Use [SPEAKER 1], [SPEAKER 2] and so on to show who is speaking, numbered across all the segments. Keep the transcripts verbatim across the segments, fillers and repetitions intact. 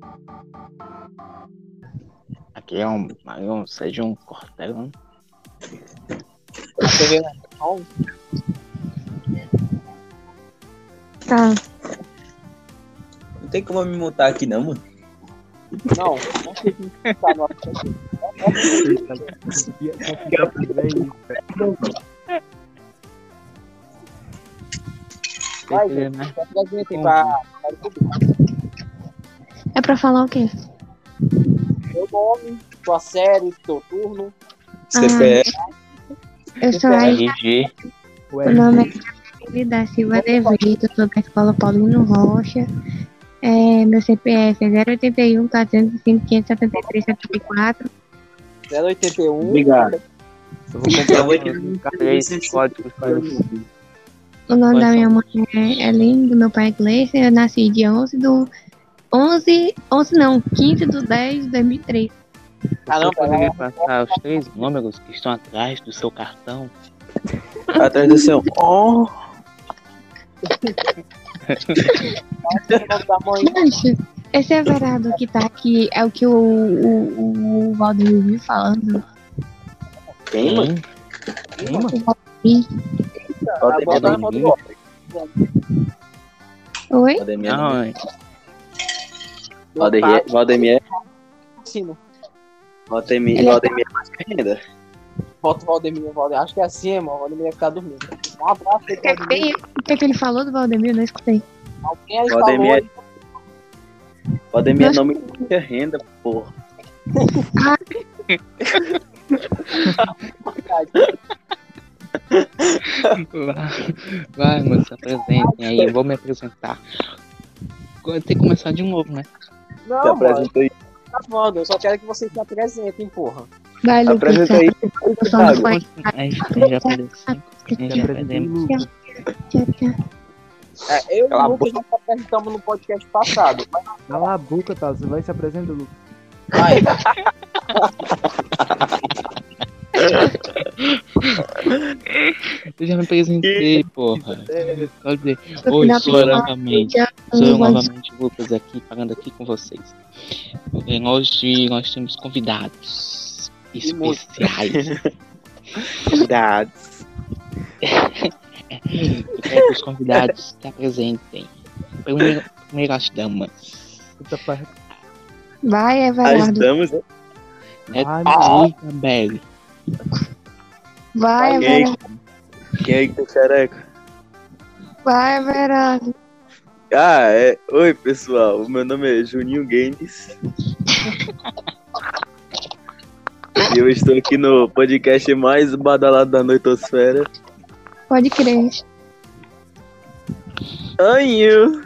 [SPEAKER 1] Aqui é um, é um seja um cortelão.
[SPEAKER 2] Você vê, né?
[SPEAKER 3] Tá.
[SPEAKER 4] Não tem como eu me mutar aqui não, mano.
[SPEAKER 2] Não, não sei se tá no aplicativo. Vai, gente,
[SPEAKER 1] né?
[SPEAKER 2] tem pra...
[SPEAKER 3] É pra falar o quê?
[SPEAKER 2] Meu nome, tua série, teu turno.
[SPEAKER 4] C P F.
[SPEAKER 3] Eu sou a
[SPEAKER 1] R G.
[SPEAKER 3] O nome é Emily da Silva de Vito, sou da escola Paulino Rocha. É, meu C P F é zero oito um, quatrocentos e cinco, quinhentos e setenta e três, setenta e quatro.
[SPEAKER 2] zero oito um.
[SPEAKER 4] Obrigado.
[SPEAKER 1] Eu vou comprar três códigos para você.
[SPEAKER 3] O nome
[SPEAKER 1] Quais
[SPEAKER 3] da minha
[SPEAKER 1] são?
[SPEAKER 3] mãe é Ellen, do meu pai é Gleice. Eu nasci dia onze do... onze... onze não, quinze de dez de dois mil e três.
[SPEAKER 1] Você poderia passar os três números que estão atrás do seu cartão?
[SPEAKER 4] Atrás do seu. Oh!
[SPEAKER 3] Gente, esse Everardo que tá aqui é o que o, o, o Valdemir viu falando.
[SPEAKER 4] Quem, mano?
[SPEAKER 1] Quem, mano?
[SPEAKER 3] O Valdemir.
[SPEAKER 2] Bota na foto do Walter.
[SPEAKER 3] Oi?
[SPEAKER 4] Valdemir.
[SPEAKER 1] Não, é.
[SPEAKER 4] Valdemir. Valdemir.
[SPEAKER 2] Ensino.
[SPEAKER 4] Valdemir.
[SPEAKER 3] Ele é-
[SPEAKER 4] Valdemir é mais que ainda.
[SPEAKER 2] Bota o Valdemir, Valdemir. Acho que é assim, mano. O Valdemir vai ficar dormindo. Um abraço aí,
[SPEAKER 3] O que,
[SPEAKER 2] Valdemir.
[SPEAKER 3] que, o que que ele falou do Valdemir? Eu não escutei.
[SPEAKER 2] Alguém aí
[SPEAKER 4] Valdemir.
[SPEAKER 2] falou aí.
[SPEAKER 4] Valdemir é nome de renda, porra.
[SPEAKER 1] Vai, vai, mano, se apresentem aí. Eu vou me apresentar. Tem que começar de novo, né?
[SPEAKER 4] Se
[SPEAKER 2] Não, mano.
[SPEAKER 4] apresenta aí.
[SPEAKER 2] Tá falando. Eu só quero que vocês se apresentem, porra.
[SPEAKER 3] Vai, Lucas.
[SPEAKER 4] Apresenta aí.
[SPEAKER 3] O som do fone.
[SPEAKER 1] A gente já perdeu cinco. A gente já perdemos.
[SPEAKER 3] Tchau, tchau.
[SPEAKER 2] É, eu e
[SPEAKER 4] Cala a
[SPEAKER 2] o Lucas já se apresentamos no podcast passado. Mas
[SPEAKER 5] Cala a boca, tá? Você vai se apresentando, Lucas.
[SPEAKER 2] vai.
[SPEAKER 1] Eu já me apresentei, porra. Só dizer,
[SPEAKER 3] No
[SPEAKER 1] oi,
[SPEAKER 3] final
[SPEAKER 1] sou
[SPEAKER 3] do
[SPEAKER 1] eu
[SPEAKER 3] episódio,
[SPEAKER 1] novamente.
[SPEAKER 3] já-
[SPEAKER 1] Sou eu
[SPEAKER 3] vai-
[SPEAKER 1] novamente, Lucas, aqui, falando aqui com vocês. E hoje nós temos convidados especiais.
[SPEAKER 4] Convidados.
[SPEAKER 1] Eu quero que os convidados se apresentem. Primeiro, primeiro as damas.
[SPEAKER 5] Puta parte.
[SPEAKER 3] Vai,
[SPEAKER 4] As
[SPEAKER 3] Everardo.
[SPEAKER 4] damas.
[SPEAKER 1] É
[SPEAKER 5] Ai,
[SPEAKER 1] Tui também.
[SPEAKER 3] Vai,
[SPEAKER 4] Quem aí?
[SPEAKER 3] Everardo.
[SPEAKER 4] Quem aí que tem xereca?
[SPEAKER 3] Vai, Everardo.
[SPEAKER 4] Ah, é. Oi, pessoal. O meu nome é Juninho Games. E eu estou aqui no podcast mais badalado da noitosfera.
[SPEAKER 3] Pode crer.
[SPEAKER 4] Anho.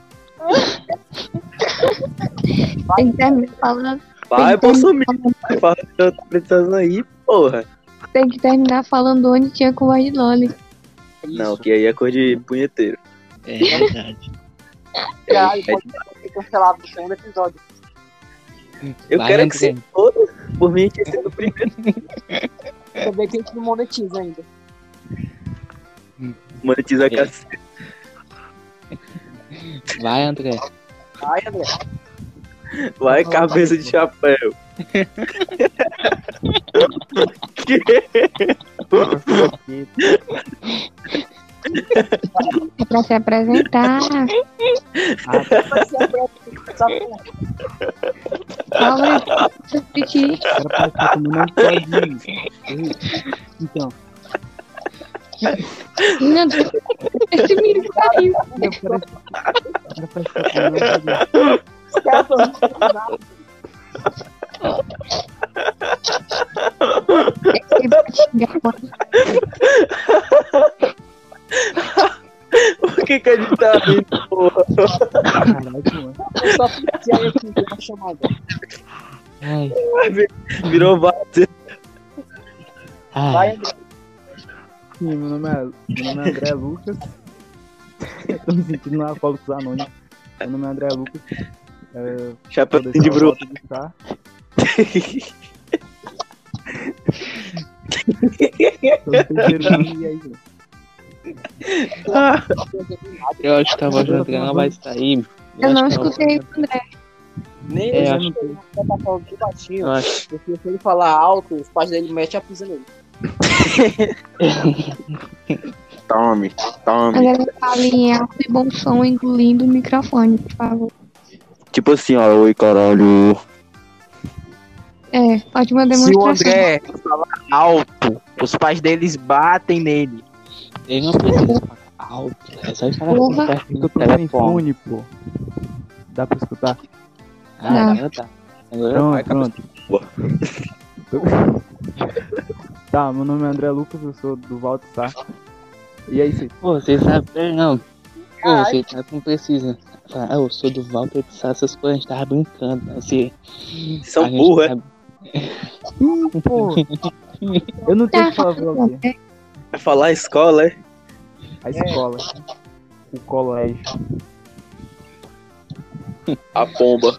[SPEAKER 3] Tem que terminar falando.
[SPEAKER 4] Vai,
[SPEAKER 3] tem que
[SPEAKER 4] Bolsonaro.
[SPEAKER 3] terminar-
[SPEAKER 4] Vai falar que eu tô precisando aí, porra.
[SPEAKER 3] Tem que terminar falando onde tinha com o de Loli.
[SPEAKER 4] Não, que aí é cor de punheteiro.
[SPEAKER 1] É verdade.
[SPEAKER 2] Cara,
[SPEAKER 4] É,
[SPEAKER 2] pode ser cancelado no segundo episódio.
[SPEAKER 4] eu
[SPEAKER 1] Vai,
[SPEAKER 4] quero
[SPEAKER 1] André.
[SPEAKER 4] que você todos. Por mim, que seja o primeiro.
[SPEAKER 2] Você vê que a gente não monetiza ainda.
[SPEAKER 4] Monetiza a
[SPEAKER 1] É.
[SPEAKER 4] cacete.
[SPEAKER 1] Vai, André.
[SPEAKER 2] Vai, André.
[SPEAKER 4] Vai, cabeça de chapéu.
[SPEAKER 3] É pra se apresentar. Fala aí, Piti.
[SPEAKER 5] Era pra estar comendo um todinho. Ei, Então,
[SPEAKER 3] Não, esse menino caiu.
[SPEAKER 5] era pra era pra estar comendo um todinho.
[SPEAKER 2] Os caras tão rindo nada.
[SPEAKER 3] Ele vai xingar, mano.
[SPEAKER 4] Por que que a gente tá rindo, porra?
[SPEAKER 5] Caralho, mano.
[SPEAKER 2] Eu só fiquei aí aqui, tem uma chamada.
[SPEAKER 1] Ai,
[SPEAKER 4] Virou várzea.
[SPEAKER 2] Vai,
[SPEAKER 1] ai.
[SPEAKER 2] André.
[SPEAKER 5] Sim, meu nome é, meu nome é André Lucas. Eu tô me sentindo no Alcoólicos Anônimos. Meu nome é André Lucas. É, sou
[SPEAKER 4] Chapéuzinho
[SPEAKER 5] desse
[SPEAKER 4] de bruno.
[SPEAKER 5] Alcoólicos de Chá. Tô no terceiro ano e aí, velho.
[SPEAKER 1] Eu acho que a voz do André não vai sair.
[SPEAKER 3] Eu não
[SPEAKER 1] acho que a voz
[SPEAKER 3] escutei
[SPEAKER 1] do
[SPEAKER 3] o André.
[SPEAKER 2] Nem
[SPEAKER 1] É,
[SPEAKER 2] ele
[SPEAKER 1] acho
[SPEAKER 2] não tem que tá falando de baixinho.
[SPEAKER 1] Eu acho.
[SPEAKER 2] Porque se ele falar alto, os pais dele metem a pisa nele.
[SPEAKER 4] Tome, tome.
[SPEAKER 3] Agora fale em alto e bom som, incluindo o microfone, por favor.
[SPEAKER 4] Tipo assim, ó, oi caralho.
[SPEAKER 3] É, pode mandar
[SPEAKER 2] Se o
[SPEAKER 3] demonstração.
[SPEAKER 2] André falar alto, os pais deles batem nele.
[SPEAKER 1] Ele não precisa falar alto. É só estar
[SPEAKER 3] Porra.
[SPEAKER 1] perto
[SPEAKER 5] Eu
[SPEAKER 1] do
[SPEAKER 5] tô sem
[SPEAKER 1] telefone.
[SPEAKER 5] fone, pô. Dá pra escutar?
[SPEAKER 1] Ah,
[SPEAKER 3] Não.
[SPEAKER 1] agora tá. Agora vai,
[SPEAKER 5] Pronto, pronto. Tá, meu nome é André Lucas, eu sou do Valdo Sá. E é isso aí.
[SPEAKER 1] Pô, você sabe, não. Pô,
[SPEAKER 2] Ai.
[SPEAKER 1] você tá, não precisa falar, ah, eu sou do Walter de Sá, essas coisas, a gente tava brincando. Né? Você,
[SPEAKER 4] São
[SPEAKER 1] a gente
[SPEAKER 4] burros, é?
[SPEAKER 1] sabe-
[SPEAKER 5] Ih, pô. Eu não tenho
[SPEAKER 3] Tá,
[SPEAKER 5] que falar pra você.
[SPEAKER 3] é,
[SPEAKER 4] Vai falar escola, é?
[SPEAKER 5] A escola. O colégio.
[SPEAKER 4] A pomba.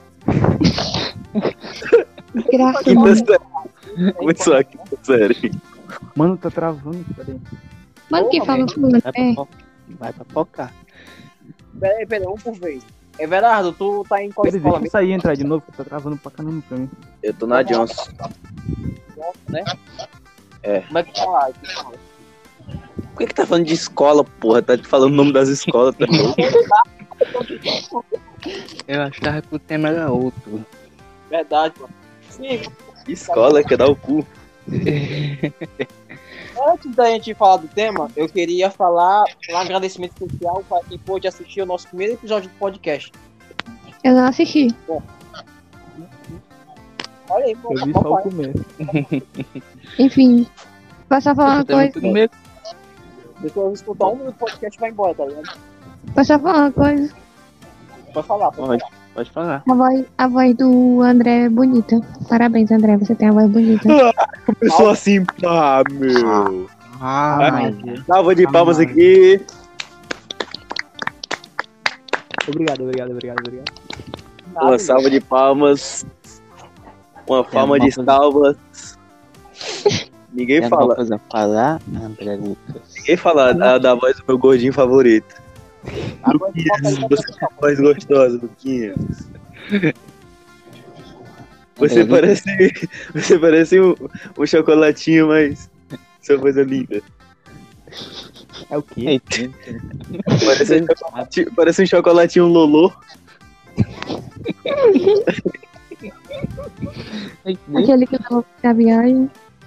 [SPEAKER 3] graças
[SPEAKER 4] Quinta
[SPEAKER 3] a
[SPEAKER 4] série. Começou a quinta série.
[SPEAKER 5] Mano, tá travando, peraí.
[SPEAKER 3] Mano, quem falou foi o
[SPEAKER 1] vai, pra
[SPEAKER 3] André.
[SPEAKER 1] fo- vai pra focar.
[SPEAKER 2] Peraí, peraí, um por vez. Everardo, tu tá em qual
[SPEAKER 5] Peraí,
[SPEAKER 2] escola
[SPEAKER 5] deixa eu sair e entrar de novo, que tá travando pra caramba pra mim.
[SPEAKER 4] Eu tô na Johnson.
[SPEAKER 2] mesmo, né?
[SPEAKER 4] É.
[SPEAKER 2] Como é que tá lá?
[SPEAKER 4] Por que que tá falando de escola, porra? Tá te falando o nome das escolas também.
[SPEAKER 1] Eu achava que o tema era outro.
[SPEAKER 2] Verdade, mano. Sim,
[SPEAKER 4] Escola quer dar o cu.
[SPEAKER 2] antes da gente falar do tema, eu queria falar um agradecimento especial para quem pôde assistir o nosso primeiro episódio do podcast.
[SPEAKER 3] Eu não assisti.
[SPEAKER 2] Olha aí,
[SPEAKER 5] Eu vi
[SPEAKER 2] pô,
[SPEAKER 5] só o
[SPEAKER 2] papai.
[SPEAKER 5] começo.
[SPEAKER 3] Enfim, posso só falar uma
[SPEAKER 1] Você tá no
[SPEAKER 3] coisa?
[SPEAKER 1] primeiro?
[SPEAKER 2] Depois eu escutar um minuto do podcast e vai embora, tá ligado?
[SPEAKER 3] Posso só falar uma coisa?
[SPEAKER 2] Pode falar, pode
[SPEAKER 1] Pode,
[SPEAKER 2] falar.
[SPEAKER 1] pode falar.
[SPEAKER 3] A voz, a voz do André é bonita. Parabéns, André, você tem a voz bonita.
[SPEAKER 4] Começou assim, pá, meu.
[SPEAKER 1] Ah,
[SPEAKER 5] mas-
[SPEAKER 4] Salva de
[SPEAKER 5] Ah,
[SPEAKER 4] palmas
[SPEAKER 5] mas-
[SPEAKER 4] aqui.
[SPEAKER 5] Obrigado, obrigado, obrigado, obrigado.
[SPEAKER 4] Uma salva de palmas. Uma palma de
[SPEAKER 1] uma coisa-
[SPEAKER 4] salvas. Ninguém
[SPEAKER 1] Tem alguma
[SPEAKER 4] fala.
[SPEAKER 1] coisa a falar, André Lucas?
[SPEAKER 4] Ninguém fala da, da voz do meu gordinho favorito.
[SPEAKER 2] Agora tu toca aí,
[SPEAKER 4] Você tem uma voz gostosa, Luquinhas. Você
[SPEAKER 1] André
[SPEAKER 4] parece. Você parece um, um chocolatinho, mas. Sua coisa linda.
[SPEAKER 5] É o quê?
[SPEAKER 1] Eita.
[SPEAKER 4] Parece um chocolatinho, parece um chocolatinho Lolô.
[SPEAKER 1] Eita.
[SPEAKER 3] Aquele que eu tava na viagem.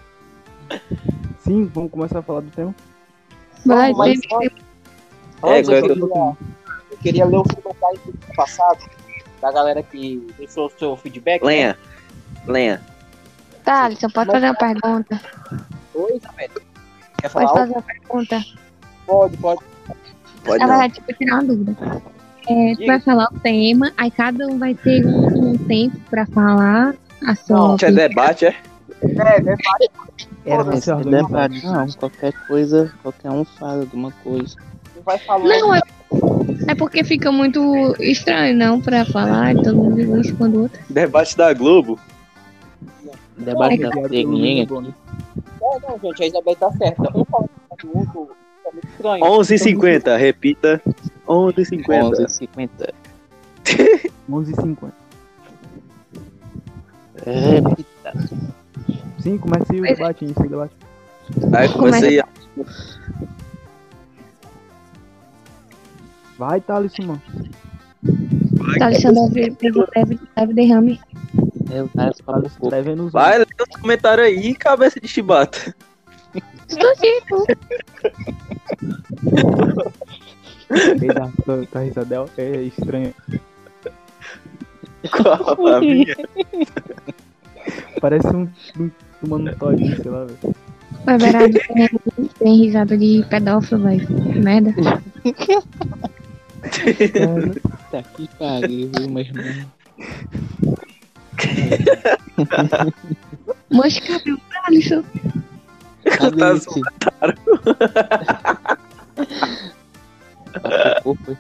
[SPEAKER 5] Sim, vamos começar a falar do tema.
[SPEAKER 3] Vai,
[SPEAKER 2] mas-
[SPEAKER 3] tem-
[SPEAKER 4] É,
[SPEAKER 2] Antes,
[SPEAKER 4] qual é
[SPEAKER 2] eu,
[SPEAKER 4] que eu
[SPEAKER 2] queria, eu queria ler o comentário do passado da galera que deixou o seu feedback. né?
[SPEAKER 4] Lenha. Lenha.
[SPEAKER 3] Tá, Alisson, pode fazer uma pergunta.
[SPEAKER 2] Oi, Isabel. Quer
[SPEAKER 3] Pode
[SPEAKER 2] falar algo?
[SPEAKER 3] fazer uma pergunta.
[SPEAKER 2] Pode, pode.
[SPEAKER 4] Pode
[SPEAKER 3] Na
[SPEAKER 4] não.
[SPEAKER 3] verdade, tipo, tirar uma dúvida. É, tu vai falar o tema, aí cada um vai ter um, um tempo pra falar a sua
[SPEAKER 2] Não,
[SPEAKER 4] Isso é
[SPEAKER 3] opinião.
[SPEAKER 4] debate, é?
[SPEAKER 2] É, é,
[SPEAKER 5] Era pra
[SPEAKER 2] Foda-se,
[SPEAKER 5] ser
[SPEAKER 1] É
[SPEAKER 5] organizado.
[SPEAKER 1] debate, não. Qualquer coisa, qualquer um fala alguma coisa.
[SPEAKER 2] tu vai falar.
[SPEAKER 3] Não, é, é porque fica muito estranho, não, pra falar, todo mundo um responde o outro.
[SPEAKER 4] Debate da Globo.
[SPEAKER 1] Debate da
[SPEAKER 5] Obrigado
[SPEAKER 1] T
[SPEAKER 5] pelo
[SPEAKER 1] N
[SPEAKER 5] meu bônus.
[SPEAKER 2] Não, não, gente, a Isabel tá certa. Um falando do outro é muito estranho.
[SPEAKER 4] onze e cinquenta, repita. onze e cinquenta.
[SPEAKER 1] onze e cinquenta.
[SPEAKER 5] onze e cinquenta.
[SPEAKER 1] Repita.
[SPEAKER 5] Sim, começa aí o debate, inicia o debate.
[SPEAKER 4] Aí comecei a.
[SPEAKER 5] Vai, Thalisson, mano.
[SPEAKER 3] Tá, Alisson deve, deve, deve, deve derrame.
[SPEAKER 1] Eu tava só
[SPEAKER 5] Thalisson,
[SPEAKER 1] pouco.
[SPEAKER 5] tá vendo os
[SPEAKER 4] Vai, lê os comentários aí, cabeça de chibata.
[SPEAKER 3] Estou dito.
[SPEAKER 5] Ei, da tua, tua risadela é estranha.
[SPEAKER 4] Qual a minha?
[SPEAKER 5] Parece um, um tomando um todinho, sei lá, velho.
[SPEAKER 3] O Everardo tem, tem risada de pedófilo, velho. Merda.
[SPEAKER 1] Tá que pariu, viu, meu irmão?
[SPEAKER 3] Mancha o cabelo pra Alisson.
[SPEAKER 1] Cadê
[SPEAKER 4] Tá
[SPEAKER 1] esse? Pô, foi.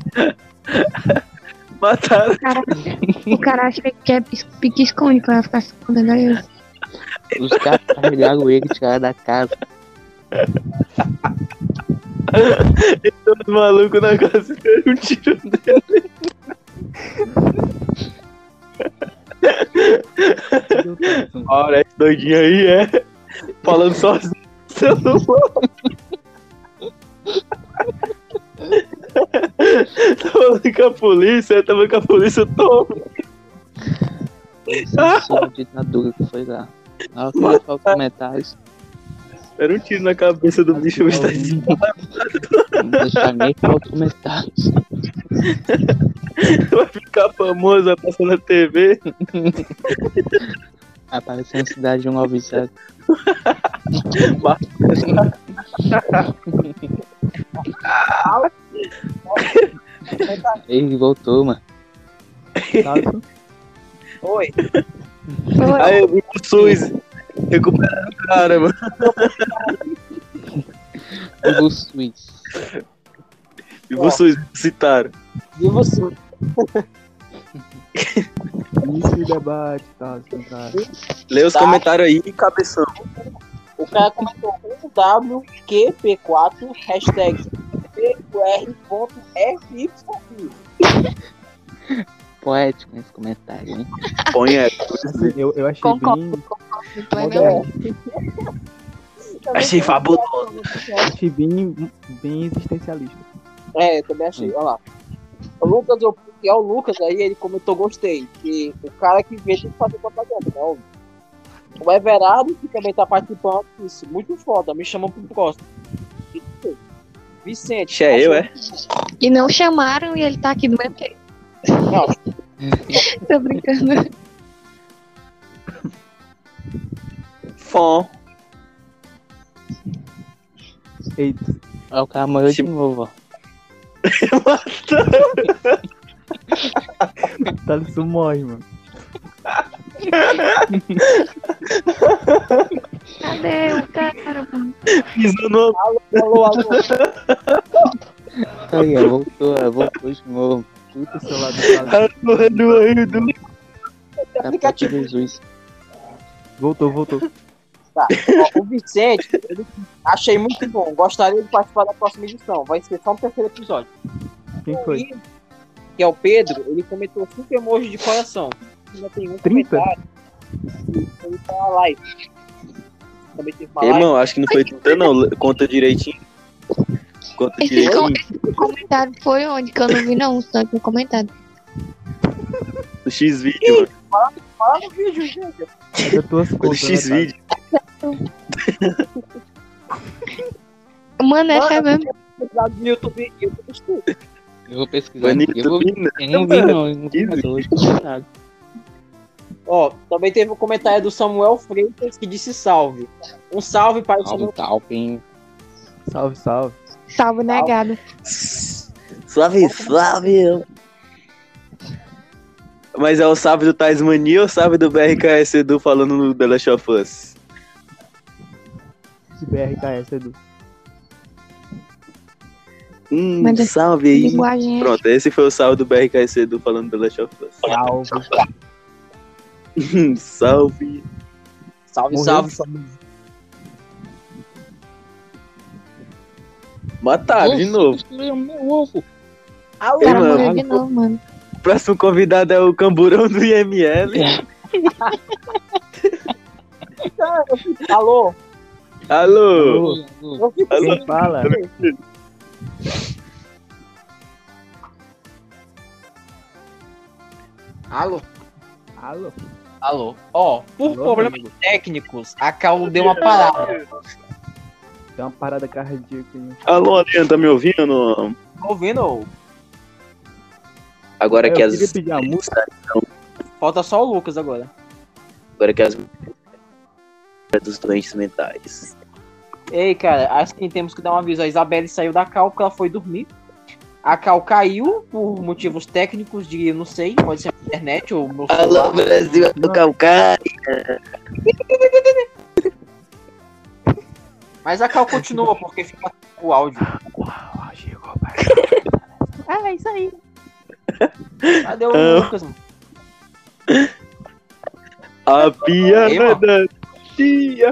[SPEAKER 4] Mataram.
[SPEAKER 3] O cara acha que é pique-esconde pra ficar se escondendo aí.
[SPEAKER 1] Os caras carregaram ele e tiraram da casa.
[SPEAKER 4] Os malucos na casa deram um tiro dele. Olha, esse doidinho aí é. Falando sozinho no celular. Tá falando com a polícia, tá falando com a polícia, toma.
[SPEAKER 1] Censura ditadura que foi lá. Ah, eu queria falar os comentários.
[SPEAKER 4] Era um tiro na cabeça do bicho, o bicho tá
[SPEAKER 1] Não deixar nem falar os comentários.
[SPEAKER 4] vai ficar famoso, vai passar na T V.
[SPEAKER 1] Apareceu na cidade de um obséquio. Ele voltou, mano.
[SPEAKER 5] Tato,
[SPEAKER 2] Oi.
[SPEAKER 4] Aí eu vi o SUS recuperando o cara, mano.
[SPEAKER 1] O Suíço.
[SPEAKER 4] E o SUS citaram.
[SPEAKER 2] E você?
[SPEAKER 5] início do debate, Tato, cara.
[SPEAKER 4] Lê os
[SPEAKER 2] Tá.
[SPEAKER 4] comentários aí, cabeção.
[SPEAKER 2] O cara comentou um W Q P quatro hashtag P R ponto F Y.
[SPEAKER 1] Poético esse comentário, hein?
[SPEAKER 4] Põe é.
[SPEAKER 5] Assim, eu, eu achei
[SPEAKER 3] Concordo,
[SPEAKER 5] bem,
[SPEAKER 3] concordo plenamente.
[SPEAKER 4] Achei fabuloso.
[SPEAKER 5] achei bem, bem existencialista.
[SPEAKER 2] É, eu também achei, olha lá. O Lucas, eu- que é o Lucas aí, ele comentou gostei. Que o cara que vê tem que fazer propaganda, né? óbvio. O Everardo, que também tá participando, disse, muito foda, me chamam pro próximo. Vicente.
[SPEAKER 4] Ixi, é eu, é?
[SPEAKER 3] E não chamaram e ele tá aqui do mesmo jeito.
[SPEAKER 2] Não,
[SPEAKER 3] Tô brincando.
[SPEAKER 4] Fom.
[SPEAKER 5] Eita,
[SPEAKER 1] Ó, o cara morreu de novo, ó.
[SPEAKER 5] Thaleson morre, mano.
[SPEAKER 3] Cadê o cara, mano?
[SPEAKER 4] Pisou no
[SPEAKER 2] alô, alô.
[SPEAKER 1] Aí, ó, voltou, ó, voltou de novo.
[SPEAKER 5] Puta, o celular do Thaleson.
[SPEAKER 4] do
[SPEAKER 1] Capeta de Jesus.
[SPEAKER 5] Voltou, voltou.
[SPEAKER 2] Tá. Ó, o Vicente, ele, achei muito bom. Gostaria de participar da próxima edição. Vai ser só um terceiro episódio.
[SPEAKER 5] Quem
[SPEAKER 2] O
[SPEAKER 5] foi?
[SPEAKER 2] Ian, que é o Pedro, ele comentou cinco emojis de coração. Ainda tem um
[SPEAKER 5] trinta?
[SPEAKER 2] comentário. Ele tá na live. Também teve uma live.
[SPEAKER 4] Irmão, acho que não foi trinta não. Conta direitinho. Conta
[SPEAKER 3] Esse, com-
[SPEAKER 4] direitinho.
[SPEAKER 3] esse comentário foi onde? Que eu não vi, não. Só que o comentário.
[SPEAKER 4] O X-Vídeo, mano.
[SPEAKER 2] Fala no vídeo, gente.
[SPEAKER 5] Cadê tuas
[SPEAKER 4] Foi do
[SPEAKER 5] contas, né,
[SPEAKER 4] X-Vídeo.
[SPEAKER 3] Mano, essa é mesmo.
[SPEAKER 2] Lá no YouTube, YouTube Studio.
[SPEAKER 1] Eu vou pesquisar.
[SPEAKER 4] Foi no
[SPEAKER 1] Eu, vou...
[SPEAKER 4] YouTube, né?
[SPEAKER 1] eu não vi, não. Eu não vi mais hoje. Comentado.
[SPEAKER 2] Ó, também teve o comentário do Samuel Freitas que disse salve. Um salve para o
[SPEAKER 1] Salve,
[SPEAKER 2] Samuel.
[SPEAKER 1] Talpin.
[SPEAKER 5] Salve, salve.
[SPEAKER 3] Salvo negado.
[SPEAKER 4] Suave, suave. Mas é o salve do Tasmania ou o salve do B R K S Edu falando no The Last of Us?
[SPEAKER 5] Esse B R K S, Edu.
[SPEAKER 4] Hum,
[SPEAKER 3] Mas é-
[SPEAKER 4] salve aí.
[SPEAKER 3] Linguagem é.
[SPEAKER 4] Pronto, esse foi o salve do B R K S Edu falando do The Last of Us.
[SPEAKER 5] Salve.
[SPEAKER 4] Salve.
[SPEAKER 2] Salve,
[SPEAKER 5] Morreu.
[SPEAKER 2] salve, salve.
[SPEAKER 4] Mataram de novo.
[SPEAKER 1] Meu, meu ovo.
[SPEAKER 2] Alô,
[SPEAKER 3] O cara
[SPEAKER 4] mano.
[SPEAKER 3] morreu de novo, mano.
[SPEAKER 4] O próximo convidado é o Camburão do I M L.
[SPEAKER 2] alô.
[SPEAKER 4] Alô.
[SPEAKER 2] Eu fico
[SPEAKER 4] Alô.
[SPEAKER 2] sem-
[SPEAKER 5] Fala.
[SPEAKER 2] Alô.
[SPEAKER 5] Alô.
[SPEAKER 2] Alô. Ó, por
[SPEAKER 5] Alô,
[SPEAKER 2] problemas
[SPEAKER 5] amigo.
[SPEAKER 2] técnicos, a Cal deu uma parada.
[SPEAKER 5] Tem uma parada cardíaca aí.
[SPEAKER 4] Alô, Adriano, tá me ouvindo?
[SPEAKER 2] Tá ouvindo?
[SPEAKER 4] Agora
[SPEAKER 5] É,
[SPEAKER 4] que
[SPEAKER 5] eu
[SPEAKER 4] as.
[SPEAKER 5] queria pedir a música.
[SPEAKER 2] Falta só o Lucas agora.
[SPEAKER 4] Agora que as. Dos doentes mentais.
[SPEAKER 2] Ei, cara, acho que temos que dar um aviso. A Isabelle saiu da Cal porque ela foi dormir. A Cal caiu por motivos técnicos de, não sei, pode ser a internet ou meu celular.
[SPEAKER 4] Alô, Brasil do Calcaia.
[SPEAKER 2] Mas a Cal continua porque fica o áudio.
[SPEAKER 3] Ah, é isso aí.
[SPEAKER 2] Cadê o
[SPEAKER 4] Ah.
[SPEAKER 2] Lucas, mano?
[SPEAKER 4] A
[SPEAKER 2] Ei,
[SPEAKER 4] piada tia.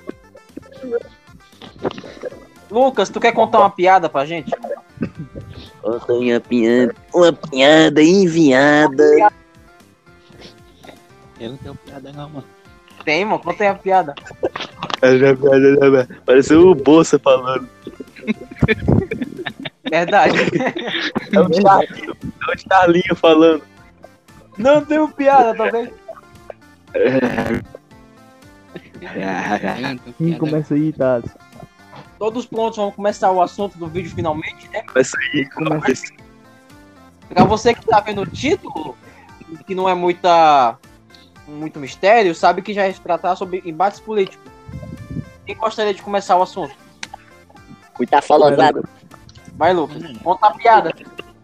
[SPEAKER 2] Lucas, tu quer contar uma piada pra gente?
[SPEAKER 4] Conta uma piada, uma piada enviada.
[SPEAKER 1] Eu não tenho piada, não, mano.
[SPEAKER 2] Tem, mano. Conta aí a piada.
[SPEAKER 4] Pareceu o Bolsa falando.
[SPEAKER 2] Verdade.
[SPEAKER 4] É o Charlinho, é o Charlinho falando.
[SPEAKER 2] Não tenho piada, tá vendo?
[SPEAKER 5] Quem começa aí, Thales?
[SPEAKER 2] Todos prontos, vamos começar o assunto do vídeo finalmente, né?
[SPEAKER 4] Começa aí, começa.
[SPEAKER 2] Pra você que tá vendo o título, que não é muita, muito mistério, sabe que já é tratar sobre embates políticos. Quem gostaria de começar o assunto?
[SPEAKER 6] Cuidado falando.
[SPEAKER 2] Vai, Lucas. Conta a piada.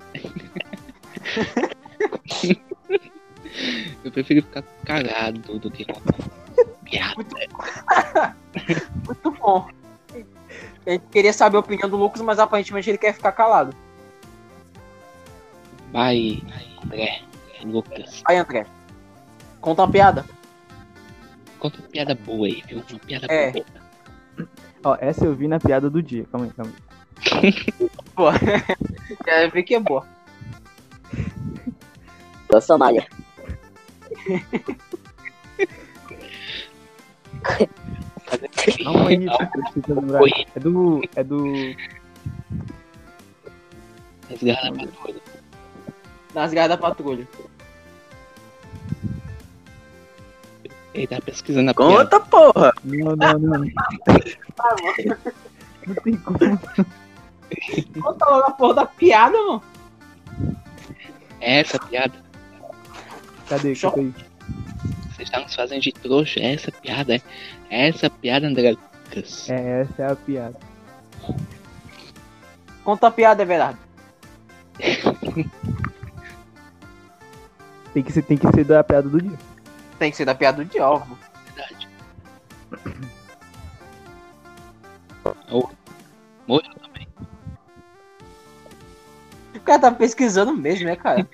[SPEAKER 1] Eu prefiro ficar cagado do que contar piada.
[SPEAKER 2] Muito bom. A gente queria saber a opinião do Lucas, mas aparentemente ele quer ficar calado.
[SPEAKER 1] Vai, André, Lucas.
[SPEAKER 2] Vai, André. Conta uma piada.
[SPEAKER 1] Conta uma piada boa aí, viu? Uma piada
[SPEAKER 2] É.
[SPEAKER 1] boa.
[SPEAKER 5] Ó, essa eu vi na piada do dia. Calma aí, calma aí.
[SPEAKER 2] Boa. Quer ver que é boa.
[SPEAKER 6] Da Somália.
[SPEAKER 5] Calma aí, eu preciso lembrar.
[SPEAKER 1] Oi.
[SPEAKER 5] É do. É do.
[SPEAKER 1] As garras da patrulha.
[SPEAKER 2] Nas garras da patrulha.
[SPEAKER 1] Ele tá pesquisando a piada.
[SPEAKER 4] Conta, porra!
[SPEAKER 5] Não, não, não. Não tem como.
[SPEAKER 2] Conta logo a porra da piada, mano.
[SPEAKER 1] É essa piada.
[SPEAKER 5] Cadê?
[SPEAKER 2] Show.
[SPEAKER 5] Conta aí.
[SPEAKER 1] Vocês estão nos fazendo de trouxa. É essa piada, é? É essa piada, André Lucas.
[SPEAKER 5] É, essa é a piada.
[SPEAKER 2] Conta a piada, é verdade.
[SPEAKER 5] Tem que ser, tem que ser da piada do dia.
[SPEAKER 2] Tem que ser da piada do dia, óbvio.
[SPEAKER 1] Verdade. Oh, morreu também.
[SPEAKER 2] O cara tá pesquisando mesmo, né, cara?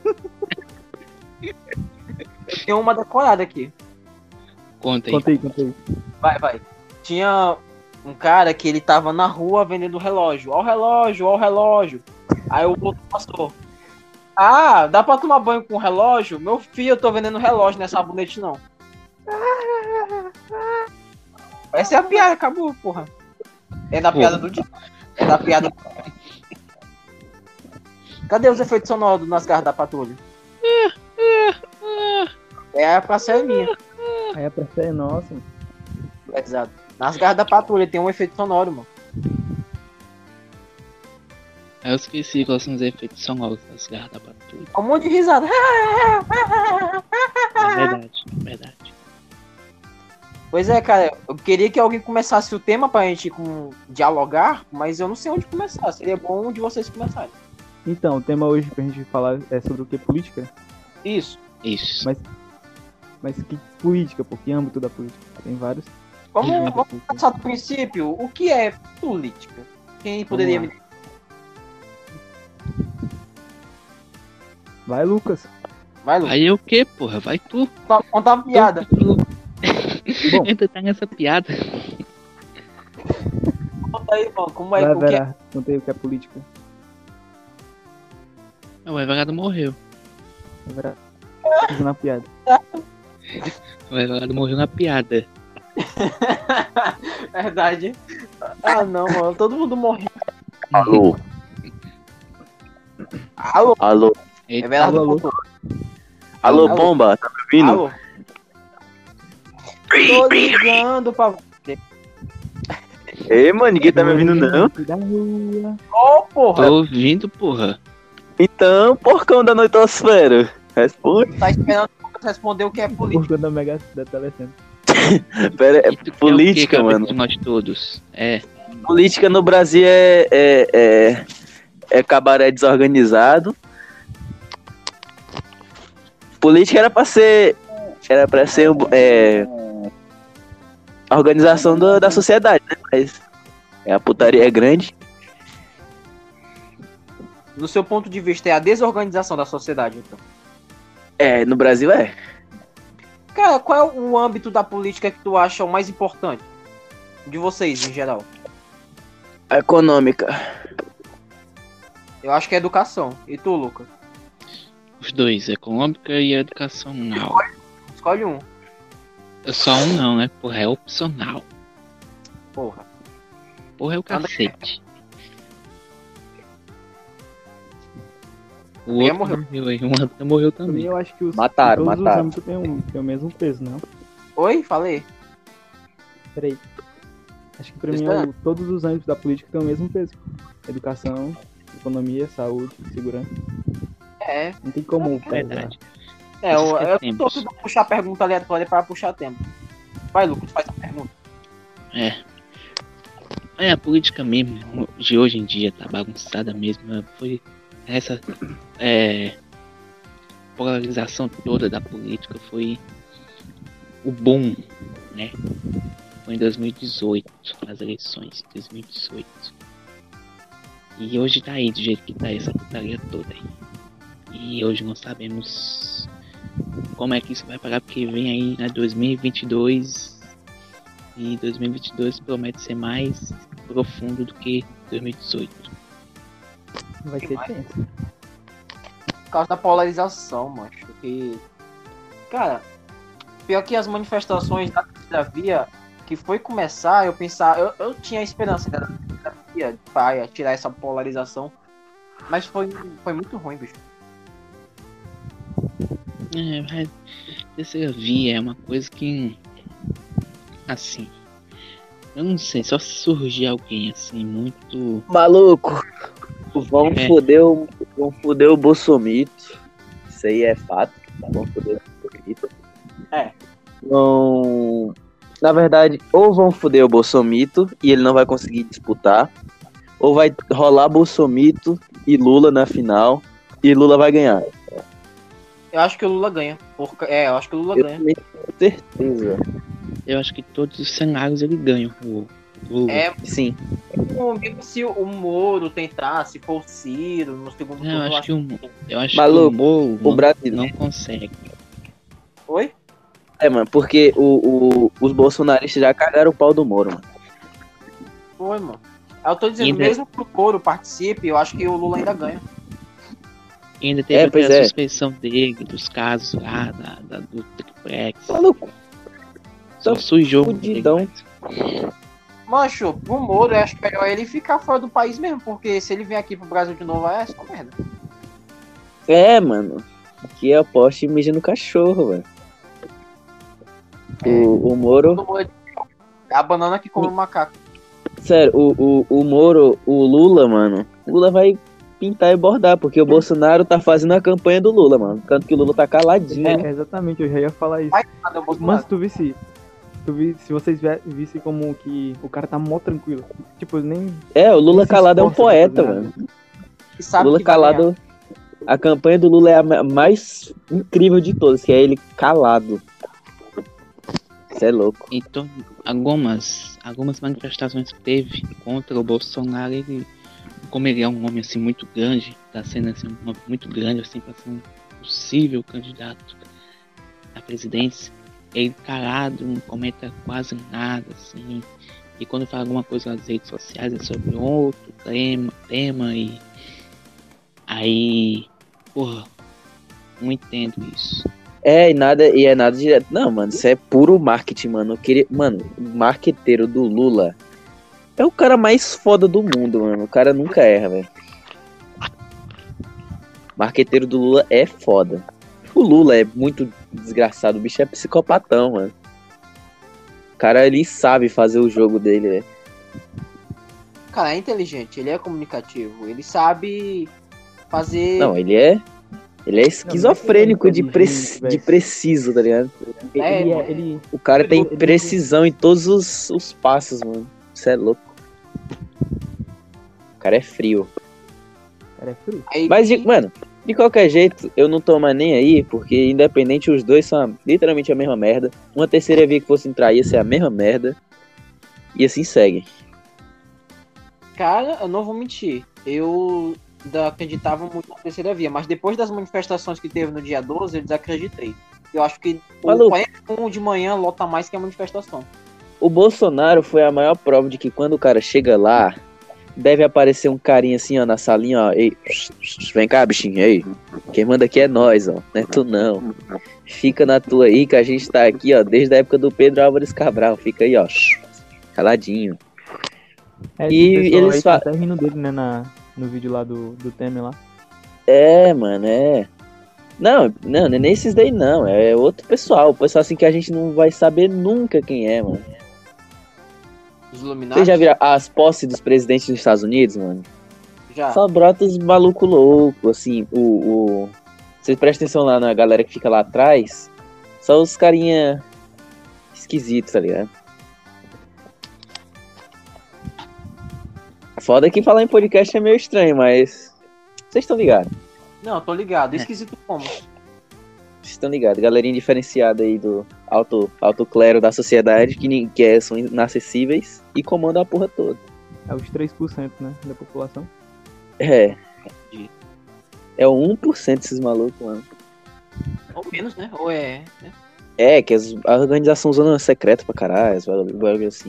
[SPEAKER 2] Tem uma decorada aqui.
[SPEAKER 1] Conta aí.
[SPEAKER 5] Conta aí, conta aí.
[SPEAKER 2] Vai, vai. Tinha um cara que ele tava na rua vendendo relógio. Ó o relógio, ó o relógio. Aí o outro passou. Ah, dá pra tomar banho com relógio? Meu filho, eu tô vendendo relógio, não é sabonete não. Essa é a piada, acabou, porra. É da piada do dia. É da piada do dia. Cadê os efeitos sonoros nas garras da patrulha? É pra ser minha.
[SPEAKER 5] Aí a praça é nossa. Mano.
[SPEAKER 2] Exato. Nas garras da patrulha tem um efeito sonoro, mano.
[SPEAKER 1] Aí eu esqueci quais são os efeitos sonoros das garras da patrulha.
[SPEAKER 2] Um monte de risada.
[SPEAKER 1] É verdade, é verdade.
[SPEAKER 2] Pois é, cara, eu queria que alguém começasse o tema pra gente com, dialogar, mas eu não sei onde começar. Seria bom de vocês começarem.
[SPEAKER 5] Então, o tema hoje pra gente falar é sobre o que? Política?
[SPEAKER 2] Isso.
[SPEAKER 1] Isso.
[SPEAKER 5] Mas, mas que política, pô? Que âmbito da política? Tem vários.
[SPEAKER 2] Vamos,
[SPEAKER 5] Uhum.
[SPEAKER 2] vamos começar do princípio. O que é política? Quem poderia me
[SPEAKER 5] lá. Vai, Lucas.
[SPEAKER 2] Vai, Lu.
[SPEAKER 1] Aí o que, porra? Vai tu.
[SPEAKER 2] Conta- Conta uma piada.
[SPEAKER 5] Bom.
[SPEAKER 1] Ainda tá nessa piada.
[SPEAKER 2] Conta aí, mano. Como é,
[SPEAKER 5] Vai,
[SPEAKER 2] o que é?
[SPEAKER 5] Vera. Conta aí o que é política.
[SPEAKER 1] O Everardo morreu.
[SPEAKER 5] Vai, Vera. Fiz uma piada.
[SPEAKER 1] O Everardo morreu na piada.
[SPEAKER 2] Verdade. Ah, não, mano. Todo mundo morreu.
[SPEAKER 4] Alô,
[SPEAKER 2] Alô.
[SPEAKER 4] alô,
[SPEAKER 2] É
[SPEAKER 1] Eita,
[SPEAKER 2] verdade.
[SPEAKER 5] Alô, alô.
[SPEAKER 2] Alô.
[SPEAKER 4] alô,
[SPEAKER 2] Alô.
[SPEAKER 4] bomba, tá me ouvindo?
[SPEAKER 2] Alô. Tô ligando pra você.
[SPEAKER 4] Ei, mano, ninguém tá me ouvindo não?
[SPEAKER 5] Da rua.
[SPEAKER 2] Ô, porra.
[SPEAKER 1] tô ouvindo, porra.
[SPEAKER 4] Então, porcão da noitosfera, responde.
[SPEAKER 2] Tá esperando pra responder o que é política.
[SPEAKER 5] Porco da Mega da Telecentro.
[SPEAKER 4] Pera, é
[SPEAKER 1] E tu quer o quê,
[SPEAKER 4] política,
[SPEAKER 1] cabeça
[SPEAKER 4] mano.
[SPEAKER 1] de nós todos. É.
[SPEAKER 4] Política no Brasil é, é, é, é cabaré desorganizado. Política era pra ser. Era pra ser é, a organização do- da sociedade, né? Mas é, a putaria é grande.
[SPEAKER 2] No seu ponto de vista, é a desorganização da sociedade, então.
[SPEAKER 4] É, no Brasil é.
[SPEAKER 2] Cara, qual é o âmbito da política que tu acha o mais importante? De vocês, em geral.
[SPEAKER 4] A econômica.
[SPEAKER 2] Eu acho que é educação. E tu, Lucas?
[SPEAKER 1] Os dois, econômica e educacional.
[SPEAKER 2] Escolhe um.
[SPEAKER 1] Só um não, né? Porra, é opcional.
[SPEAKER 2] Porra.
[SPEAKER 1] Porra, é o
[SPEAKER 2] Anda-
[SPEAKER 1] cacete. O
[SPEAKER 2] Ninguém
[SPEAKER 1] outro
[SPEAKER 2] morreu.
[SPEAKER 1] morreu aí, o André morreu
[SPEAKER 5] Pra mim,
[SPEAKER 1] também.
[SPEAKER 5] eu acho que os,
[SPEAKER 4] Mataram,
[SPEAKER 5] todos
[SPEAKER 4] mataram.
[SPEAKER 5] os âmbitos têm, um, têm o mesmo peso, não?
[SPEAKER 2] Oi? Falei.
[SPEAKER 5] Peraí. Acho que pra mim,
[SPEAKER 2] Está-
[SPEAKER 5] o- todos os âmbitos da política têm o mesmo peso. Educação, economia, saúde, segurança.
[SPEAKER 2] É.
[SPEAKER 5] Não tem como pesar.
[SPEAKER 1] Verdade.
[SPEAKER 2] É, eu,
[SPEAKER 1] Isso que é
[SPEAKER 2] eu tô
[SPEAKER 1] tempos.
[SPEAKER 2] tentando puxar a pergunta aleatória para puxar tempo. Vai, Lucas, faz a pergunta.
[SPEAKER 1] É. É, a política mesmo, de hoje em dia, tá bagunçada mesmo. Foi essa é, polarização toda da política, foi o boom, né? Foi em dois mil e dezoito, as eleições de dois mil e dezoito. E hoje tá aí, do jeito que tá essa putaria toda aí. E hoje não sabemos como é que isso vai parar, porque vem aí, né, dois mil e vinte e dois. E dois mil e vinte e dois promete ser mais profundo do que dois mil e dezoito.
[SPEAKER 5] Vai ser tenso.
[SPEAKER 2] Por causa da polarização, macho. Que... Cara, pior que as manifestações da terceira via, que foi começar, eu pensar, eu, eu tinha esperança da terceira via para tirar essa polarização. Mas foi, foi muito ruim, bicho.
[SPEAKER 1] É, mas terceira via é uma coisa que, assim, eu não sei, só se surgir alguém assim muito...
[SPEAKER 4] Maluco, vão
[SPEAKER 1] É.
[SPEAKER 4] foder o, vão foder o Bolsomito. Isso aí é fato. Vão foder o Bolsomito.
[SPEAKER 2] É.
[SPEAKER 4] Vão... Na verdade, ou vão foder o Bolsomito e ele não vai conseguir disputar, ou vai rolar Bolsomito e Lula na final e Lula vai ganhar.
[SPEAKER 2] Eu acho que o Lula ganha. Por... É, eu acho que o Lula
[SPEAKER 4] Eu
[SPEAKER 2] ganha.
[SPEAKER 4] também tenho certeza.
[SPEAKER 1] Eu acho que todos os cenários ele ganha. O Lula.
[SPEAKER 2] É,
[SPEAKER 4] Sim.
[SPEAKER 2] mesmo se o Moro tentar, se for o Ciro no segundo
[SPEAKER 1] Não, eu
[SPEAKER 2] turno, eu
[SPEAKER 1] acho que o, eu acho
[SPEAKER 4] Maluco,
[SPEAKER 1] que o Moro
[SPEAKER 4] O
[SPEAKER 1] não,
[SPEAKER 4] brasileiro.
[SPEAKER 1] não consegue.
[SPEAKER 2] Oi?
[SPEAKER 4] É, mano, porque o, o- os bolsonaristas já cagaram o pau do Moro, mano.
[SPEAKER 2] Foi, mano. Eu tô dizendo,
[SPEAKER 1] Ainda-
[SPEAKER 2] mesmo que o Moro participe, eu acho que o Lula ainda ganha.
[SPEAKER 1] E ainda teve
[SPEAKER 4] É, pois
[SPEAKER 1] aquela
[SPEAKER 4] é.
[SPEAKER 1] suspeição dele, dos casos lá, da, da, do triplex.
[SPEAKER 4] Maluco,
[SPEAKER 1] Só
[SPEAKER 4] tá
[SPEAKER 1] sujou.
[SPEAKER 4] fudidão.
[SPEAKER 2] Mancho, pro Moro, eu acho melhor ele ficar fora do país mesmo, porque se ele vier aqui pro Brasil de novo, é só merda.
[SPEAKER 4] É, mano. Aqui é aposta e mija no cachorro, velho. O, o Moro.
[SPEAKER 2] Todo mundo é a banana que come o macaco.
[SPEAKER 4] Sério, o, o, o Moro, o Lula, mano. O Lula vai pintar e bordar, porque o Bolsonaro tá fazendo a campanha do Lula, mano. Tanto que o Lula tá caladinho.
[SPEAKER 5] É, exatamente, eu já ia falar isso.
[SPEAKER 2] Vai, cadê o
[SPEAKER 5] Mas
[SPEAKER 2] Bolsonaro?
[SPEAKER 5] se tu visse, tu vi, se vocês ve- vissem como que o cara tá mó tranquilo. Tipo, nem.
[SPEAKER 4] É, o Lula
[SPEAKER 5] nem se
[SPEAKER 4] calado é um
[SPEAKER 5] esforça pra
[SPEAKER 4] poeta,
[SPEAKER 5] fazer nada.
[SPEAKER 4] mano.
[SPEAKER 2] Que
[SPEAKER 4] O
[SPEAKER 2] sabe
[SPEAKER 4] Lula
[SPEAKER 2] que vai ganhar.
[SPEAKER 4] calado. A campanha do Lula é a ma- mais incrível de todas, que é ele calado. Isso é louco.
[SPEAKER 1] Então, algumas, algumas manifestações que teve contra o Bolsonaro, ele, como ele é um homem assim muito grande, tá sendo assim, um homem muito grande, assim, para ser um possível candidato à presidência, ele calado, não comenta quase nada, assim, e quando fala alguma coisa nas redes sociais é sobre outro tema, tema e aí, porra, não entendo isso.
[SPEAKER 4] É, e nada, e é nada direto. Não, mano, isso é puro marketing, mano. Eu queria, mano, o marqueteiro do Lula é o cara mais foda do mundo, mano. O cara nunca erra, velho. Marqueteiro do Lula é foda. O Lula é muito desgraçado, o bicho é psicopatão, mano. O cara, ele sabe fazer o jogo dele, velho.
[SPEAKER 2] Cara, é inteligente, ele é comunicativo, ele sabe fazer.
[SPEAKER 4] Não, ele é. Ele é esquizofrênico de, pre-
[SPEAKER 5] inteligente,
[SPEAKER 4] de
[SPEAKER 5] velho.
[SPEAKER 4] preciso, tá ligado?
[SPEAKER 2] É,
[SPEAKER 5] ele,
[SPEAKER 2] mano.
[SPEAKER 5] é, ele,
[SPEAKER 4] O cara tem
[SPEAKER 5] Ele-
[SPEAKER 4] precisão em todos os, os passos, mano. Isso é louco. O cara é frio.
[SPEAKER 5] cara é frio.
[SPEAKER 2] Aí,
[SPEAKER 4] Mas, de- mano, de qualquer jeito, eu não tô mais nem aí, porque independente, os dois são a- literalmente a mesma merda. Uma terceira via que fosse entrar ia ser a mesma merda. E assim segue.
[SPEAKER 2] cara, eu não vou mentir. Eu ainda acreditava muito na terceira via, mas depois das manifestações que teve no dia doze, eu desacreditei. Eu acho que o
[SPEAKER 4] Maluco.
[SPEAKER 2] quarenta e um de manhã lota mais que a manifestação.
[SPEAKER 4] O Bolsonaro foi a maior prova de que quando o cara chega lá, deve aparecer um carinha assim, ó, na salinha, ó. Ei, vem cá, bichinho, ei. Quem manda aqui é nós, ó. Não é tu não. Fica na tua aí, que a gente tá aqui, ó, desde a época do Pedro Álvares Cabral. Fica aí, ó, caladinho.
[SPEAKER 5] É,
[SPEAKER 4] E
[SPEAKER 5] esse pessoal
[SPEAKER 4] eles
[SPEAKER 5] aí tá
[SPEAKER 4] fa-
[SPEAKER 5] até rindo dele, né, na, no vídeo lá do, do Temer lá.
[SPEAKER 4] É, mano, é. Não, não, não é nem esses daí não. É outro pessoal. O pessoal assim que a gente não vai saber nunca quem é, mano.
[SPEAKER 2] Os Illuminati.
[SPEAKER 4] Vocês já viram as posses dos presidentes dos Estados Unidos, mano?
[SPEAKER 2] Já.
[SPEAKER 4] Só brota os malucos loucos, assim, o, o... Vocês prestem atenção lá na galera que fica lá atrás, só os carinha esquisitos, tá ligado? Foda que falar em podcast é meio estranho, mas... Vocês estão ligados?
[SPEAKER 2] Não, tô ligado.
[SPEAKER 1] É.
[SPEAKER 2] Esquisito como.
[SPEAKER 4] Vocês estão ligados? Galerinha diferenciada aí do alto, alto clero da sociedade, que, ni- que é, são inacessíveis e comandam a porra toda.
[SPEAKER 5] É os três por cento, né, da população.
[SPEAKER 4] É. É o um por cento desses malucos, mano.
[SPEAKER 2] Ou menos, né? Ou é. né?
[SPEAKER 4] É, que as, a organização zona secreta pra caralho, as bagulho assim.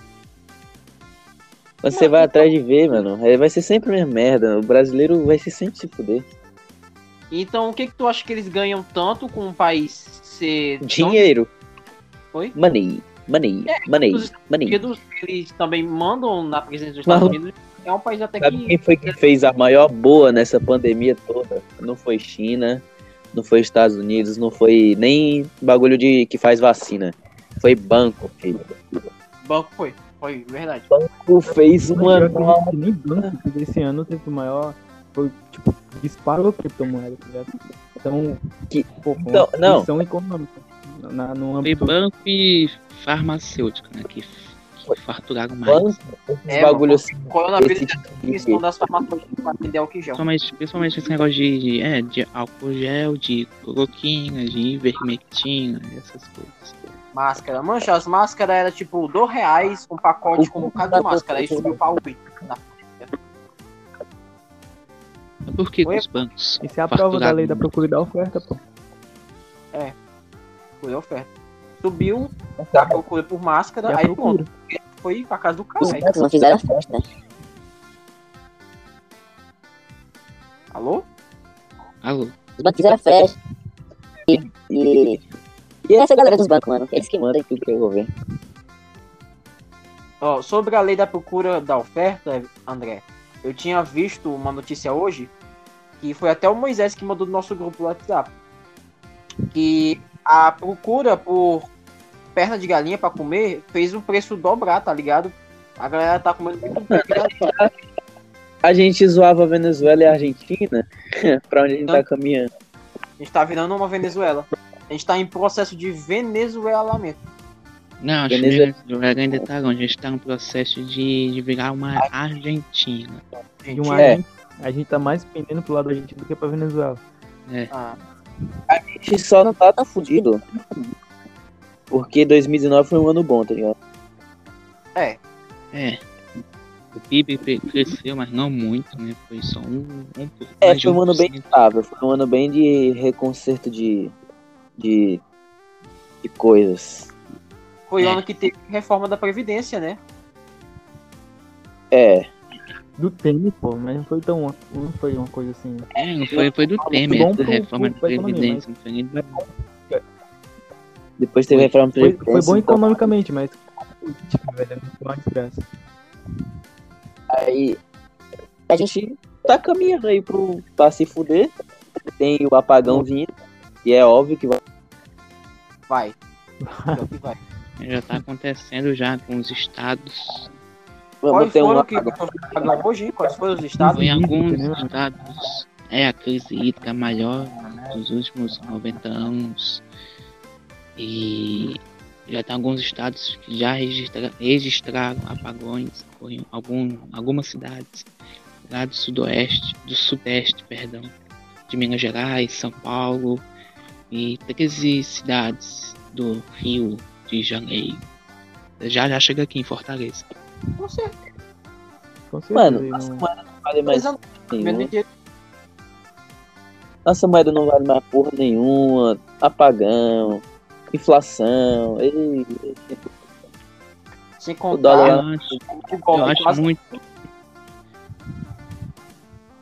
[SPEAKER 4] Quando você vai atrás de ver, mano, é, vai ser sempre a mesma merda. O brasileiro vai ser sempre se fuder.
[SPEAKER 2] Então, o que que tu acha que eles ganham tanto com um país ser... tão-
[SPEAKER 4] Dinheiro.
[SPEAKER 2] Oi?
[SPEAKER 4] Money. Money.
[SPEAKER 2] É,
[SPEAKER 4] Money.
[SPEAKER 2] os Estados
[SPEAKER 4] Money.
[SPEAKER 2] Unidos, eles também mandam na presidência dos Estados
[SPEAKER 4] Não.
[SPEAKER 2] Unidos. É um país até
[SPEAKER 4] Sabe
[SPEAKER 2] que...
[SPEAKER 4] quem foi que fez a maior boa nessa pandemia toda? Não foi China, não foi Estados Unidos, não foi nem bagulho de que faz vacina. Foi banco, filho.
[SPEAKER 2] Banco foi. Foi, verdade.
[SPEAKER 4] Banco fez uma...
[SPEAKER 5] Eu acredito que nem banco, porque esse ano teve o maior. Foi, tipo, disparou a criptomoeda, tá ligado? Então,
[SPEAKER 4] Que-
[SPEAKER 5] pô, foi
[SPEAKER 4] Não,
[SPEAKER 5] uma
[SPEAKER 4] não.
[SPEAKER 5] questão econômica. Na, no
[SPEAKER 1] Foi
[SPEAKER 5] âmbito
[SPEAKER 1] banco e farmacêutico, né? Que, que farturaram mais.
[SPEAKER 4] Banco, esses
[SPEAKER 2] É,
[SPEAKER 4] bagulho
[SPEAKER 2] mano,
[SPEAKER 4] assim.
[SPEAKER 2] o coronavírus
[SPEAKER 4] Esse
[SPEAKER 2] é
[SPEAKER 4] tipo
[SPEAKER 2] a
[SPEAKER 4] de...
[SPEAKER 2] questão das farmacêuticas para vender álcool em gel.
[SPEAKER 1] Principalmente, principalmente esse negócio de, de, é, de álcool gel, de cloroquina, de ivermectina, essas coisas.
[SPEAKER 2] Máscara. Mancha, as máscaras eram tipo dois reais um pacote com um bocado de máscara. Aí subiu pra oito.
[SPEAKER 1] Mas por que, que
[SPEAKER 2] Oi?
[SPEAKER 1] os bancos
[SPEAKER 5] Isso é a prova da lei da
[SPEAKER 1] farturaram
[SPEAKER 5] procura e da oferta, pô.
[SPEAKER 2] Foi a oferta. Subiu a procura por máscara,
[SPEAKER 5] E a
[SPEAKER 2] aí
[SPEAKER 5] procura.
[SPEAKER 2] pronto. Foi pra casa do
[SPEAKER 6] Os
[SPEAKER 2] cara.
[SPEAKER 6] bancos não fizeram a festa.
[SPEAKER 2] Alô?
[SPEAKER 1] Alô?
[SPEAKER 6] Os bancos fizeram a festa. E, e, e essa galera dos bancos, mano. Eles que mandam.
[SPEAKER 4] Manda tudo que eu vou ver.
[SPEAKER 2] Ó, sobre a lei da procura da oferta, André, eu tinha visto uma notícia hoje, que foi até o Moisés que mandou no nosso grupo do WhatsApp, que a procura por perna de galinha pra comer fez o preço dobrar, tá ligado? A galera tá comendo muito perna de galinha.
[SPEAKER 4] A gente zoava a Venezuela e a Argentina, pra onde a gente tá caminhando.
[SPEAKER 2] A gente tá virando uma Venezuela. A gente tá em processo de venezuelamento.
[SPEAKER 1] Não, acho que
[SPEAKER 4] Venezuela.
[SPEAKER 1] a Venezuela ainda tá longe. A gente tá no processo de, de virar uma Argentina.
[SPEAKER 5] De
[SPEAKER 2] Gente,
[SPEAKER 5] um
[SPEAKER 4] É.
[SPEAKER 5] Argen- a gente tá mais pendendo pro lado da Argentina do que pra Venezuela.
[SPEAKER 2] ah,
[SPEAKER 4] A gente só não tá tão fudido. Porque dois mil e dezenove foi um ano bom, tá ligado?
[SPEAKER 2] é,
[SPEAKER 1] É. O P I B pe- cresceu, mas não muito, né? Foi só um. um por-
[SPEAKER 4] É,
[SPEAKER 1] mais de
[SPEAKER 4] foi um ano bem
[SPEAKER 1] um por cento.
[SPEAKER 4] estável. Foi um ano bem de reconcerto de. de. de coisas.
[SPEAKER 2] foi o
[SPEAKER 1] É.
[SPEAKER 2] ano que teve reforma da Previdência, né?
[SPEAKER 4] É.
[SPEAKER 5] Do Temer, pô, mas não foi tão. Não foi uma coisa assim.
[SPEAKER 1] É, não foi, foi do Temer,
[SPEAKER 5] bom
[SPEAKER 1] da
[SPEAKER 5] pro-
[SPEAKER 1] reforma
[SPEAKER 5] pro-
[SPEAKER 1] da
[SPEAKER 5] pra economia,
[SPEAKER 1] Previdência. Não foi nem do.
[SPEAKER 4] Depois teve a reforma
[SPEAKER 5] Foi,
[SPEAKER 4] Previdência,
[SPEAKER 5] foi bom
[SPEAKER 4] então,
[SPEAKER 5] economicamente, mas. Política, velho, foi uma desgraça.
[SPEAKER 4] aí a gente tá caminhando aí pro, pra se fuder. Tem o apagão vindo. E é óbvio que vai.
[SPEAKER 2] Vai. Pior que vai.
[SPEAKER 1] Já tá acontecendo já com os estados.
[SPEAKER 4] Vamos
[SPEAKER 2] Quais
[SPEAKER 4] ter um
[SPEAKER 2] foram que
[SPEAKER 4] apagão.
[SPEAKER 2] agora hoje, hein? Quais foram os estados?
[SPEAKER 1] Foi em
[SPEAKER 5] hídrica,
[SPEAKER 1] alguns
[SPEAKER 5] né, mano?
[SPEAKER 1] estados. É a crise hídrica maior dos últimos noventa anos. E já tem alguns estados que já registra, registraram apagões em algum, algumas cidades lá do sudoeste, do sudeste, perdão, de Minas Gerais, São Paulo e treze cidades do Rio de Janeiro. Já já chega aqui em Fortaleza.
[SPEAKER 2] Com certeza.
[SPEAKER 5] Com certeza.
[SPEAKER 4] Mano,
[SPEAKER 5] e
[SPEAKER 4] nossa
[SPEAKER 5] não-
[SPEAKER 4] moeda não vale mais
[SPEAKER 2] Menos
[SPEAKER 4] nenhuma.
[SPEAKER 2] dinheiro.
[SPEAKER 4] Nossa moeda não vale mais porra nenhuma. Apagão. Inflação. Ei,
[SPEAKER 2] Sem
[SPEAKER 4] o dólar
[SPEAKER 2] contar
[SPEAKER 4] lá.
[SPEAKER 1] Eu acho,
[SPEAKER 2] o golpe
[SPEAKER 1] eu acho
[SPEAKER 2] quase
[SPEAKER 1] muito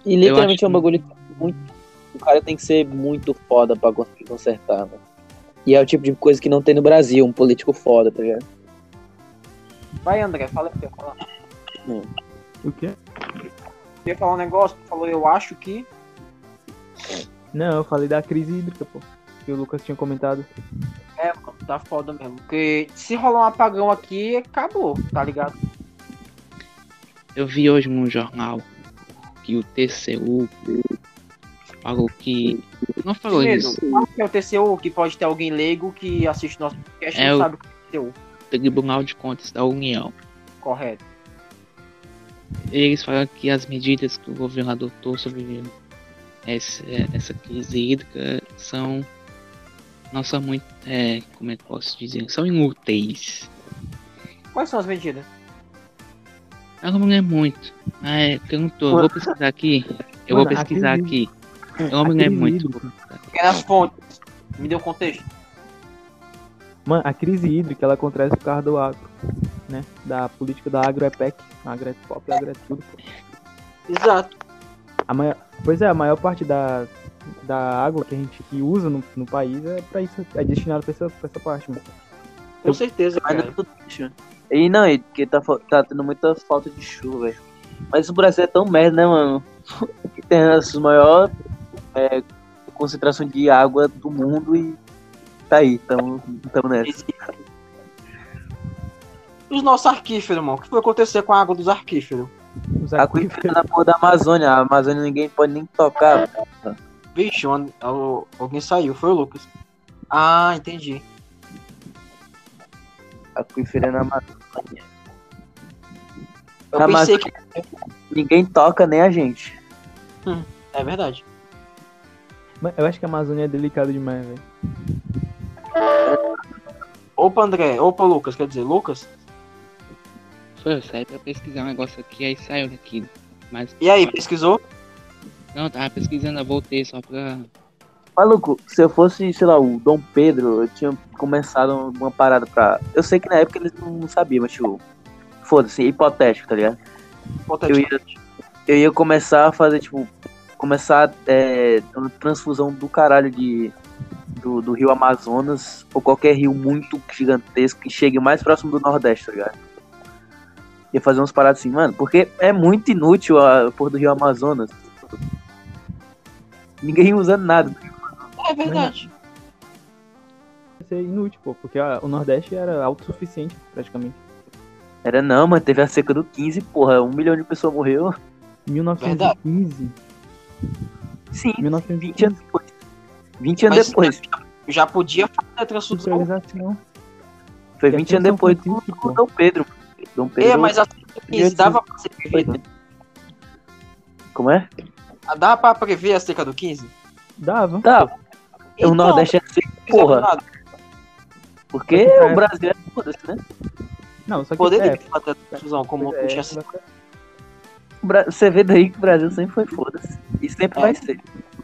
[SPEAKER 4] E literalmente
[SPEAKER 1] acho
[SPEAKER 4] é um bagulho que muito, o cara tem que ser muito foda pra conseguir consertar, né? E é o tipo de coisa que não tem no Brasil, um político foda, tá ligado?
[SPEAKER 2] Vai, André, fala aí. Fala.
[SPEAKER 5] O quê?
[SPEAKER 2] Você ia falar um negócio, tu falou, eu acho que.
[SPEAKER 5] Não, eu falei da crise hídrica, pô. Que o Lucas tinha comentado.
[SPEAKER 2] É, mano, tá foda mesmo. Porque se rolar um apagão aqui, acabou, tá ligado?
[SPEAKER 1] Eu vi hoje num jornal que o T C U falou que. Não falou
[SPEAKER 2] Primeiro,
[SPEAKER 1] isso.
[SPEAKER 2] qual que é o T C U, que pode ter alguém leigo que assiste nosso podcast e
[SPEAKER 1] É
[SPEAKER 2] não
[SPEAKER 1] o-
[SPEAKER 2] sabe o que é o T C U.
[SPEAKER 1] Tribunal de Contas da União.
[SPEAKER 2] Correto.
[SPEAKER 1] Eles falam que as medidas que o governo adotou sobre essa, essa crise hídrica são. Não são muito. É, como é que posso dizer? São inúteis.
[SPEAKER 2] Quais são as medidas?
[SPEAKER 1] Eu não me lembro muito. É, porque eu não tô. Eu vou pesquisar aqui. Eu vou
[SPEAKER 5] Mano, a
[SPEAKER 1] pesquisar
[SPEAKER 5] crise-
[SPEAKER 1] aqui. Eu não me
[SPEAKER 5] a
[SPEAKER 1] lembro
[SPEAKER 5] crise
[SPEAKER 1] muito.
[SPEAKER 5] hídrica.
[SPEAKER 2] Porque nas fontes. Me deu contexto.
[SPEAKER 5] Mano, a crise hídrica, ela acontece por causa do agro, né? Da política da agro é P E C. Agro é pop, agro é tudo, pô.
[SPEAKER 2] Exato.
[SPEAKER 5] A maior, pois é, a maior parte da, da água que a gente que usa no, no país é pra isso, é destinado pra essa, pra essa parte, mano.
[SPEAKER 2] Com certeza,
[SPEAKER 4] Mas não
[SPEAKER 2] cara.
[SPEAKER 4] é tudo isso, né? E não, e porque tá, fa- tá tendo muita falta de chuva, velho. Mas o Brasil é tão merda, né, mano? Que tem as maiores é, concentração de água do mundo e tá aí, tamo, tamo nessa.
[SPEAKER 2] Os nossos arquíferos, irmão. O que foi acontecer com a água dos arquíferos?
[SPEAKER 5] Os
[SPEAKER 4] A
[SPEAKER 5] aquíferos,
[SPEAKER 4] aquífero na porra da Amazônia, a Amazônia ninguém pode nem tocar.
[SPEAKER 2] Vixe, o And- o- alguém saiu. Foi o Lucas. Ah, entendi.
[SPEAKER 4] A aquífero é na Amazônia.
[SPEAKER 2] Eu
[SPEAKER 4] A
[SPEAKER 2] pensei
[SPEAKER 4] Amazônia ninguém toca, nem a gente.
[SPEAKER 2] que... É verdade.
[SPEAKER 5] Mano, eu acho que a Amazônia é delicada demais, velho.
[SPEAKER 2] Opa, André. Opa, Lucas. Quer dizer, Lucas?
[SPEAKER 1] Foi, eu saí pra pesquisar um negócio aqui, aí saiu daqui. Mas.
[SPEAKER 2] E aí, pesquisou?
[SPEAKER 1] Não, eu tava pesquisando, eu voltei só pra.
[SPEAKER 4] Maluco, se eu fosse, sei lá, o Dom Pedro, eu tinha começado uma parada pra. Eu sei que na época eles não sabiam, mas tipo. Foda-se, hipotético, tá ligado? Eu ia, eu ia começar a fazer, tipo. Começar é, uma transfusão do caralho de. Do, do rio Amazonas, ou qualquer rio muito gigantesco que chegue mais próximo do Nordeste, tá ligado? Ia fazer uns paradas assim, mano, porque é muito inútil a porra do rio Amazonas. Ninguém usa nada.
[SPEAKER 2] É verdade.
[SPEAKER 5] Ia ser inútil, pô, porque a- o Nordeste era autossuficiente, praticamente.
[SPEAKER 4] Era não, mano, teve a seca do quinze, porra, um milhão de pessoas morreu.
[SPEAKER 5] mil novecentos e quinze.
[SPEAKER 4] Sim,
[SPEAKER 5] mil novecentos e
[SPEAKER 4] vinte anos depois. vinte anos
[SPEAKER 2] Mas-
[SPEAKER 4] depois.
[SPEAKER 2] Já podia fazer a transfusão.
[SPEAKER 5] Industrialização.
[SPEAKER 4] Foi
[SPEAKER 5] e
[SPEAKER 4] vinte
[SPEAKER 5] aqui em
[SPEAKER 4] anos
[SPEAKER 5] São
[SPEAKER 4] depois do,
[SPEAKER 5] Francisco,
[SPEAKER 4] do
[SPEAKER 5] pô.
[SPEAKER 4] Dom Pedro. Dom Pedro.
[SPEAKER 2] É, mas a quinze dava pra ser previda.
[SPEAKER 4] Como é?
[SPEAKER 2] Dava pra prever a seca do quinze?
[SPEAKER 5] Dava.
[SPEAKER 4] Tá,
[SPEAKER 2] Então,
[SPEAKER 4] o Nordeste é seco,
[SPEAKER 2] não fizeram
[SPEAKER 4] porra.
[SPEAKER 2] nada.
[SPEAKER 4] Porque
[SPEAKER 5] Só que pra
[SPEAKER 4] o Brasil é foda-se, né?
[SPEAKER 5] Não, só que
[SPEAKER 2] Poderia
[SPEAKER 5] é,
[SPEAKER 2] fazer a transfusão, como
[SPEAKER 5] é,
[SPEAKER 2] tinha sido.
[SPEAKER 4] O Bra- Você vê daí que o Brasil sempre foi foda-se. E sempre
[SPEAKER 2] É.
[SPEAKER 4] vai ser.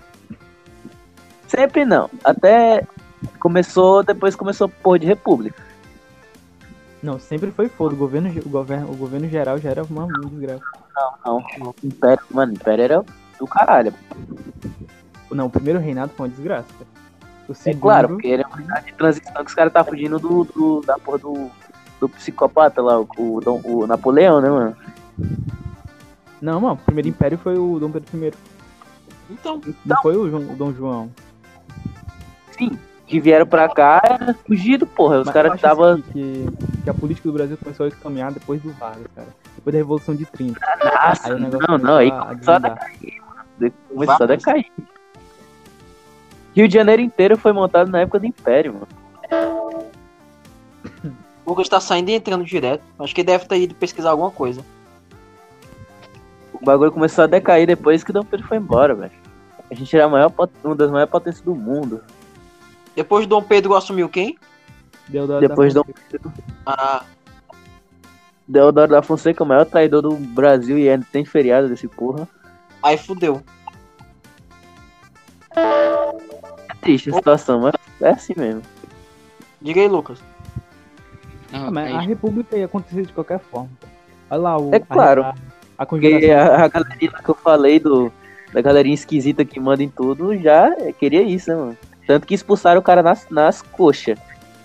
[SPEAKER 4] Sempre não. Até começou, depois começou porra de república.
[SPEAKER 5] Não, sempre foi foda. O governo, ge- o governo, o governo geral já era uma desgraça.
[SPEAKER 4] Não, Império, mano, Império era do caralho.
[SPEAKER 5] Não, o primeiro reinado foi uma desgraça. Cara. O
[SPEAKER 4] É
[SPEAKER 5] segundo,
[SPEAKER 4] claro, porque era uma idade de transição que os caras tá fugindo do, do- da porra do, do psicopata lá, o, o, Dom- o Napoleão, né, mano?
[SPEAKER 5] Não, mano, o primeiro império foi o Dom Pedro I.
[SPEAKER 2] Então,
[SPEAKER 5] Não foi o, João- o Dom João.
[SPEAKER 4] Sim, que vieram pra cá era fugido, porra. Os
[SPEAKER 5] Mas eu
[SPEAKER 4] caras
[SPEAKER 5] acho
[SPEAKER 4] estavam.
[SPEAKER 5] assim que, que a política do Brasil começou a caminhar depois do Vargas, cara. Depois da Revolução de trinta.
[SPEAKER 4] Nossa,
[SPEAKER 5] Aí o negócio
[SPEAKER 4] não,
[SPEAKER 5] começou
[SPEAKER 4] não, aí
[SPEAKER 5] a, a
[SPEAKER 4] começou a
[SPEAKER 5] desandar.
[SPEAKER 4] Começou a
[SPEAKER 2] Vargas.
[SPEAKER 4] decair. Rio de Janeiro inteiro foi montado na época do Império, mano.
[SPEAKER 2] o Lucas tá saindo e entrando direto. Acho que ele deve ter ido pesquisar alguma coisa.
[SPEAKER 4] O bagulho começou a decair depois que Dom Pedro foi embora, velho. A gente era a maior, pot- uma das maiores potências do mundo.
[SPEAKER 2] Depois Dom Pedro assumiu quem?
[SPEAKER 5] Deodoro
[SPEAKER 4] Depois
[SPEAKER 5] da
[SPEAKER 4] Dom
[SPEAKER 2] Ah,
[SPEAKER 4] Deodoro da Fonseca, o maior traidor do Brasil, e ainda tem feriado desse porra.
[SPEAKER 2] aí fudeu.
[SPEAKER 4] É triste a situação, mas é assim mesmo.
[SPEAKER 2] Diga aí, Lucas.
[SPEAKER 1] Não,
[SPEAKER 5] Ah, mas a
[SPEAKER 1] aí,
[SPEAKER 5] República ia acontecer de qualquer forma. Pô. Olha lá o.
[SPEAKER 4] É claro.
[SPEAKER 5] A, a
[SPEAKER 4] Porque
[SPEAKER 5] congelação.
[SPEAKER 4] a, a galerinha que eu falei do, da galerinha esquisita que manda em tudo, já queria isso, né, mano? Tanto que expulsaram o cara nas, nas coxas.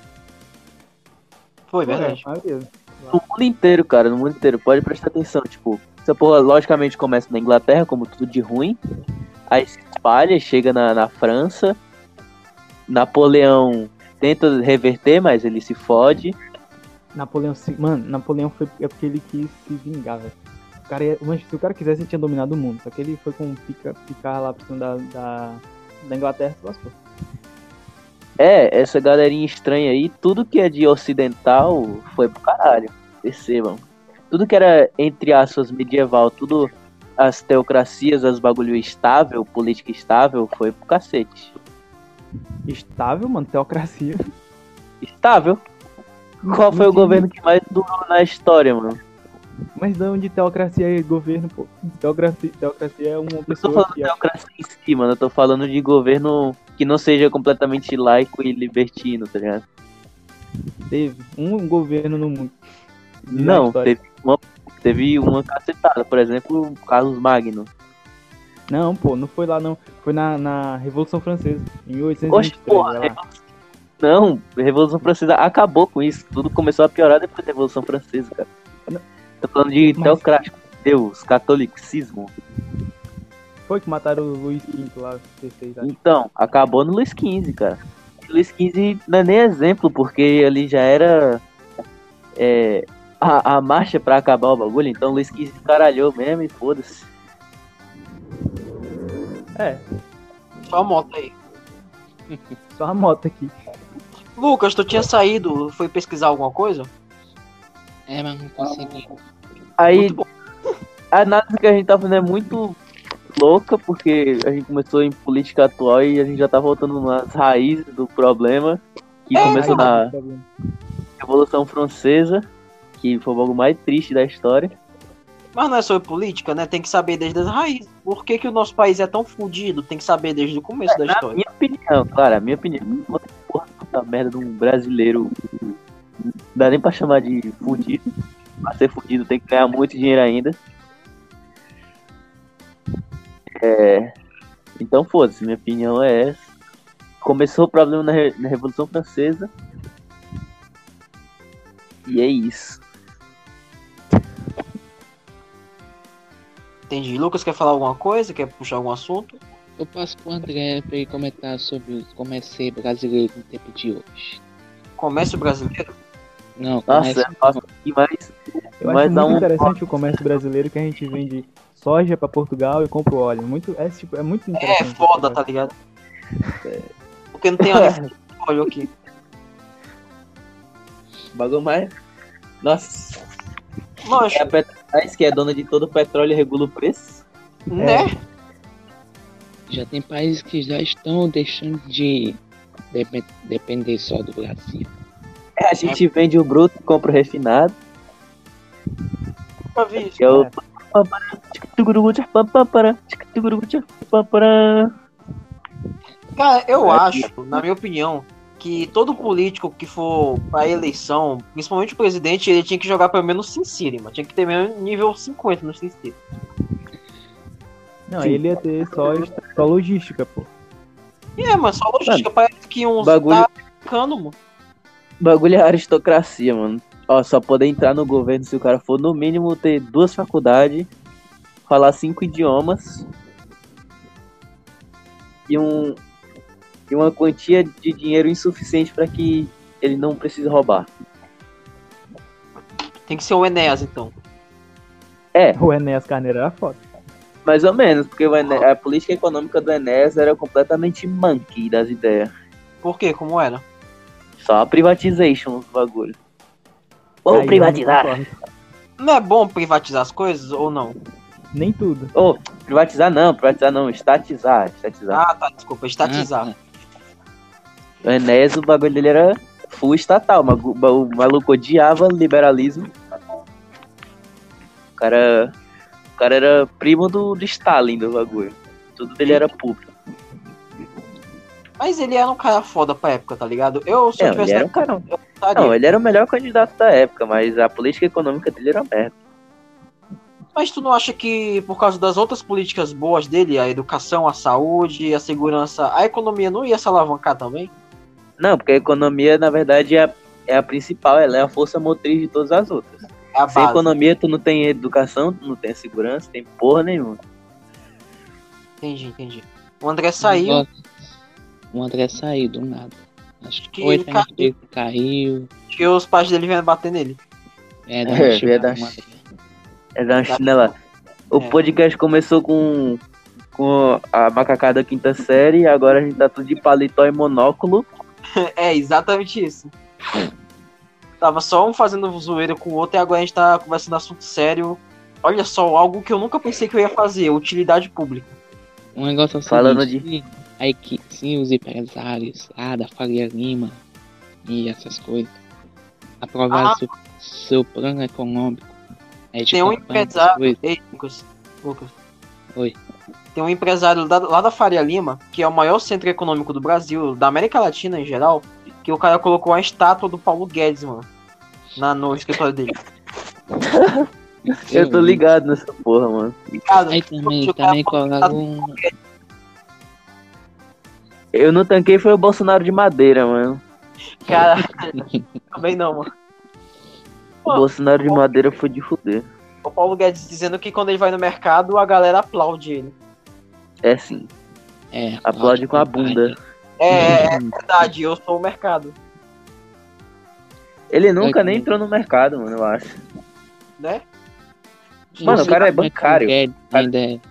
[SPEAKER 2] Foi verdade.
[SPEAKER 5] É, maioria.
[SPEAKER 4] No mundo inteiro, cara, no mundo inteiro. Pode prestar atenção, tipo, essa porra logicamente começa na Inglaterra, como tudo de ruim. Aí se espalha, chega na, na França. Napoleão tenta reverter, mas ele se fode.
[SPEAKER 5] Napoleão, se- mano, Napoleão foi é porque ele quis se vingar, velho. O cara ia- mas se o cara quisesse, ele tinha dominado o mundo. Só que ele foi com pica, picar lá pra cima da, da, da Inglaterra e se lascou.
[SPEAKER 4] É, essa galerinha estranha aí, tudo que é de ocidental foi pro caralho. Percebam. Tudo que era, entre aspas, medieval, tudo as teocracias, as bagulho estável, política estável, foi pro cacete.
[SPEAKER 5] Estável, mano, teocracia.
[SPEAKER 4] Estável? Qual foi o governo que mais durou na história, mano?
[SPEAKER 5] Mas de onde teocracia é governo, pô? Teocracia, teocracia é uma
[SPEAKER 4] Eu tô
[SPEAKER 5] pessoa
[SPEAKER 4] falando de
[SPEAKER 5] que...
[SPEAKER 4] teocracia em si, mano. Eu tô falando de governo que não seja completamente laico e libertino, tá ligado?
[SPEAKER 5] Teve um governo no mundo. Na
[SPEAKER 4] Não,
[SPEAKER 5] história.
[SPEAKER 4] teve uma, teve uma cacetada. Por exemplo, o Carlos Magno.
[SPEAKER 5] Não, pô, não foi lá não. Foi na, na Revolução Francesa, em mil oitocentos e
[SPEAKER 4] Oxe,
[SPEAKER 5] vinte e três.
[SPEAKER 4] porra,
[SPEAKER 5] vai lá.
[SPEAKER 4] não, a Revolução Francesa acabou com isso. Tudo começou a piorar depois da Revolução Francesa, cara. Tô falando de
[SPEAKER 5] Mas-
[SPEAKER 4] teocrático, Deus, catolicismo.
[SPEAKER 5] Foi que mataram o Luiz quinto lá, dezesseis, acho.
[SPEAKER 4] Então, acabou no Luís quinze, cara. Luís quinze não é nem exemplo, porque ele já era é, a, a marcha pra acabar o bagulho. Então, Luís quinze caralhou mesmo e foda-se.
[SPEAKER 5] É,
[SPEAKER 2] Só a moto aí.
[SPEAKER 5] só a moto aqui.
[SPEAKER 2] Lucas, tu tinha saído, foi pesquisar alguma coisa?
[SPEAKER 1] É, mas não consegui.
[SPEAKER 4] Aí,
[SPEAKER 2] Muito bom.
[SPEAKER 4] a análise que a gente tá fazendo é muito louca, porque a gente começou em política atual e a gente já tá voltando nas raízes do problema, que começou na Revolução Francesa, que foi o bagulho mais triste da história.
[SPEAKER 2] Mas não é sobre política, né? Tem que saber desde as raízes. Por que, que o nosso país é tão fudido? Tem que saber desde o começo da
[SPEAKER 4] Na
[SPEAKER 2] história.
[SPEAKER 4] minha opinião, claro, a minha opinião, não tem porra da merda de um brasileiro, não dá nem pra chamar de fudido. Pra ser fudido tem que ganhar muito dinheiro ainda. É, então foda-se, minha opinião é essa. Começou o problema na, Re- na Revolução Francesa. E é isso.
[SPEAKER 2] Entendi. Lucas quer falar alguma coisa? Quer puxar algum assunto?
[SPEAKER 1] Eu passo pro André pra ele comentar sobre o comércio brasileiro no tempo de hoje.
[SPEAKER 2] Comércio brasileiro?
[SPEAKER 1] Não,
[SPEAKER 4] Nossa,
[SPEAKER 1] comércio...
[SPEAKER 4] é fácil aqui, mas,
[SPEAKER 5] Eu
[SPEAKER 4] mas
[SPEAKER 5] acho
[SPEAKER 4] dá
[SPEAKER 5] muito
[SPEAKER 4] um.
[SPEAKER 5] interessante o comércio brasileiro, que a gente vende soja pra Portugal e compra o óleo. Muito, é, tipo, é muito
[SPEAKER 2] É
[SPEAKER 5] interessante.
[SPEAKER 2] foda, tá ligado? Porque não tem óleo óleo aqui.
[SPEAKER 4] Bagulho mais. Nossa.
[SPEAKER 2] Mancha,
[SPEAKER 4] É a Petrobras que é dona de todo o petróleo e regula o preço.
[SPEAKER 2] né?
[SPEAKER 1] Já tem países que já estão deixando de depen- depender só do Brasil.
[SPEAKER 4] É, a gente vende o bruto e compra o refinado.
[SPEAKER 2] Nunca vi isso.
[SPEAKER 4] Que é o.
[SPEAKER 2] Cara, eu acho, na minha opinião, que todo político que for pra eleição, principalmente o presidente, ele tinha que jogar pelo menos Sin City, mano. Tinha que ter menos nível cinquenta no Sin City.
[SPEAKER 5] Não, ele ia ter só, só logística, pô.
[SPEAKER 2] E é, mano, só logística. Parece que uns
[SPEAKER 4] bagulho-
[SPEAKER 2] tá ficando, mano.
[SPEAKER 4] Bagulho é aristocracia, mano. Ó, só poder entrar no governo se o cara for no mínimo ter duas faculdades, falar cinco idiomas e um e uma quantia de dinheiro insuficiente pra que ele não precise roubar.
[SPEAKER 2] Tem que ser o Enéas, então.
[SPEAKER 4] É,
[SPEAKER 5] O Enéas Carneiro era foda.
[SPEAKER 4] mais ou menos, porque o Ené- a política econômica do Enéas era completamente monkey das ideias.
[SPEAKER 2] Por quê? Como era?
[SPEAKER 4] Só a privatization os bagulho. Ou
[SPEAKER 5] Aí eu
[SPEAKER 4] privatizar.
[SPEAKER 5] não concordo.
[SPEAKER 2] Não é bom privatizar as coisas ou não?
[SPEAKER 5] Nem tudo.
[SPEAKER 4] Ou privatizar não, privatizar não, estatizar, estatizar.
[SPEAKER 2] Ah, tá, desculpa, estatizar.
[SPEAKER 1] Ah,
[SPEAKER 4] O Enéas, o bagulho dele era full estatal, o magu- o maluco odiava liberalismo. O cara, o cara era primo do, do Stalin do bagulho. Tudo dele era público.
[SPEAKER 2] Mas ele era um cara foda pra época, tá ligado? Eu, se eu
[SPEAKER 4] É,
[SPEAKER 2] tivesse...
[SPEAKER 4] ele era um cara-
[SPEAKER 2] eu votaria.
[SPEAKER 4] Não, ele era o melhor candidato da época, mas a política econômica dele era merda.
[SPEAKER 2] Mas tu não acha que por causa das outras políticas boas dele, a educação, a saúde, a segurança, a economia não ia se alavancar também?
[SPEAKER 4] Não, porque a economia, na verdade, é a, é a principal, ela é a força motriz de todas as outras.
[SPEAKER 2] É a
[SPEAKER 4] Sem
[SPEAKER 2] base.
[SPEAKER 4] economia, tu não tem educação, tu não tem segurança, tem porra nenhuma.
[SPEAKER 2] Entendi, entendi. O André saiu.
[SPEAKER 1] O André saiu do nada. Acho que
[SPEAKER 2] Que
[SPEAKER 1] foi
[SPEAKER 2] ele
[SPEAKER 1] a internet dele que caiu.
[SPEAKER 2] que os pais dele vieram bater nele.
[SPEAKER 1] É,
[SPEAKER 4] É,
[SPEAKER 1] da é,
[SPEAKER 4] veio dar- É dar uma chinela. O
[SPEAKER 2] É.
[SPEAKER 4] podcast começou com, com a macacada quinta série, agora a gente tá tudo de paletó e monóculo.
[SPEAKER 2] É, exatamente isso. Tava só um fazendo zoeira com o outro e agora a gente tá conversando assunto sério. Olha só, algo que eu nunca pensei que eu ia fazer, utilidade pública.
[SPEAKER 1] Um negócio é o
[SPEAKER 4] Falando
[SPEAKER 1] seguinte, se a equipe, se os empresários lá da Faria Lima e essas coisas aprovaram
[SPEAKER 2] Ah.
[SPEAKER 1] seu, seu plano econômico, é de
[SPEAKER 2] Tem um
[SPEAKER 1] campanha, essas
[SPEAKER 2] empresário.
[SPEAKER 1] coisas.
[SPEAKER 2] Ei, Lucas. Lucas.
[SPEAKER 1] Oi.
[SPEAKER 2] Tem um empresário da- lá da Faria Lima, que é o maior centro econômico do Brasil, da América Latina em geral, que o cara colocou uma estátua do Paulo Guedes, mano. Na, no escritório dele.
[SPEAKER 4] Eu tô ligado nessa porra, mano.
[SPEAKER 2] Cara,
[SPEAKER 1] Aí também,
[SPEAKER 2] o
[SPEAKER 1] também
[SPEAKER 2] cara-
[SPEAKER 1] colocaram um,
[SPEAKER 4] Eu não tanquei foi o Bolsonaro de madeira, mano.
[SPEAKER 2] Cara, também não, mano.
[SPEAKER 4] O Bolsonaro de madeira foi de fuder.
[SPEAKER 2] O Paulo Guedes dizendo que quando ele vai no mercado, a galera aplaude ele.
[SPEAKER 4] É sim.
[SPEAKER 1] é,
[SPEAKER 4] Aplaude com a bunda.
[SPEAKER 2] É, é verdade, eu sou o mercado,
[SPEAKER 4] Ele nunca
[SPEAKER 1] É,
[SPEAKER 4] nem
[SPEAKER 1] que-
[SPEAKER 4] entrou no mercado, mano, eu acho.
[SPEAKER 2] né?
[SPEAKER 4] Mano, o cara é
[SPEAKER 1] como que
[SPEAKER 4] bancário.
[SPEAKER 1] o Guedes ainda é-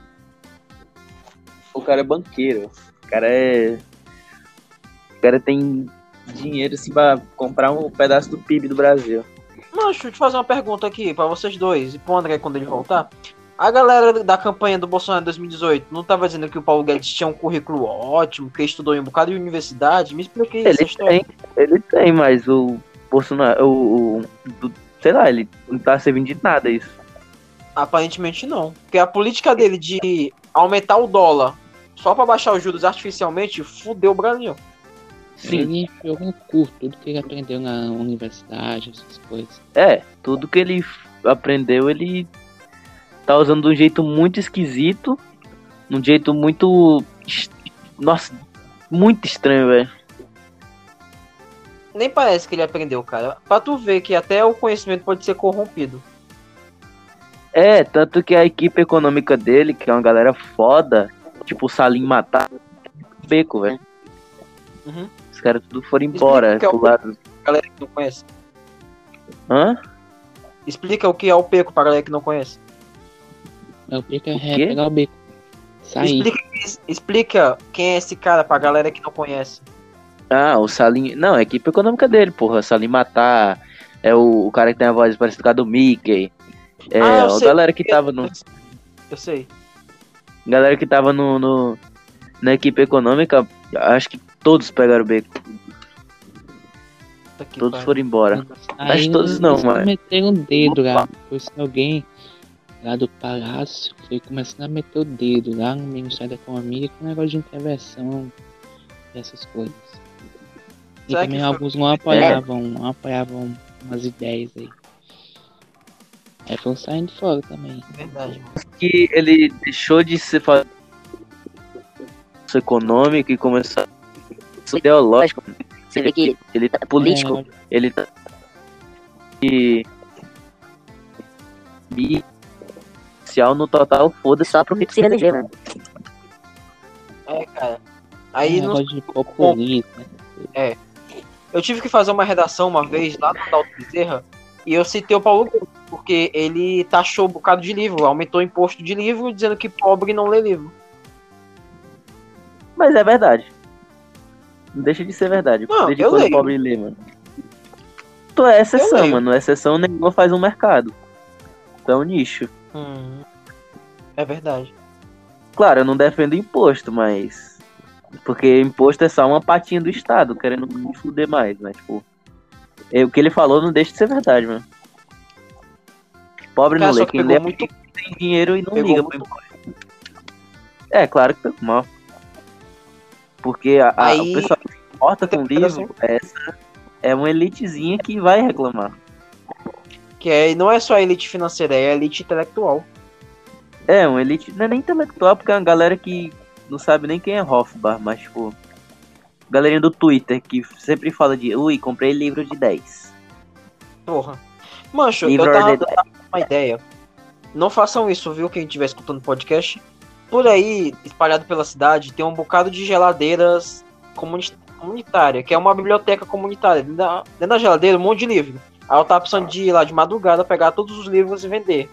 [SPEAKER 4] O cara é banqueiro. O cara é. O cara tem dinheiro assim pra comprar um pedaço do P I B do Brasil.
[SPEAKER 2] Mas deixa eu te fazer uma pergunta aqui pra vocês dois e pro André quando ele voltar. A galera da campanha do Bolsonaro em dois mil e dezoito não tava dizendo que o Paulo Guedes tinha um currículo ótimo, que estudou em um bocado de universidade? Me expliquei essa
[SPEAKER 4] Ele
[SPEAKER 2] história.
[SPEAKER 4] tem, ele tem, mas o Bolsonaro. O, o- do- sei lá, ele não tá servindo de nada isso.
[SPEAKER 2] Aparentemente não. Porque a política dele de aumentar o dólar só pra baixar os juros artificialmente fudeu o Brasil.
[SPEAKER 4] Sim.
[SPEAKER 1] Ele enfiou no curto, tudo que ele aprendeu na universidade, essas coisas.
[SPEAKER 4] É, tudo que ele f- aprendeu, ele tá usando de um jeito muito esquisito. Um jeito muito. es- Nossa, muito estranho, velho.
[SPEAKER 2] Nem parece que ele aprendeu, cara. Pra tu ver que até o conhecimento pode ser corrompido.
[SPEAKER 4] É, tanto que a equipe econômica dele, que é uma galera foda, tipo o Salim Matar, beco, velho.
[SPEAKER 2] Uhum.
[SPEAKER 4] Os caras tudo foram embora,
[SPEAKER 2] Explica o que é o-
[SPEAKER 4] pro lado.
[SPEAKER 2] Galera que não conhece.
[SPEAKER 4] Hã?
[SPEAKER 2] Explica o que é o Peco pra galera que não conhece.
[SPEAKER 1] É o pico
[SPEAKER 4] O
[SPEAKER 1] é
[SPEAKER 4] quê?
[SPEAKER 1] pegar o beco. Sair.
[SPEAKER 2] Explica, explica quem é esse cara pra galera que não conhece.
[SPEAKER 4] Ah, o Salim. Não, a equipe econômica dele, porra. Salim Matar, é o, o cara que tem a voz parecida com a do Mickey. É,
[SPEAKER 2] Ah, eu
[SPEAKER 4] a
[SPEAKER 2] sei.
[SPEAKER 4] galera que tava no.
[SPEAKER 2] Eu sei.
[SPEAKER 4] Galera que tava no, no- na equipe econômica, acho que todos pegaram o beco.
[SPEAKER 2] Puta que
[SPEAKER 4] Todos
[SPEAKER 2] pariu.
[SPEAKER 4] foram embora.
[SPEAKER 1] Aí
[SPEAKER 4] Acho todos não,
[SPEAKER 1] eles
[SPEAKER 4] mas-
[SPEAKER 1] meteram o dedo lá. Depois que alguém lá do palácio foi começando a meter o dedo lá no Ministério da Economia com negócio de intervenção dessas coisas. E
[SPEAKER 2] Será
[SPEAKER 1] também
[SPEAKER 2] que foi-
[SPEAKER 1] alguns não apoiavam, não apoiavam umas ideias aí. Aí foram saindo fora também.
[SPEAKER 2] Verdade, mano.
[SPEAKER 4] Que ele deixou de ser fa- econômico e começou a ser ideológico.
[SPEAKER 6] Você vê que
[SPEAKER 4] Ele tá político. Ele tá. E. e- Social no total, foda-se.
[SPEAKER 6] só pro rico se reeleger, mano.
[SPEAKER 2] É, cara.
[SPEAKER 1] Aí
[SPEAKER 2] Aí
[SPEAKER 1] um
[SPEAKER 2] no-
[SPEAKER 1] negócio de populismo, né?
[SPEAKER 2] eu tive que fazer uma redação uma vez lá no Dalton Bezerra e eu citei o Paulo Guedes, porque ele taxou um bocado de livro, aumentou o imposto de livro, dizendo que pobre não lê livro.
[SPEAKER 4] Mas é verdade. Não deixa de ser verdade.
[SPEAKER 2] Não,
[SPEAKER 4] Desde
[SPEAKER 2] eu
[SPEAKER 4] quando
[SPEAKER 2] leio.
[SPEAKER 4] o pobre lê, mano. Tu é exceção,
[SPEAKER 2] leio.
[SPEAKER 4] mano. Exceção nenhuma faz um mercado. Então, nicho.
[SPEAKER 2] Hum, é verdade.
[SPEAKER 4] Claro, eu não defendo imposto, mas. Porque imposto é só uma patinha do Estado, querendo me fuder mais, né? Tipo. é, o que ele falou não deixa de ser verdade, mano. Pobre
[SPEAKER 2] Cara,
[SPEAKER 4] não
[SPEAKER 2] só
[SPEAKER 4] lê.
[SPEAKER 2] que
[SPEAKER 4] Quem
[SPEAKER 2] pegou
[SPEAKER 4] lê
[SPEAKER 2] muito-
[SPEAKER 4] tem dinheiro e não
[SPEAKER 2] pegou
[SPEAKER 4] liga
[SPEAKER 2] muito-
[SPEAKER 4] pro imposto. É, claro que pegou mal. Porque a, a-
[SPEAKER 2] Aí-
[SPEAKER 4] o pessoal que se importa com
[SPEAKER 2] Interpretação.
[SPEAKER 4] livro, essa é uma elitezinha que vai reclamar.
[SPEAKER 2] Que é, não é só a elite financeira, é a elite intelectual.
[SPEAKER 4] É, um elite não é nem intelectual, porque é uma galera que não sabe nem quem é Hofbauer, mas tipo, galerinha do Twitter que sempre fala de, ui, comprei livro de dez.
[SPEAKER 2] Porra. Mancho,
[SPEAKER 4] Livro
[SPEAKER 2] eu tava
[SPEAKER 4] de
[SPEAKER 2] dando uma ideia. Não façam isso, viu? Quem estiver escutando o podcast. Por aí, espalhado pela cidade, tem um bocado de geladeiras comuni- comunitárias, que é uma biblioteca comunitária. Dentro da, dentro da geladeira, um monte de livro. Aí eu tava precisando de ir lá de madrugada, pegar todos os livros e vender.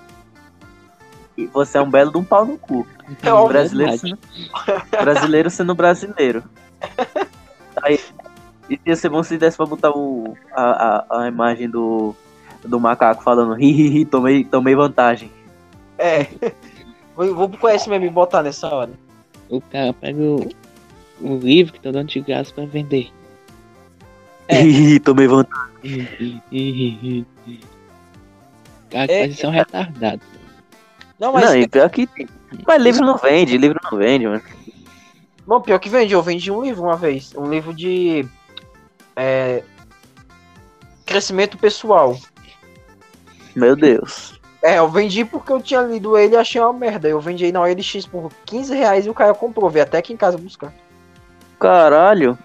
[SPEAKER 4] E você é um belo de um pau no cu.
[SPEAKER 2] É
[SPEAKER 4] Um
[SPEAKER 2] óbvio.
[SPEAKER 4] brasileiro, sendo, brasileiro sendo brasileiro. Aí, e ia ser bom se desse pra botar o, a, a, a imagem do, do macaco falando hi, hi, hi, tomei, tomei vantagem.
[SPEAKER 2] É. Vou, vou procurar esse meme e botar nessa hora.
[SPEAKER 1] O cara pega o, o livro que tá dando de graça pra vender.
[SPEAKER 2] É.
[SPEAKER 4] Hi, hi, tomei vantagem.
[SPEAKER 1] Cara,
[SPEAKER 2] É.
[SPEAKER 1] eles são retardados.
[SPEAKER 2] Não, mas.
[SPEAKER 4] Não, e pior que. Mas livro não vende, livro não vende, mano.
[SPEAKER 2] Não, pior que vende. Eu vendi um livro uma vez. Um livro de. É, crescimento pessoal.
[SPEAKER 4] Meu Deus.
[SPEAKER 2] É, eu vendi porque eu tinha lido ele e achei uma merda. Eu vendi aí na O L X por quinze reais e o cara comprou. Veio até aqui em casa buscar.
[SPEAKER 4] Caralho.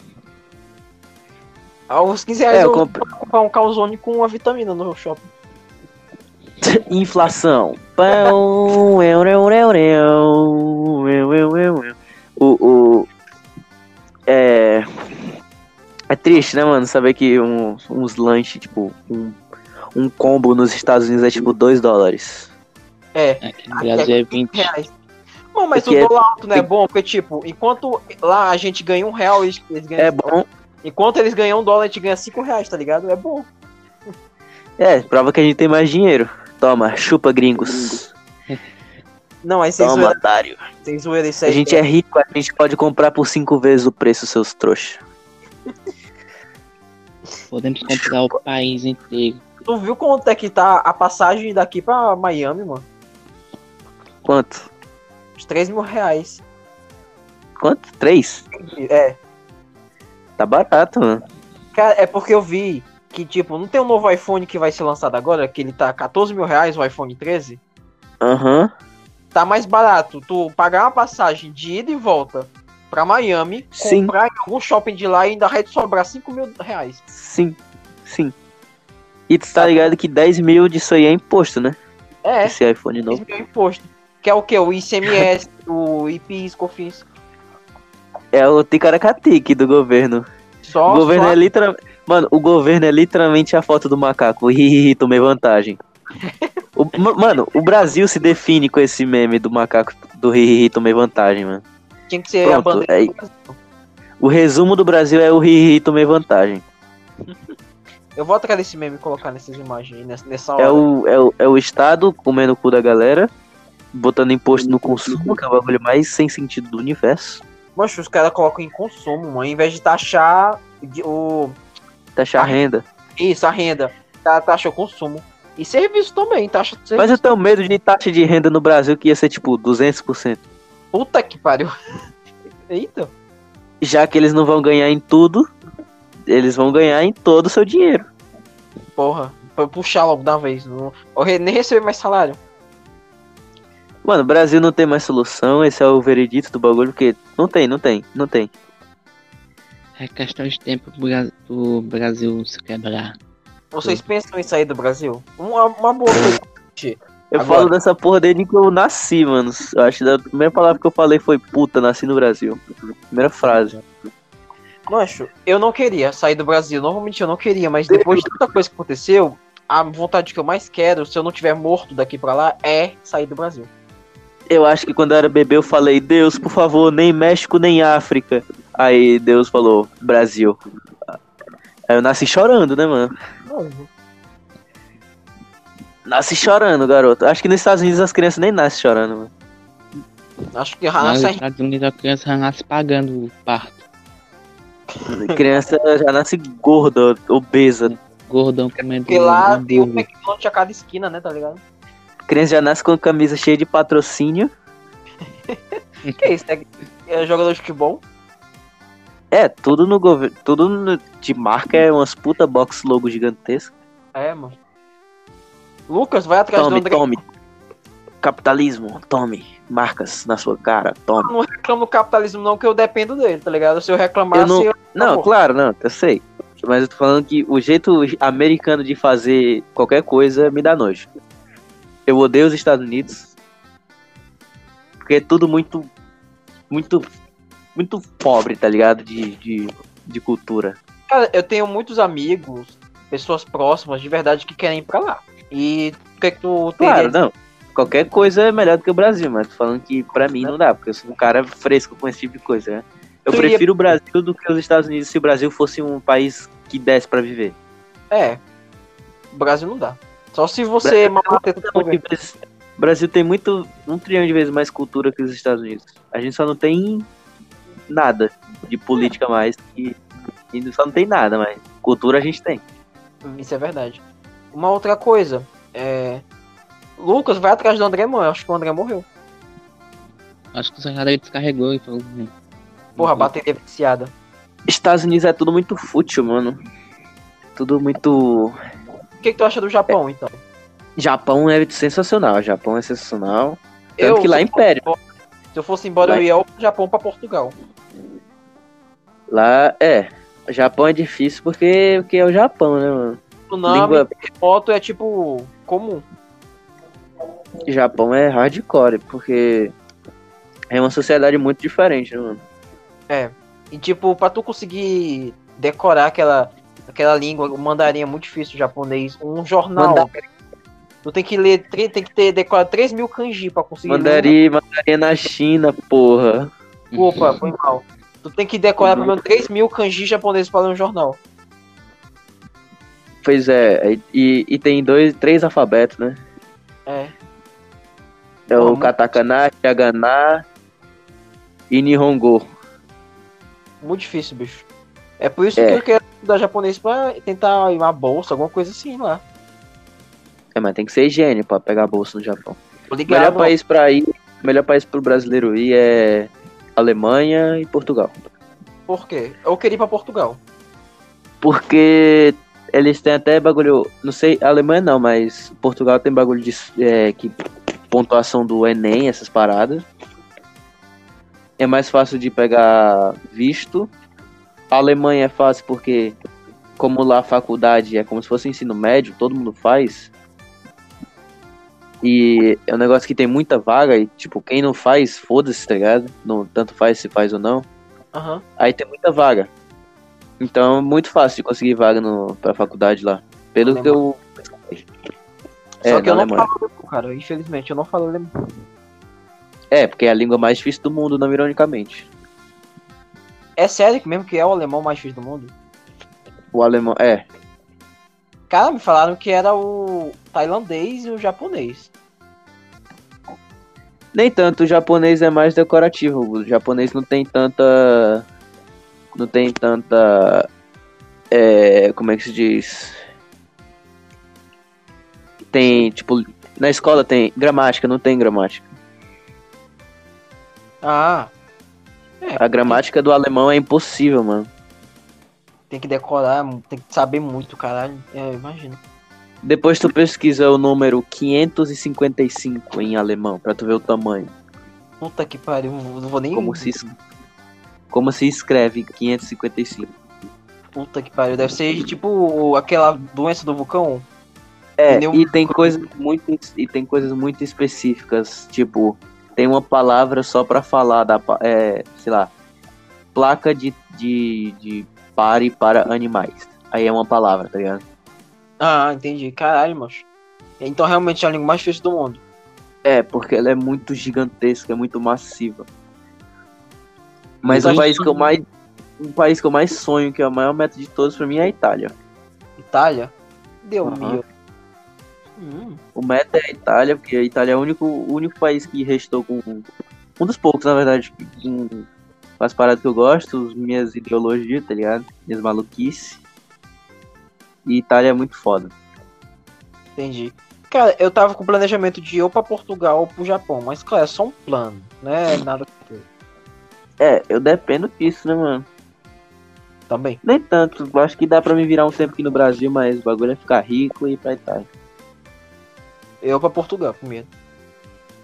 [SPEAKER 2] Aos quinze reais
[SPEAKER 4] É, eu
[SPEAKER 2] eu
[SPEAKER 4] comprei-
[SPEAKER 2] vou comprar um calzone com uma vitamina no shopping.
[SPEAKER 4] Inflação. Pão, eu, eu, eu, eu, eu, eu, eu, eu. O, o. É. É triste, né, mano? Saber que um, uns lanches, tipo, um, um combo nos Estados Unidos é tipo dois dólares.
[SPEAKER 2] É.
[SPEAKER 1] Aqui no Brasil é vinte.
[SPEAKER 2] reais. Bom, mas
[SPEAKER 4] Aqui
[SPEAKER 2] o
[SPEAKER 4] é-
[SPEAKER 2] dólar alto não é bom, porque, tipo, enquanto lá a gente ganha um real, eles, eles ganham.
[SPEAKER 4] É bom.
[SPEAKER 2] Enquanto eles ganham um dólar, a gente ganha cinco reais, tá ligado? É bom.
[SPEAKER 4] É, prova que a gente tem mais dinheiro. Toma, chupa gringos.
[SPEAKER 2] Não, aí sem
[SPEAKER 4] Toma,
[SPEAKER 2] zoeira,
[SPEAKER 4] otário.
[SPEAKER 2] sem zoeira, isso
[SPEAKER 4] A
[SPEAKER 2] aí.
[SPEAKER 4] gente é rico, a gente pode comprar por cinco vezes o preço, seus trouxas.
[SPEAKER 1] Podemos comprar o país inteiro.
[SPEAKER 2] Tu viu quanto é que tá a passagem daqui pra Miami, mano?
[SPEAKER 4] Quanto?
[SPEAKER 2] Uns três mil reais.
[SPEAKER 4] Quanto? Três?
[SPEAKER 2] É.
[SPEAKER 4] Tá barato, mano.
[SPEAKER 2] Cara, é porque eu vi que, tipo, não tem um novo iPhone que vai ser lançado agora, que ele tá quatorze mil reais, o iPhone treze?
[SPEAKER 4] Aham.
[SPEAKER 2] Tá mais barato tu pagar uma passagem de ida e volta pra Miami,
[SPEAKER 4] Sim.
[SPEAKER 2] comprar em algum shopping de lá e ainda vai te sobrar cinco mil reais.
[SPEAKER 4] Sim, sim. E tu tá ligado que dez mil disso aí é imposto, né?
[SPEAKER 2] É,
[SPEAKER 4] Esse iPhone novo.
[SPEAKER 2] esse é o imposto. Que é o que? O I C M S, o I P I S, COFINS.
[SPEAKER 4] É o ticaracatique do governo.
[SPEAKER 2] Só,
[SPEAKER 4] o governo
[SPEAKER 2] só...
[SPEAKER 4] é literalmente. Mano, o governo é literalmente a foto do macaco. Hihihi, tomei vantagem. O- m- mano, o Brasil se define com esse meme do macaco do hihihi, tomei vantagem, mano.
[SPEAKER 2] Tinha que ser
[SPEAKER 4] Pronto,
[SPEAKER 2] a bandeira
[SPEAKER 4] aí.
[SPEAKER 2] do Brasil.
[SPEAKER 4] O resumo do Brasil é o hihihi, tomei vantagem.
[SPEAKER 2] Eu vou atrás desse meme e colocar nessas imagens aí, nessa, nessa hora.
[SPEAKER 4] É o, é, o, é o Estado comendo o cu da galera, botando imposto no consumo, que é o bagulho mais sem sentido do universo.
[SPEAKER 2] Mancho, os caras colocam em consumo, mano, em vez de taxar de- o...
[SPEAKER 4] Taxar
[SPEAKER 2] Ah,
[SPEAKER 4] renda.
[SPEAKER 2] Isso, a renda. Tá, taxa o consumo. E serviço também, taxa de
[SPEAKER 4] Mas
[SPEAKER 2] serviço.
[SPEAKER 4] eu tenho medo de taxa de renda no Brasil que ia ser tipo duzentos por cento.
[SPEAKER 2] Puta que pariu. Eita.
[SPEAKER 4] Já que eles não vão ganhar em tudo, eles vão ganhar em todo o seu dinheiro.
[SPEAKER 2] Porra, pra puxar logo da vez. Não... Eu re- nem receber mais salário.
[SPEAKER 4] Mano, o Brasil não tem mais solução, esse é o veredito do bagulho, porque não tem, não tem, não tem.
[SPEAKER 1] É questão de tempo pro Bra- pro Brasil se quebrar.
[SPEAKER 2] Vocês pensam em sair do Brasil? Uma, uma boa coisa.
[SPEAKER 4] Eu
[SPEAKER 2] Agora-
[SPEAKER 4] falo dessa porra desde que eu nasci, mano. Eu acho que a primeira palavra que eu falei foi puta, nasci no Brasil. Primeira frase.
[SPEAKER 2] Mancho, eu não queria sair do Brasil. Normalmente eu não queria, mas depois de tanta coisa que aconteceu, a vontade que eu mais quero, se eu não tiver morto daqui pra lá, é sair do Brasil.
[SPEAKER 4] Eu acho que quando eu era bebê eu falei, Deus, por favor, nem México nem África. Aí Deus falou, Brasil. Aí eu nasci chorando, né, mano? Nasci chorando, garoto. Acho que nos Estados Unidos as crianças nem nascem chorando, mano.
[SPEAKER 2] Acho que já
[SPEAKER 1] Mas nos
[SPEAKER 2] nasce
[SPEAKER 1] Estados Unidos a criança já nasce pagando o parto.
[SPEAKER 4] A criança já nasce gorda, obesa.
[SPEAKER 1] Gordão comendo
[SPEAKER 2] porque lá tem um
[SPEAKER 1] hambúrguer.
[SPEAKER 2] McDonald's a cada esquina, né, tá ligado?
[SPEAKER 4] A criança já nasce com camisa cheia de patrocínio.
[SPEAKER 2] Que é isso, né? É jogador de futebol?
[SPEAKER 4] É, tudo no governo. Tudo no- de marca é umas puta box logo gigantesca.
[SPEAKER 2] É, mano. Lucas, vai atrás do
[SPEAKER 4] Tome,
[SPEAKER 2] André.
[SPEAKER 4] tome. Capitalismo, tome. Marcas na sua cara, tome.
[SPEAKER 2] Eu não reclamo do capitalismo não, que eu dependo dele, tá ligado? Se eu reclamasse...
[SPEAKER 4] Eu não-
[SPEAKER 2] eu-
[SPEAKER 4] Não,
[SPEAKER 2] Amor.
[SPEAKER 4] claro, não, eu sei. Mas eu tô falando que o jeito americano de fazer qualquer coisa me dá nojo. Eu odeio os Estados Unidos. Porque é tudo muito. Muito. Muito pobre, tá ligado? De, de, de cultura.
[SPEAKER 2] Cara, eu tenho muitos amigos, pessoas próximas, de verdade, que querem ir pra lá. E o que é que tu teria
[SPEAKER 4] Claro,
[SPEAKER 2] a dizer?
[SPEAKER 4] não. Qualquer coisa é melhor do que o Brasil, mas tô falando que pra mim não dá, porque eu sou um cara fresco com esse tipo de coisa, né? Eu
[SPEAKER 2] Tu ia-
[SPEAKER 4] prefiro o Brasil do que os Estados Unidos se o Brasil fosse um país que desse pra viver.
[SPEAKER 2] É, o Brasil não dá. Só se você mamar a teta do
[SPEAKER 4] Não,
[SPEAKER 2] governo.
[SPEAKER 4] que vezes- O Brasil tem muito, um trilhão de vezes mais cultura que os Estados Unidos. A gente só não tem nada de política mais. E, e só não tem nada, mas cultura a gente tem.
[SPEAKER 2] Isso é verdade. Uma outra coisa, é... Lucas, vai atrás do André, mano. Eu acho que o André morreu.
[SPEAKER 1] Acho que o celular dele descarregou e falou. "Hum,
[SPEAKER 2] Porra, a
[SPEAKER 1] uhum."
[SPEAKER 2] bateria viciada.
[SPEAKER 4] Estados Unidos é tudo muito fútil, mano. Tudo muito.
[SPEAKER 2] O que, que tu acha do Japão, então?
[SPEAKER 4] Japão é sensacional. Japão é sensacional. Tanto
[SPEAKER 2] Eu,
[SPEAKER 4] que lá é
[SPEAKER 2] se eu
[SPEAKER 4] Império.
[SPEAKER 2] fosse embora- Se eu fosse embora,
[SPEAKER 4] Lá-
[SPEAKER 2] eu ia pro Japão pra Portugal.
[SPEAKER 4] Lá é. O Japão é difícil porque, porque é o Japão, né, mano?
[SPEAKER 2] Tsunami,
[SPEAKER 4] Língua-
[SPEAKER 2] terremoto é tipo comum.
[SPEAKER 4] Japão é hardcore, porque é uma sociedade muito diferente, né, mano?
[SPEAKER 2] É. E tipo, pra tu conseguir decorar aquela, aquela língua, o mandarim é muito difícil, o japonês. Um jornal.
[SPEAKER 4] Mandarim.
[SPEAKER 2] Tu tem que ler, tre- tem que ter decorar três mil kanji pra conseguir ler.
[SPEAKER 4] Mandarim, mandarim é na China, porra.
[SPEAKER 2] Opa, foi mal. Tu tem que decorar pelo menos três mil kanji japoneses pra ler um jornal.
[SPEAKER 4] Pois é, e, e tem dois, três alfabetos, né?
[SPEAKER 2] É.
[SPEAKER 4] É
[SPEAKER 2] Pô,
[SPEAKER 4] o
[SPEAKER 2] muito-
[SPEAKER 4] katakana, hiragana e nihongo.
[SPEAKER 2] Muito difícil, bicho. É por isso
[SPEAKER 4] É.
[SPEAKER 2] que eu quero estudar japonês pra tentar ir uma bolsa, alguma coisa assim lá.
[SPEAKER 4] É, mas tem que ser gênio pra pegar a bolsa no Japão.
[SPEAKER 2] Tô
[SPEAKER 4] O
[SPEAKER 2] ligado.
[SPEAKER 4] melhor país pra ir, o melhor país pro brasileiro ir é Alemanha e Portugal.
[SPEAKER 2] Por quê? Eu queria ir pra Portugal.
[SPEAKER 4] Porque eles têm até bagulho, não sei, Alemanha não, mas Portugal tem bagulho de é, que pontuação do Enem, essas paradas. É mais fácil de pegar visto. A Alemanha é fácil porque, como lá a faculdade é como se fosse ensino médio, todo mundo faz. E é um negócio que tem muita vaga e, tipo, quem não faz, foda-se, tá ligado? Não, tanto faz se faz ou não.
[SPEAKER 2] Aham.
[SPEAKER 4] Aí tem muita vaga. Então é muito fácil de conseguir vaga no, pra faculdade lá. Pelo
[SPEAKER 2] Na
[SPEAKER 4] que eu.
[SPEAKER 2] Só
[SPEAKER 4] É,
[SPEAKER 2] que eu
[SPEAKER 4] na
[SPEAKER 2] não
[SPEAKER 4] Alemanha.
[SPEAKER 2] falo alemão, cara. Infelizmente, eu não falo alemão.
[SPEAKER 4] É, porque é a língua mais difícil do mundo, não ironicamente.
[SPEAKER 2] É sério que mesmo que é o alemão mais difícil do mundo?
[SPEAKER 4] O alemão. É.
[SPEAKER 2] Cara, me falaram que era o tailandês e o japonês.
[SPEAKER 4] Nem tanto, o japonês é mais decorativo. O japonês não tem tanta. Não tem tanta. É. Como é que se diz? Tem, tipo. Na escola tem gramática, não tem gramática.
[SPEAKER 2] Ah. É,
[SPEAKER 4] A gramática do alemão é impossível, mano.
[SPEAKER 2] tem que decorar, tem que saber muito, caralho. É, imagina.
[SPEAKER 4] Depois tu pesquisa o número quinhentos e cinquenta e cinco em alemão, pra tu ver o tamanho.
[SPEAKER 2] Puta que pariu, não vou nem.
[SPEAKER 4] Como se, es- como se escreve quinhentos e cinquenta e cinco.
[SPEAKER 2] Puta que pariu, deve ser tipo aquela doença do vulcão.
[SPEAKER 4] É,
[SPEAKER 2] Pneu-
[SPEAKER 4] e tem coisas muito e tem coisas muito específicas, tipo, tem uma palavra só pra falar da, pa- é, sei lá, placa de, de, de pare para animais. Aí é uma palavra, tá ligado?
[SPEAKER 2] Ah, entendi. Caralho, macho. Então realmente é a língua mais difícil do mundo.
[SPEAKER 4] É, porque ela é muito gigantesca, é muito massiva. Mas o
[SPEAKER 1] Então,
[SPEAKER 4] país que eu mais o país que eu mais sonho, que é a maior meta de todos pra mim é a Itália.
[SPEAKER 2] Itália? Deu
[SPEAKER 4] Aham.
[SPEAKER 2] mil. Hum,
[SPEAKER 4] O meta é a Itália, porque a Itália é o único, o único país que restou com. Um dos poucos, na verdade, com com as paradas que eu gosto, as minhas ideologias, tá ligado? Minhas maluquices. E Itália é muito foda.
[SPEAKER 2] entendi. Cara, eu tava com o planejamento de ir ou pra Portugal ou pro Japão, mas claro, é só um plano, né? Nada
[SPEAKER 4] É, eu dependo disso, né, mano?
[SPEAKER 2] também.
[SPEAKER 4] Nem tanto, eu acho que dá pra me virar um tempo aqui no Brasil, mas o bagulho é ficar rico e ir pra Itália.
[SPEAKER 2] Eu pra Portugal primeiro.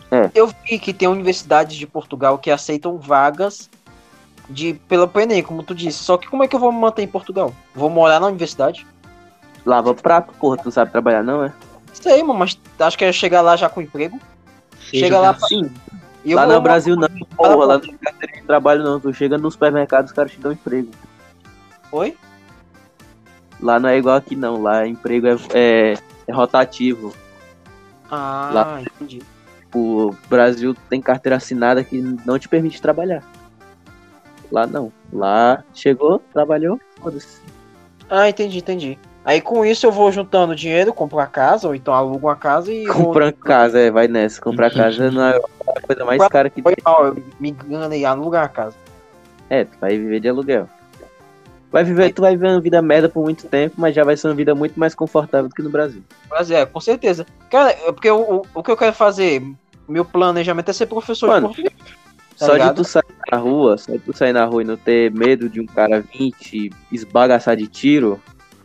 [SPEAKER 4] É.
[SPEAKER 2] Eu vi que tem universidades de Portugal que aceitam vagas de, pela P N E, como tu disse. Só que como é que eu vou me manter em Portugal? Vou morar na universidade?
[SPEAKER 4] Lava prato, porra, tu sabe trabalhar não, é?
[SPEAKER 2] Sei, mano, mas acho que é chegar lá já com emprego.
[SPEAKER 1] Seja
[SPEAKER 2] Chega lá
[SPEAKER 1] da-
[SPEAKER 2] pra...
[SPEAKER 4] Sim.
[SPEAKER 2] e eu
[SPEAKER 4] Lá
[SPEAKER 2] vou-
[SPEAKER 4] no Brasil não, porra, lá não tem carteira de trabalho não. Tu chega no supermercado, os caras te dão emprego.
[SPEAKER 2] Oi?
[SPEAKER 4] Lá não é igual aqui não, lá emprego é, é, é rotativo.
[SPEAKER 2] Ah,
[SPEAKER 4] Lá-
[SPEAKER 2] entendi.
[SPEAKER 4] O Brasil tem carteira assinada que não te permite trabalhar. Lá não. Lá chegou, trabalhou, foda-se.
[SPEAKER 2] Ah, entendi, entendi. Aí com isso eu vou juntando dinheiro, compro a casa, ou então alugo uma casa e vou...
[SPEAKER 4] Comprando casa, é, vai nessa. Comprar casa não é a coisa mais cara que
[SPEAKER 2] Foi
[SPEAKER 4] tem.
[SPEAKER 2] mal, eu me enganei, alugar a casa.
[SPEAKER 4] É, tu vai viver de aluguel. Vai viver, tu vai viver uma vida merda por muito tempo, mas já vai ser uma vida muito mais confortável do que no Brasil.
[SPEAKER 2] Mas é, com certeza. Cara, é porque o, o, o que eu quero fazer, meu planejamento é ser professor
[SPEAKER 4] Mano,
[SPEAKER 2] de português. Tá
[SPEAKER 4] Só
[SPEAKER 2] ligado?
[SPEAKER 4] de tu sair na rua, só de tu sair na rua e não ter medo de um cara vir te esbagaçar de tiro,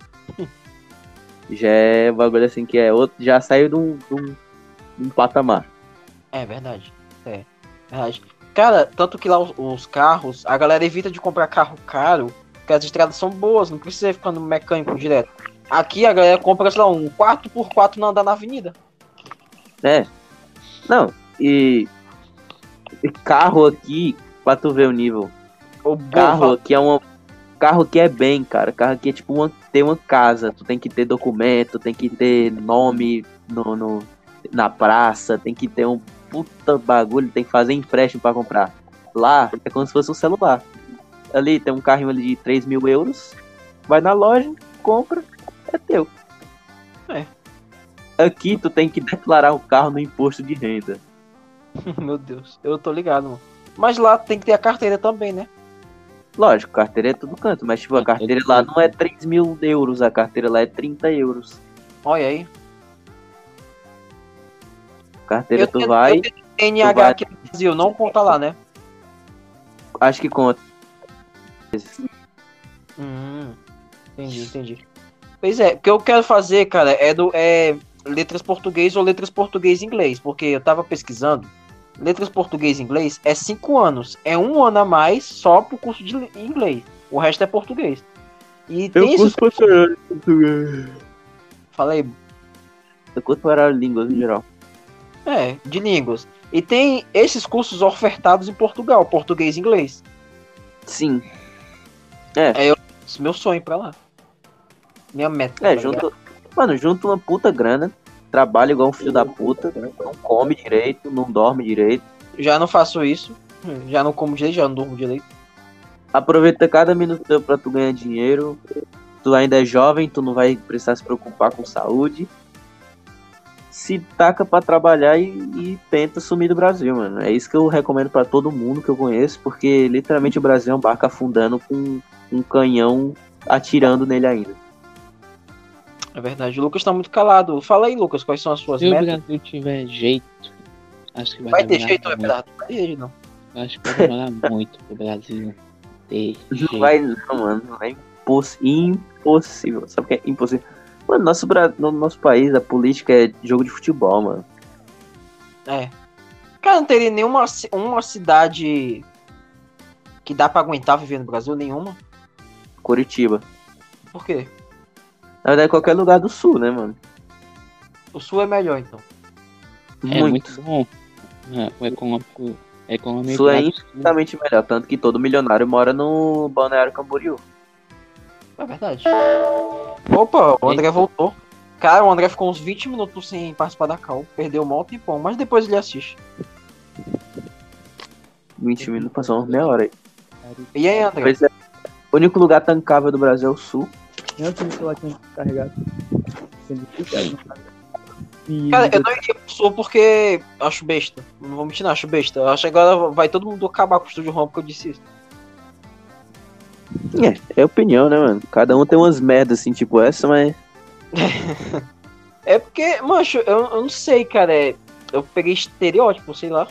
[SPEAKER 4] já é um bagulho assim que é outro, já saiu de um, de um, de um patamar.
[SPEAKER 2] É verdade. É, verdade. Cara, tanto que lá os, os carros, a galera evita de comprar carro caro, porque as estradas são boas, não precisa ficar no mecânico direto. Aqui a galera compra, sei lá, um quatro por quatro não andar na avenida.
[SPEAKER 4] É. Não, e, e carro aqui, pra tu ver o nível,
[SPEAKER 2] O
[SPEAKER 4] carro aqui é uma. Carro aqui é bem, cara. Carro aqui é tipo uma, ter uma casa. Tu tem que ter documento, tem que ter nome no, no, na praça, tem que ter um puta bagulho, tem que fazer empréstimo pra comprar. Lá é como se fosse um celular. Ali tem um carrinho ali de três mil euros. Vai na loja, compra, é teu.
[SPEAKER 2] É.
[SPEAKER 4] Aqui tu tem que declarar o carro no imposto de renda.
[SPEAKER 2] Meu Deus, eu tô ligado, mano. Mas lá tem que ter a carteira também, né?
[SPEAKER 4] Lógico, carteira é tudo canto, mas tipo, a carteira lá não é três mil euros, a carteira lá é trinta euros.
[SPEAKER 2] Olha aí.
[SPEAKER 4] Carteira
[SPEAKER 2] Eu
[SPEAKER 4] tu
[SPEAKER 2] tenho-
[SPEAKER 4] vai,
[SPEAKER 2] eu tenho N H
[SPEAKER 4] tu vai-
[SPEAKER 2] aqui no Brasil, não conta lá, né?
[SPEAKER 4] acho que conta.
[SPEAKER 2] Hum, entendi, entendi. Pois é, o que eu quero fazer, cara, é, do, é letras português ou letras português e inglês, porque eu tava pesquisando, letras português e inglês é cinco anos, é um ano a mais só pro curso de li- inglês, o resto é português. E tem esses...
[SPEAKER 4] pastorado em português.
[SPEAKER 2] Falei,
[SPEAKER 4] Eu curso para línguas em geral.
[SPEAKER 2] é, de línguas. E tem esses cursos ofertados em Portugal, português e inglês.
[SPEAKER 4] Sim.
[SPEAKER 2] Esse é meu sonho pra lá. Minha meta.
[SPEAKER 4] É,
[SPEAKER 2] tá ligado?
[SPEAKER 4] junto. Mano, junto uma puta grana. Trabalha igual um filho da puta. Não come direito, não dorme direito.
[SPEAKER 2] Já não faço isso, já não como direito, já não durmo direito.
[SPEAKER 4] Aproveita cada minuto teu pra tu ganhar dinheiro. Tu ainda é jovem, tu não vai precisar se preocupar com saúde. Se taca pra trabalhar e, e tenta sumir do Brasil, mano. É isso que eu recomendo pra todo mundo que eu conheço, porque literalmente o Brasil é um barco afundando com um canhão atirando nele ainda.
[SPEAKER 2] É verdade, o Lucas tá muito calado. Fala aí, Lucas, quais são as suas
[SPEAKER 1] Se o
[SPEAKER 2] metas?
[SPEAKER 1] Brasil tiver jeito, acho que vai,
[SPEAKER 2] Vai ter
[SPEAKER 1] demorar
[SPEAKER 2] jeito,
[SPEAKER 1] muito.
[SPEAKER 2] Renato? Vai ter jeito, não.
[SPEAKER 1] Acho que vai demorar muito pro Brasil ter
[SPEAKER 4] Não
[SPEAKER 1] jeito.
[SPEAKER 4] vai não, mano. É imposs- impossível. Sabe o que é impossível? Mano, nosso, Bra- no nosso país, a política é jogo de futebol, mano.
[SPEAKER 2] É. Cara, não teria nenhuma ci- uma cidade que dá pra aguentar viver no Brasil, nenhuma.
[SPEAKER 4] Curitiba.
[SPEAKER 2] Por quê?
[SPEAKER 4] Na verdade, qualquer lugar do sul, né, mano?
[SPEAKER 2] O Sul é melhor, então.
[SPEAKER 1] É
[SPEAKER 4] Muito.
[SPEAKER 1] muito bom. É, o econômico, econômico
[SPEAKER 4] Sul é
[SPEAKER 1] lá do
[SPEAKER 4] infinitamente melhor. Tanto que todo milionário mora no Balneário Camboriú.
[SPEAKER 2] É verdade. Opa, o André voltou. Cara, o André ficou uns vinte minutos sem participar da call. Perdeu um mó tempão, mas depois ele assiste.
[SPEAKER 4] vinte minutos, passou umas meia hora aí.
[SPEAKER 2] E aí, André?
[SPEAKER 4] Pois é. O único lugar tancável do Brasil é o sul.
[SPEAKER 5] Não tinha o celular tinha carregado. Sendo difícil. E
[SPEAKER 2] Cara, eu não iria pro Sul porque acho besta. Não vou mentir, não, acho besta. Eu acho que agora vai todo mundo acabar com o Estúdio Home porque eu disse isso.
[SPEAKER 4] É, é opinião, né, mano? Cada um tem umas merdas assim, tipo essa, mas.
[SPEAKER 2] É porque, mancho, eu, eu não sei, cara. É, eu peguei estereótipo, sei lá.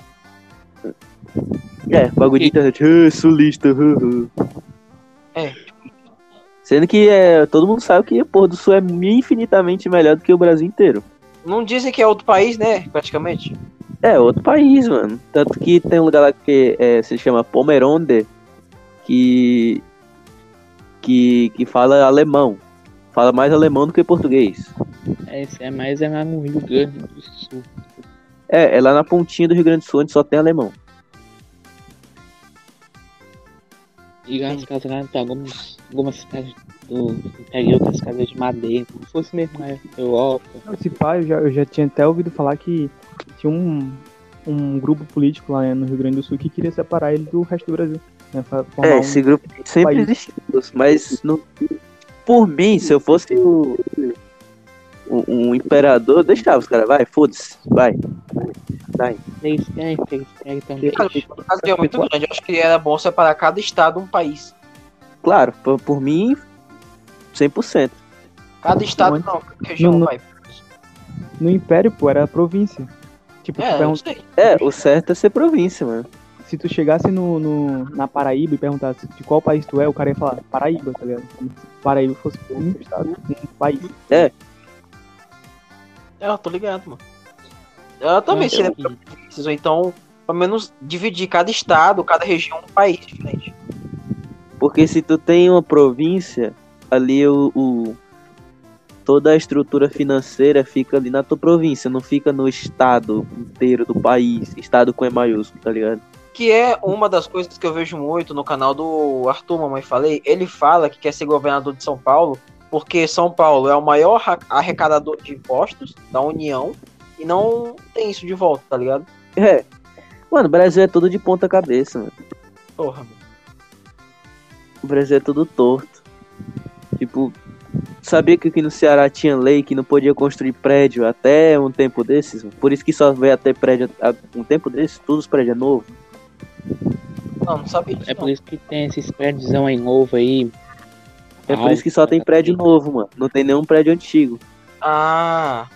[SPEAKER 4] É, bagulho de internet. Ah, sulista. uh, uh.
[SPEAKER 2] É.
[SPEAKER 4] Sendo que é, todo mundo sabe que a porra do sul é infinitamente melhor do que o Brasil inteiro.
[SPEAKER 2] Não dizem que é outro país, né? Praticamente.
[SPEAKER 4] É, outro país, mano. Tanto que tem um lugar lá que é, se chama Pomerode, que, que, que fala alemão. Fala mais alemão do que português.
[SPEAKER 1] É, esse é mais é lá no Rio Grande do Sul.
[SPEAKER 4] É, é lá na pontinha do Rio Grande do Sul, onde só tem alemão.
[SPEAKER 1] E lá as casas lá tem algumas, algumas casas do interior, que as casas de madeira, como se fosse mesmo na Europa.
[SPEAKER 5] Esse pai, eu já, eu já tinha até ouvido falar que tinha um, um grupo político lá, né, no Rio Grande do Sul que queria separar ele do resto do Brasil. Né, pra formar
[SPEAKER 4] É,
[SPEAKER 5] um
[SPEAKER 4] esse grupo sempre
[SPEAKER 5] país.
[SPEAKER 4] existiu, mas não, por mim, se eu fosse o, o- um imperador, eu deixava os caras, vai, foda-se, vai. Vai.
[SPEAKER 1] Eles querem, eles querem também.
[SPEAKER 2] Cara, o Brasil é muito grande. Eu acho que era bom separar cada estado um país.
[SPEAKER 4] Claro, por, por mim, cem por cento.
[SPEAKER 2] Cada estado
[SPEAKER 5] Onde?
[SPEAKER 2] não, cada região
[SPEAKER 5] No- no-
[SPEAKER 2] vai.
[SPEAKER 5] No Império, pô, era a província. Tipo, tu
[SPEAKER 2] É, eu
[SPEAKER 5] pergun-
[SPEAKER 2] sei.
[SPEAKER 4] É, o certo é ser província, mano.
[SPEAKER 5] se tu chegasse no, no- na Paraíba e perguntasse de qual país tu é, o cara ia falar Paraíba, tá ligado? Como se Paraíba fosse um estado, um país.
[SPEAKER 2] É, eu tô ligado, mano. Eu também seria pra províncias, ou então, pelo menos, dividir cada estado, cada região um país diferente.
[SPEAKER 4] Porque se tu tem uma província, ali o, o- toda a estrutura financeira fica ali na tua província, não fica no estado inteiro do país, estado com E maiúsculo, tá ligado?
[SPEAKER 2] Que é uma das coisas que eu vejo muito no canal do Arthur, mamãe falei. Ele fala que quer ser governador de São Paulo, porque São Paulo é o maior ra- arrecadador de impostos da União e não tem isso de volta, tá ligado?
[SPEAKER 4] É. Mano, o Brasil é tudo de ponta cabeça, mano.
[SPEAKER 2] Porra, mano.
[SPEAKER 4] O Brasil é tudo torto. Tipo, sabia que aqui no Ceará tinha lei que não podia construir prédio até um tempo desses? Mano? Por isso que só veio até prédio a um tempo desses, todos os prédios é novo.
[SPEAKER 2] Não, não sabia disso,
[SPEAKER 1] É
[SPEAKER 2] não.
[SPEAKER 1] por isso que tem esses prédios aí novo aí.
[SPEAKER 4] É por isso que só tem prédio novo, mano. Não tem nenhum prédio antigo.
[SPEAKER 2] Ah,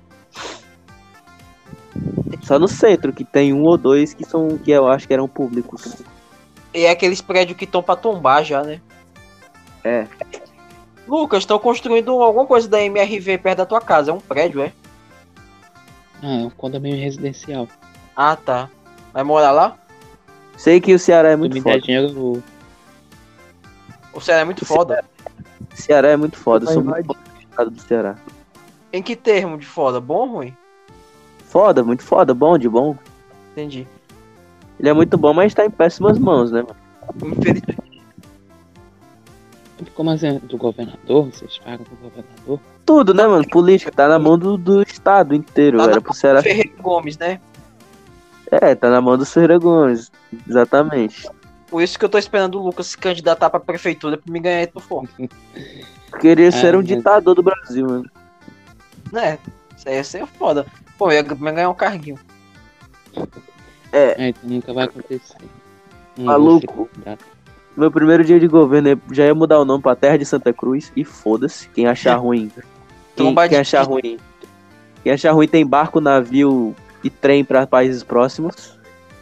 [SPEAKER 4] Só no centro que tem um ou dois que são que eu acho que eram públicos.
[SPEAKER 2] e é aqueles prédios que estão pra tombar já, né?
[SPEAKER 4] É.
[SPEAKER 2] Lucas, estão construindo alguma coisa da M R V perto da tua casa. É um prédio, é?
[SPEAKER 1] Ah, é um condomínio residencial.
[SPEAKER 2] Ah, tá. Vai morar lá?
[SPEAKER 4] Sei que o Ceará é muito
[SPEAKER 1] Me dá
[SPEAKER 4] foda.
[SPEAKER 1] dinheiro.
[SPEAKER 2] O Ceará é muito foda.
[SPEAKER 4] O Ceará é muito foda. Eu
[SPEAKER 5] Vai
[SPEAKER 4] sou
[SPEAKER 5] invadir.
[SPEAKER 4] muito fã do estado do Ceará.
[SPEAKER 2] Em que termo de foda? Bom ou ruim?
[SPEAKER 4] Foda, muito foda, bom de bom.
[SPEAKER 2] Entendi.
[SPEAKER 4] Ele é muito bom, mas tá em péssimas mãos, né, mano?
[SPEAKER 2] Infelizmente.
[SPEAKER 1] Como assim, do governador? Vocês pagam pro governador?
[SPEAKER 4] Tudo, né, mano? Política tá na mão do, do estado inteiro.
[SPEAKER 2] Tá na
[SPEAKER 4] Era pro Ceará.
[SPEAKER 2] Ferreira Gomes, né?
[SPEAKER 4] É, tá na mão do Ferreira Gomes. Exatamente.
[SPEAKER 2] Por isso que eu tô esperando o Lucas se candidatar pra prefeitura pra me ganhar do fogo.
[SPEAKER 4] Queria
[SPEAKER 1] É,
[SPEAKER 4] ser um
[SPEAKER 1] mas-
[SPEAKER 4] ditador do Brasil, mano.
[SPEAKER 2] Né? Isso aí ia ser foda. Pô, eu ia ganhar um carguinho.
[SPEAKER 1] É, então nunca vai acontecer. Não
[SPEAKER 4] Maluco.
[SPEAKER 1] vou ser candidato.
[SPEAKER 4] Meu primeiro dia de governo eu já ia mudar o nome pra Terra de Santa Cruz. E foda-se, quem achar ruim. Quem,
[SPEAKER 2] Tromba
[SPEAKER 4] quem
[SPEAKER 2] de-
[SPEAKER 4] achar ruim. Quem achar ruim tem barco, navio e trem pra países próximos.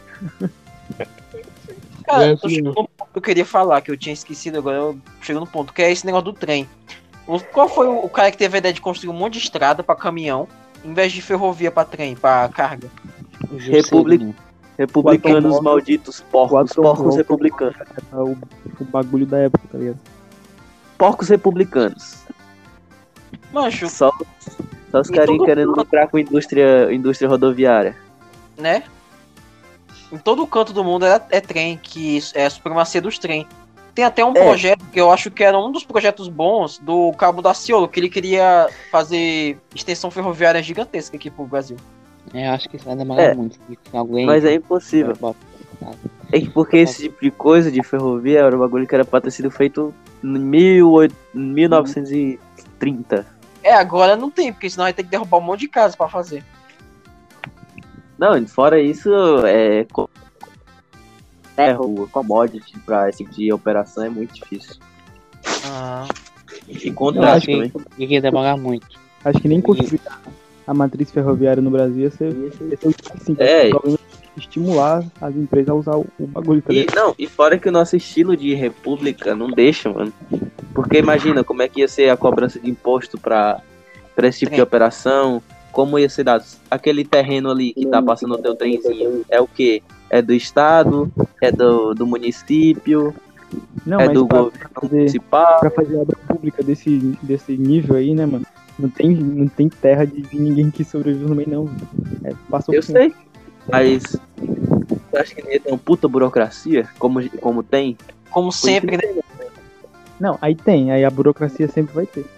[SPEAKER 2] Cara,
[SPEAKER 1] É,
[SPEAKER 2] eu tô
[SPEAKER 1] sim.
[SPEAKER 2] chegando no ponto que eu queria falar, que eu tinha esquecido, agora eu chego no ponto, que é esse negócio do trem. O- Qual foi o o cara que teve a ideia de construir um monte de estrada pra caminhão, em vez de ferrovia pra trem, pra carga?
[SPEAKER 1] O Juscelino.
[SPEAKER 4] Republic- Republicanos
[SPEAKER 5] automóvel-
[SPEAKER 4] malditos, porcos,
[SPEAKER 5] automóvel-
[SPEAKER 4] porcos republicanos.
[SPEAKER 5] É o, o bagulho da época, tá ligado?
[SPEAKER 4] Porcos republicanos.
[SPEAKER 2] Mancho,
[SPEAKER 4] Só, só os
[SPEAKER 2] E
[SPEAKER 4] carinhos
[SPEAKER 2] todo
[SPEAKER 4] querendo
[SPEAKER 2] mundo-
[SPEAKER 4] lucrar com indústria, indústria rodoviária.
[SPEAKER 2] né? Em todo canto do mundo é, é trem, que isso é a supremacia dos trem. Tem até um
[SPEAKER 4] É.
[SPEAKER 2] projeto que eu acho que era um dos projetos bons do Cabo Daciolo, que ele queria fazer extensão ferroviária gigantesca aqui pro Brasil.
[SPEAKER 1] É, acho que isso vai demorar
[SPEAKER 4] É,
[SPEAKER 1] muito. Se alguém
[SPEAKER 4] Mas é impossível.
[SPEAKER 1] bota-
[SPEAKER 4] É que porque esse tipo de coisa de ferrovia era um bagulho que era pra ter sido feito em mil e oito- mil novecentos e trinta.
[SPEAKER 2] É, agora não tem, porque senão vai ter que derrubar um monte de casa pra fazer.
[SPEAKER 4] Não, fora isso, é. co- Ferro, commodity pra esse tipo de operação é muito difícil.
[SPEAKER 2] Ah,
[SPEAKER 4] E
[SPEAKER 1] Eu
[SPEAKER 4] contrato
[SPEAKER 1] acho
[SPEAKER 4] também.
[SPEAKER 1] que ia demorar muito.
[SPEAKER 5] Acho que nem construir a, a matriz ferroviária no Brasil ia ser, ia ser o assim,
[SPEAKER 4] É.
[SPEAKER 5] o problema é estimular as empresas a usar o, o bagulho, tá
[SPEAKER 4] E,
[SPEAKER 5] ligado?
[SPEAKER 4] não, e fora que o nosso estilo de república não deixa, mano. Porque imagina como é que ia ser a cobrança de imposto pra, pra esse tipo de
[SPEAKER 2] É.
[SPEAKER 4] operação. como ia ser dado? Aquele terreno ali que tá passando o teu trenzinho, é o quê? É do estado? É do, do município?
[SPEAKER 5] Não,
[SPEAKER 4] é
[SPEAKER 5] mas
[SPEAKER 4] do
[SPEAKER 5] pra,
[SPEAKER 4] governo
[SPEAKER 5] pra fazer,
[SPEAKER 4] municipal?
[SPEAKER 5] pra fazer obra pública desse, desse nível aí, né, mano? Não tem, não tem terra de, de ninguém que sobrevive no meio, não. É, passou
[SPEAKER 4] Eu
[SPEAKER 5] por-
[SPEAKER 4] sei, mas eu acho que ele ia ter uma puta burocracia, como, como tem.
[SPEAKER 2] Como sempre, né?
[SPEAKER 5] Não, aí tem, aí a burocracia sempre vai ter.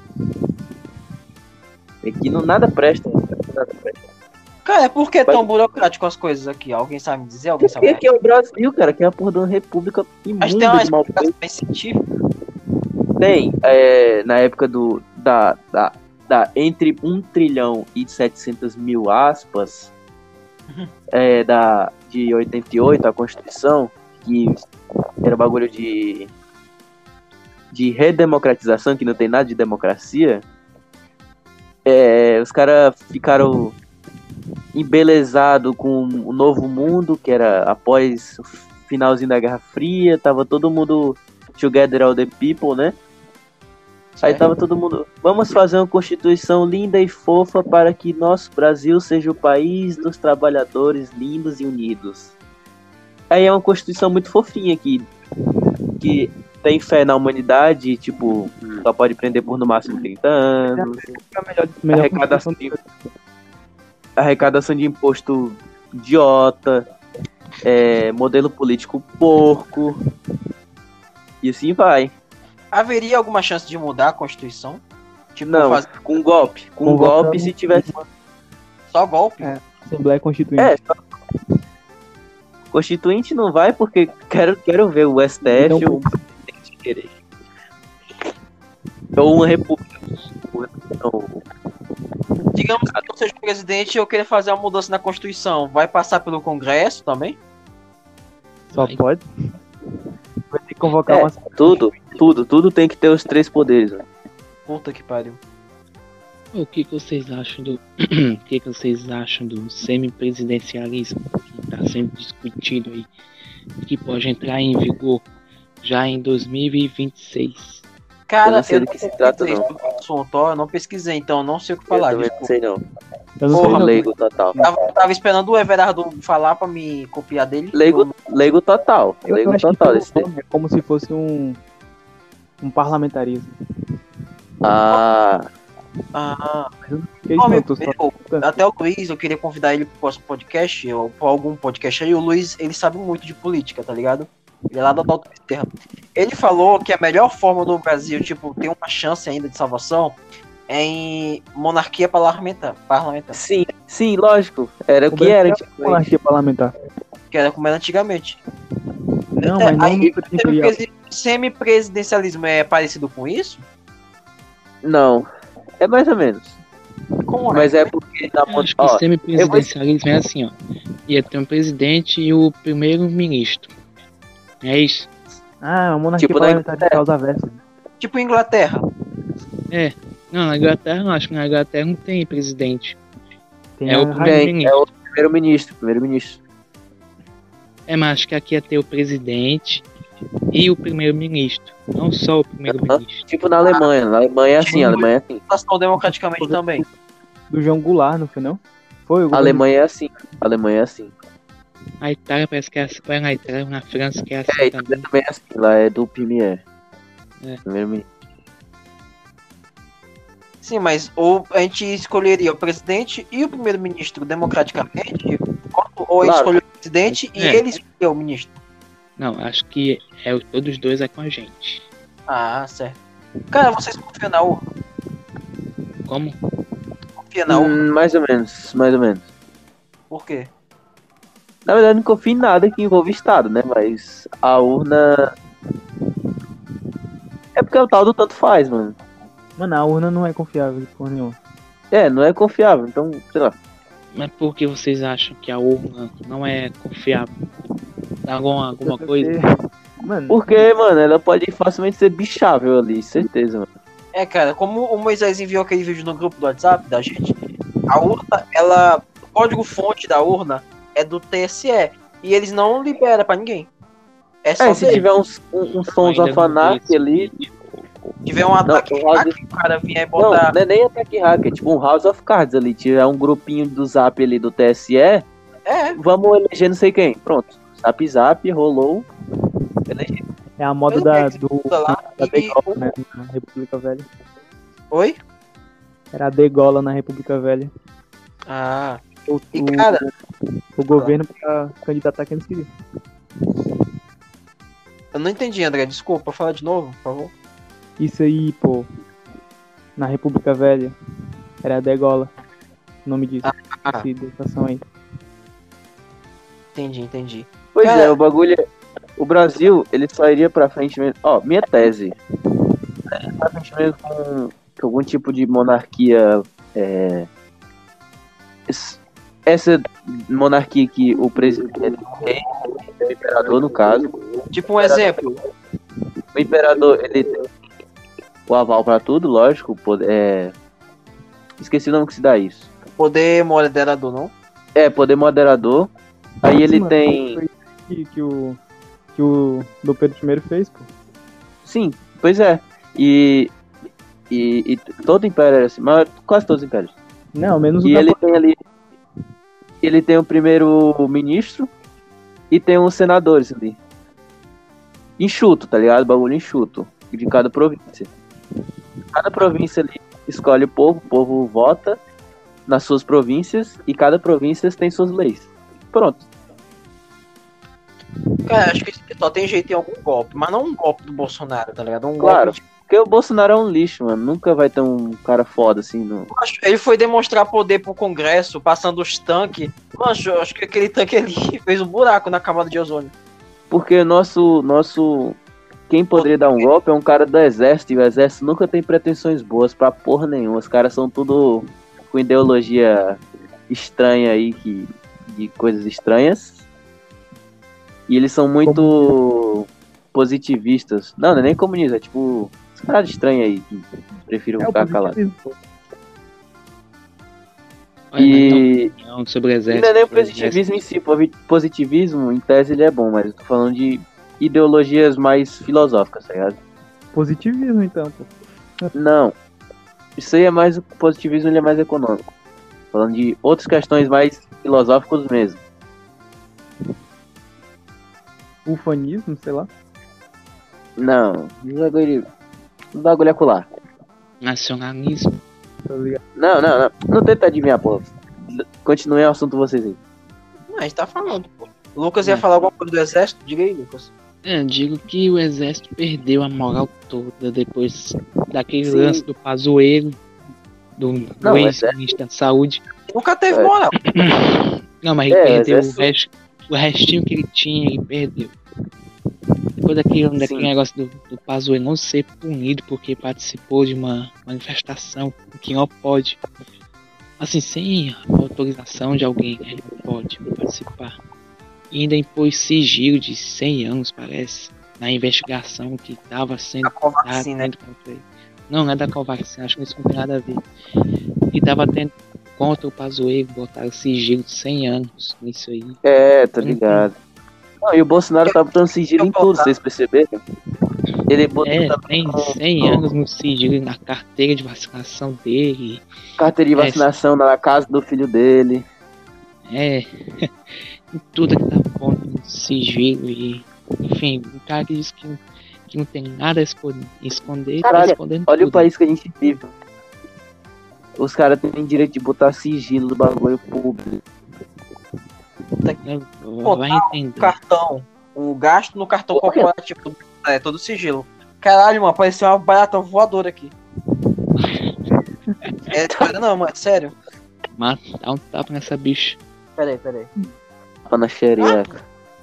[SPEAKER 4] Aqui não nada presta. Nada presta.
[SPEAKER 2] Cara, é por que tão burocrático as coisas aqui? Alguém sabe me dizer? Alguém
[SPEAKER 4] Porque
[SPEAKER 2] sabe?
[SPEAKER 4] aqui é o Brasil, cara, que é a porra de uma república
[SPEAKER 2] Mas tem uma
[SPEAKER 4] imunda de mal
[SPEAKER 2] explicação bem científica.
[SPEAKER 4] Tem, é, na época do, da, da, da entre um trilhão e setecentos mil aspas, é, da, de oitenta e oito, a Constituição, que era bagulho de, de redemocratização, que não tem nada de democracia, é, os caras ficaram embelezados com o novo mundo, que era após o finalzinho da Guerra Fria, tava todo mundo together all the people, né? Aí tava todo mundo, vamos fazer uma constituição linda e fofa para que nosso Brasil seja o país dos trabalhadores lindos e unidos. Aí é uma constituição muito fofinha aqui, que tem fé na humanidade, tipo, só pode prender por no máximo trinta anos,
[SPEAKER 5] É a melhor, melhor
[SPEAKER 4] arrecadação
[SPEAKER 5] constituição
[SPEAKER 4] de, arrecadação de imposto idiota, é, modelo político porco, e assim vai.
[SPEAKER 2] Haveria alguma chance de mudar a Constituição? Tipo,
[SPEAKER 4] Não,
[SPEAKER 2] fazer
[SPEAKER 4] com golpe. Com
[SPEAKER 5] Convocando-
[SPEAKER 4] golpe, se tivesse.
[SPEAKER 2] só golpe?
[SPEAKER 5] É. Assembleia Constituinte.
[SPEAKER 4] É, só... Constituinte não vai, porque quero, quero ver o S T F
[SPEAKER 5] Não.
[SPEAKER 4] ou o presidente querer. Ou uma república. Não.
[SPEAKER 2] Digamos que eu seja o presidente e eu queira fazer uma mudança na Constituição. Vai passar pelo Congresso também?
[SPEAKER 5] Só
[SPEAKER 1] Vai.
[SPEAKER 5] pode. Vai ter que convocar
[SPEAKER 4] É,
[SPEAKER 5] uma.
[SPEAKER 4] tudo, tudo, tudo tem que ter os três poderes. Né?
[SPEAKER 2] Puta que pariu.
[SPEAKER 1] O que, que vocês acham do. O que, que vocês acham do semipresidencialismo que está sendo discutido aí? Que pode entrar em vigor já em dois mil e vinte e seis.
[SPEAKER 2] Cara,
[SPEAKER 4] Eu não sei do
[SPEAKER 2] não
[SPEAKER 4] que se trata,
[SPEAKER 2] pesquisei
[SPEAKER 4] não.
[SPEAKER 2] sobre o assunto, ó, eu não pesquisei, então eu não sei o que
[SPEAKER 4] Eu
[SPEAKER 2] falar.
[SPEAKER 4] também não
[SPEAKER 2] desculpa.
[SPEAKER 4] sei não.
[SPEAKER 5] Eu não
[SPEAKER 2] Porra,
[SPEAKER 5] sei, não.
[SPEAKER 4] Leigo total.
[SPEAKER 2] Tava, tava esperando o Everardo falar pra me copiar dele.
[SPEAKER 4] Leigo, leigo total.
[SPEAKER 5] Eu, eu
[SPEAKER 4] Leigo
[SPEAKER 5] acho que
[SPEAKER 4] total.
[SPEAKER 5] pelo
[SPEAKER 4] Esse daí.
[SPEAKER 5] nome é como se fosse um. Um parlamentarismo.
[SPEAKER 4] Ah,
[SPEAKER 2] Ah,
[SPEAKER 5] Que isso,
[SPEAKER 2] Não,
[SPEAKER 5] não,
[SPEAKER 2] meu,
[SPEAKER 5] tô só-
[SPEAKER 2] meu, até o Luiz, eu queria convidar ele pro próximo podcast, ou pra algum podcast aí. O Luiz, ele sabe muito de política, tá ligado? Ele é lá da Dalton Terra. Ele falou que a melhor forma do Brasil, tipo, ter uma chance ainda de salvação é em monarquia parlamentar. parlamentar
[SPEAKER 4] sim, sim, lógico. Era o que
[SPEAKER 5] Brasil
[SPEAKER 4] era.
[SPEAKER 5] é
[SPEAKER 4] Tipo,
[SPEAKER 5] monarquia parlamentar.
[SPEAKER 2] que era como era antigamente.
[SPEAKER 5] Não,
[SPEAKER 2] É,
[SPEAKER 5] mas não
[SPEAKER 2] aí,
[SPEAKER 5] no presidencial.
[SPEAKER 2] semipresi- semipresidencialismo é parecido com isso?
[SPEAKER 4] não. É mais ou menos.
[SPEAKER 2] Como é?
[SPEAKER 4] Mas é porque na
[SPEAKER 1] Eu acho que
[SPEAKER 4] ó,
[SPEAKER 1] semipresidencialismo é assim, ó. Ia ter um presidente e o primeiro-ministro. É isso?
[SPEAKER 5] Ah, uma monarquia
[SPEAKER 4] Tipo, na
[SPEAKER 5] parlamentar de causa versa.
[SPEAKER 2] Tipo Inglaterra.
[SPEAKER 1] Não, na Inglaterra não, acho que na Inglaterra não tem presidente.
[SPEAKER 5] Tem
[SPEAKER 1] É
[SPEAKER 5] a
[SPEAKER 1] o
[SPEAKER 5] rainha.
[SPEAKER 1] primeiro-
[SPEAKER 4] tem, é o primeiro-ministro. Primeiro-ministro.
[SPEAKER 1] É, mas acho que aqui ia ter o presidente e o primeiro-ministro. Não só o primeiro-ministro.
[SPEAKER 4] Tipo na Alemanha. Na Alemanha é assim, a Alemanha é assim.
[SPEAKER 2] Votação democraticamente também.
[SPEAKER 5] Do João Goulart, não foi não? Foi o
[SPEAKER 4] A Alemanha é assim. A Alemanha é assim.
[SPEAKER 1] A Itália parece que é assim. Na Itália, na França que é assim
[SPEAKER 4] É, e
[SPEAKER 1] também.
[SPEAKER 4] também é assim. Lá é do Premier.
[SPEAKER 1] É.
[SPEAKER 4] Primeiro-ministro.
[SPEAKER 2] Sim, mas ou a gente escolheria o presidente e o primeiro-ministro democraticamente, ou ele
[SPEAKER 4] Claro.
[SPEAKER 2] escolheu o presidente e
[SPEAKER 1] É.
[SPEAKER 2] ele escolheu o ministro.
[SPEAKER 1] Não, acho que é, o- todos os dois é com a gente.
[SPEAKER 2] Ah, certo. Cara, vocês confiam na urna?
[SPEAKER 1] Como?
[SPEAKER 2] Confia na urna?
[SPEAKER 4] Hum, mais ou menos. Mais ou menos.
[SPEAKER 2] Por quê?
[SPEAKER 4] Na verdade, não confio em nada que envolva Estado, né? Mas a urna. É porque é o tal do tanto faz, mano.
[SPEAKER 5] Mano, a urna não é confiável de porra nenhuma.
[SPEAKER 4] É, não é confiável, então, sei lá.
[SPEAKER 1] Mas por que vocês acham que a urna não é confiável? Alguma, alguma coisa?
[SPEAKER 5] Mano,
[SPEAKER 4] Porque, mano, ela pode facilmente ser bichável ali, certeza, mano.
[SPEAKER 2] É, cara, como o Moisés enviou aquele vídeo no grupo do WhatsApp da gente, a urna, ela. O código-fonte da urna é do T S E e eles não liberam pra ninguém. É só
[SPEAKER 4] É, se
[SPEAKER 2] dele.
[SPEAKER 4] tiver uns, um- uns sons
[SPEAKER 1] Ainda não
[SPEAKER 4] alfanaki
[SPEAKER 1] vi esse
[SPEAKER 4] ali,
[SPEAKER 1] vídeo.
[SPEAKER 2] tiver um ataque
[SPEAKER 4] o House-
[SPEAKER 2] hack, o cara vier
[SPEAKER 4] Não,
[SPEAKER 2] botar.
[SPEAKER 4] não é nem ataque hacker, é tipo um House of Cards ali. Tiver um grupinho do Zap ali do T S E,
[SPEAKER 2] É,
[SPEAKER 4] vamos eleger não sei quem. Pronto. Zap Zap, rolou. Elege.
[SPEAKER 5] É a moda
[SPEAKER 2] Tudo
[SPEAKER 5] da,
[SPEAKER 2] bem,
[SPEAKER 5] do,
[SPEAKER 2] tá lá,
[SPEAKER 5] da
[SPEAKER 2] e-
[SPEAKER 5] degola, né? Na República Velha.
[SPEAKER 2] Oi?
[SPEAKER 5] Era a degola na República Velha.
[SPEAKER 2] Ah.
[SPEAKER 5] O,
[SPEAKER 2] E
[SPEAKER 5] o-
[SPEAKER 2] cara,
[SPEAKER 5] o governo pra candidatar quem eles queriam.
[SPEAKER 2] eu não entendi, André. Desculpa, fala de novo, por favor.
[SPEAKER 5] Isso aí, pô. Na República Velha. Era a degola. O nome disso.
[SPEAKER 2] Ah.
[SPEAKER 5] Essa educação aí.
[SPEAKER 2] Entendi, entendi.
[SPEAKER 4] Pois
[SPEAKER 2] Cara-
[SPEAKER 4] é, o bagulho é... O Brasil, ele só iria pra frente mesmo... Ó, minha tese. É pra frente mesmo com, com algum tipo de monarquia... É... es- Essa monarquia que o presidente é o rei, é o imperador, no caso.
[SPEAKER 2] Tipo um exemplo.
[SPEAKER 4] O imperador, ele tem o aval pra tudo, lógico. Poder, é... Esqueci o nome que se dá isso.
[SPEAKER 2] Poder moderador, não?
[SPEAKER 4] É, poder moderador. Aí ele
[SPEAKER 5] Mano,
[SPEAKER 4] tem...
[SPEAKER 5] Foi isso que, que o. Que o Dom Pedro I fez, pô.
[SPEAKER 4] Sim, pois é. E, e, e todo império era assim, mas quase todos os impérios.
[SPEAKER 5] Não, menos o
[SPEAKER 4] E
[SPEAKER 5] da
[SPEAKER 4] ele tem ali. Ele tem o primeiro ministro e tem os senadores ali. Enxuto, tá ligado? Bagulho enxuto. De cada província. Cada província ali escolhe o povo, o povo vota nas suas províncias e cada província tem suas leis. Pronto.
[SPEAKER 2] Cara, acho que só tem jeito em algum golpe, mas não um golpe do Bolsonaro, tá ligado? Um
[SPEAKER 4] Claro.
[SPEAKER 2] golpe de...
[SPEAKER 4] Porque o Bolsonaro é um lixo, mano. Nunca vai ter um cara foda assim no.
[SPEAKER 2] Acho- Ele foi demonstrar poder pro Congresso, passando os tanques. Mancho, eu acho que aquele tanque ali fez um buraco na camada de ozônio.
[SPEAKER 4] Porque nosso, nosso. Quem poderia dar um golpe é um cara do exército, e o exército nunca tem pretensões boas pra porra nenhuma. Os caras são tudo com ideologia estranha aí, que, de coisas estranhas. E eles são muito positivistas. Não, não é nem comunista, é tipo. Os caras estranhos aí, que prefiram
[SPEAKER 5] É o
[SPEAKER 4] ficar calados.
[SPEAKER 5] positivismo, pô.
[SPEAKER 1] Olha,
[SPEAKER 4] E.
[SPEAKER 1] mas não, sobre o
[SPEAKER 4] E
[SPEAKER 1] exército.
[SPEAKER 4] não é nem o
[SPEAKER 1] sobre o
[SPEAKER 4] positivismo em si. povi- Positivismo, em tese, ele é bom, mas eu tô falando de ideologias mais filosóficas, tá ligado?
[SPEAKER 5] Positivismo, então, pô.
[SPEAKER 4] Não. Isso aí é mais. O positivismo ele é mais econômico. Falando de outras questões mais filosóficas mesmo.
[SPEAKER 5] Ufanismo, sei lá.
[SPEAKER 4] Não. Um bagulho. Um bagulho acular.
[SPEAKER 1] Nacionalismo.
[SPEAKER 5] Tá ligado?
[SPEAKER 4] Não, não, não. Não tenta adivinhar, pô. Continuem o assunto vocês aí.
[SPEAKER 2] Não, a gente tá falando, pô. O Lucas ia
[SPEAKER 1] É.
[SPEAKER 2] falar alguma coisa do exército? Diga aí, Lucas.
[SPEAKER 1] É, eu digo que o exército perdeu a moral toda depois daquele
[SPEAKER 4] Sim.
[SPEAKER 1] lance do Pazuello, do, do
[SPEAKER 4] Não, o
[SPEAKER 1] ex-ministro da saúde.
[SPEAKER 2] Nunca teve
[SPEAKER 4] É.
[SPEAKER 2] moral.
[SPEAKER 1] Não, mas ele
[SPEAKER 4] É, o
[SPEAKER 1] perdeu o,
[SPEAKER 4] exército-
[SPEAKER 1] resto, o restinho que ele tinha, ele perdeu. Depois daquele, daquele
[SPEAKER 4] Sim.
[SPEAKER 1] negócio do, do Pazuello não ser punido porque participou de uma manifestação, o que não pode. Assim, sem a autorização de alguém, né, ele não pode participar. E ainda impôs sigilo de cem anos, parece, na investigação que estava sendo
[SPEAKER 2] A Covaxin,
[SPEAKER 1] tendo
[SPEAKER 2] né?
[SPEAKER 1] contra ele. Não, não é da Covaxin, acho que isso não tem nada a ver. E tava tendo contra o Pazuello, botaram sigilo de cem anos nisso aí.
[SPEAKER 4] É, tá ligado. Não, e o Bolsonaro tá botando sigilo em tudo, vocês perceberam? Ele botou
[SPEAKER 1] É,
[SPEAKER 4] também
[SPEAKER 1] tem cem anos no sigilo na carteira de vacinação dele.
[SPEAKER 4] carteira de
[SPEAKER 1] É.
[SPEAKER 4] vacinação na casa do filho dele.
[SPEAKER 1] É, em tudo que tá pondo no sigilo e. Enfim, o cara que diz que, que não tem nada a esco- esconder, tá
[SPEAKER 4] Caralho,
[SPEAKER 1] escondendo
[SPEAKER 4] Olha
[SPEAKER 1] tudo.
[SPEAKER 4] o país que a gente vive. Os caras têm direito de botar sigilo do bagulho público.
[SPEAKER 1] Né?
[SPEAKER 2] Pô,
[SPEAKER 1] Vai
[SPEAKER 2] tá
[SPEAKER 1] entender.
[SPEAKER 2] O cartão. O gasto no cartão
[SPEAKER 4] Olha.
[SPEAKER 2] corporativo é todo sigilo. Caralho, mano, parecia uma barata voadora aqui. É, cara, não, mano, sério.
[SPEAKER 1] Mata, dá um tapa nessa bicha.
[SPEAKER 2] Peraí, peraí.
[SPEAKER 4] Tapa na xereca.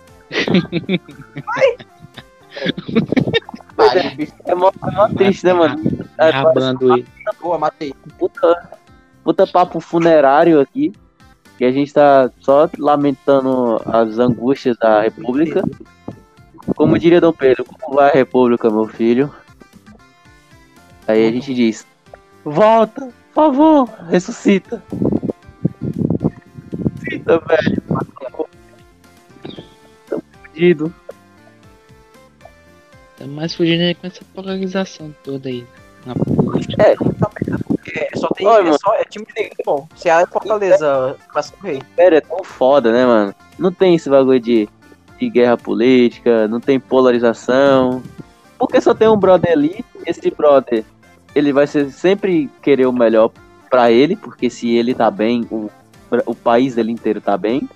[SPEAKER 2] Ai, bicho,
[SPEAKER 4] É mó, é mó triste, né, mano? É,
[SPEAKER 1] Rabando ele.
[SPEAKER 2] boa, matei.
[SPEAKER 4] puta, puta papo funerário aqui. Que a gente tá só lamentando as angústias da República. Como diria Dom Pedro, como vai a República, meu filho? Aí a gente diz: volta, por favor, ressuscita. Ressuscita, velho. Tamo perdido.
[SPEAKER 1] Tamo mais fugindo é com essa polarização toda aí na política.
[SPEAKER 4] É,
[SPEAKER 2] É, só tem.
[SPEAKER 4] Oi,
[SPEAKER 2] é,
[SPEAKER 4] mano.
[SPEAKER 2] só, é time negro, bom. Ceará e Fortaleza vai correr.
[SPEAKER 4] Império é tão foda, né, mano? Não tem esse bagulho de, de guerra política, não tem polarização. Porque só tem um brother ali, esse brother, ele vai ser, sempre querer o melhor pra ele, porque se ele tá bem, o, o país dele inteiro tá bem.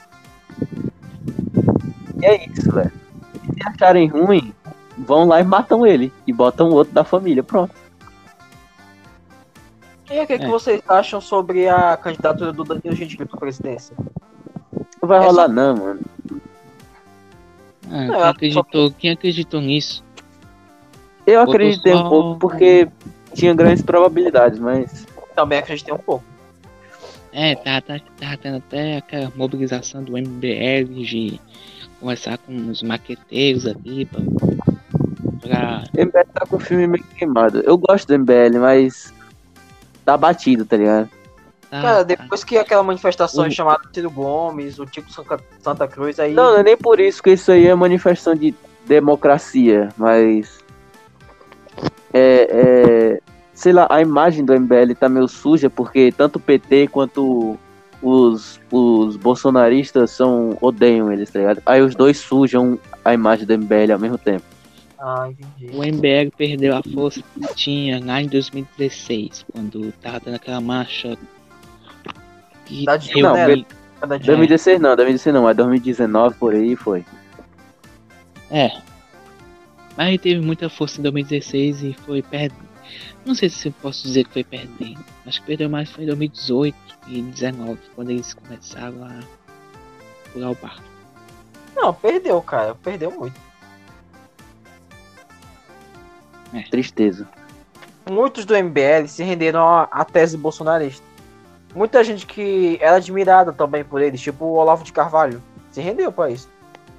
[SPEAKER 4] E é isso, velho. Se acharem ruim, vão lá e matam ele. E botam o outro da família, pronto.
[SPEAKER 2] E o que, é. que
[SPEAKER 1] É.
[SPEAKER 2] vocês acham sobre a candidatura do Danilo Gentili pra presidência?
[SPEAKER 4] Não vai
[SPEAKER 2] É
[SPEAKER 4] rolar
[SPEAKER 2] só-
[SPEAKER 4] não, mano.
[SPEAKER 1] Ah,
[SPEAKER 2] Não,
[SPEAKER 1] quem,
[SPEAKER 2] eu
[SPEAKER 1] acreditou, quem acreditou nisso?
[SPEAKER 4] Eu
[SPEAKER 1] Botou
[SPEAKER 4] acreditei um
[SPEAKER 1] só-
[SPEAKER 4] pouco porque tinha grandes probabilidades, mas...
[SPEAKER 2] Também acreditei um pouco.
[SPEAKER 1] É, tá, tá, tá tendo até aquela mobilização do M B L de conversar com os maqueteiros ali pra, pra
[SPEAKER 4] M B L tá com o filme meio queimado. Eu gosto do M B L, mas... Tá batido, tá ligado?
[SPEAKER 1] tá,
[SPEAKER 2] Cara,
[SPEAKER 1] tá.
[SPEAKER 2] depois que aquela manifestação
[SPEAKER 1] O-
[SPEAKER 2] chamada Ciro Gomes, o Tico Santa, Santa Cruz, aí.
[SPEAKER 4] Não, não é nem por isso que isso aí é manifestação de democracia, mas... É, é... Sei lá, a imagem do M B L tá meio suja, porque tanto o P T quanto os, os bolsonaristas são, odeiam eles, tá ligado? Aí os dois sujam a imagem do M B L ao mesmo tempo.
[SPEAKER 2] Ah, entendi.
[SPEAKER 1] O M B L perdeu a força que tinha lá em dois mil e dezesseis, quando tava tendo aquela marcha que
[SPEAKER 2] Da
[SPEAKER 1] deu
[SPEAKER 2] Dilma,
[SPEAKER 4] Não,
[SPEAKER 2] né?
[SPEAKER 1] que-
[SPEAKER 2] Cada dia.
[SPEAKER 4] dois mil e dezesseis não, dois mil e dezesseis não, mas dois mil e dezenove por aí foi.
[SPEAKER 1] É. Mas ele teve muita força em dois mil e dezesseis e foi perdendo. Não sei se eu posso dizer que foi perdendo. Acho que perdeu mais foi em dois mil e dezoito e dezenove, quando eles começaram a pular o barco.
[SPEAKER 2] Não, perdeu, cara. Perdeu muito.
[SPEAKER 4] Tristeza.
[SPEAKER 2] Muitos do M B L se renderam à, à tese bolsonarista. Muita gente que era admirada também por eles, tipo o Olavo de Carvalho, se rendeu pra isso.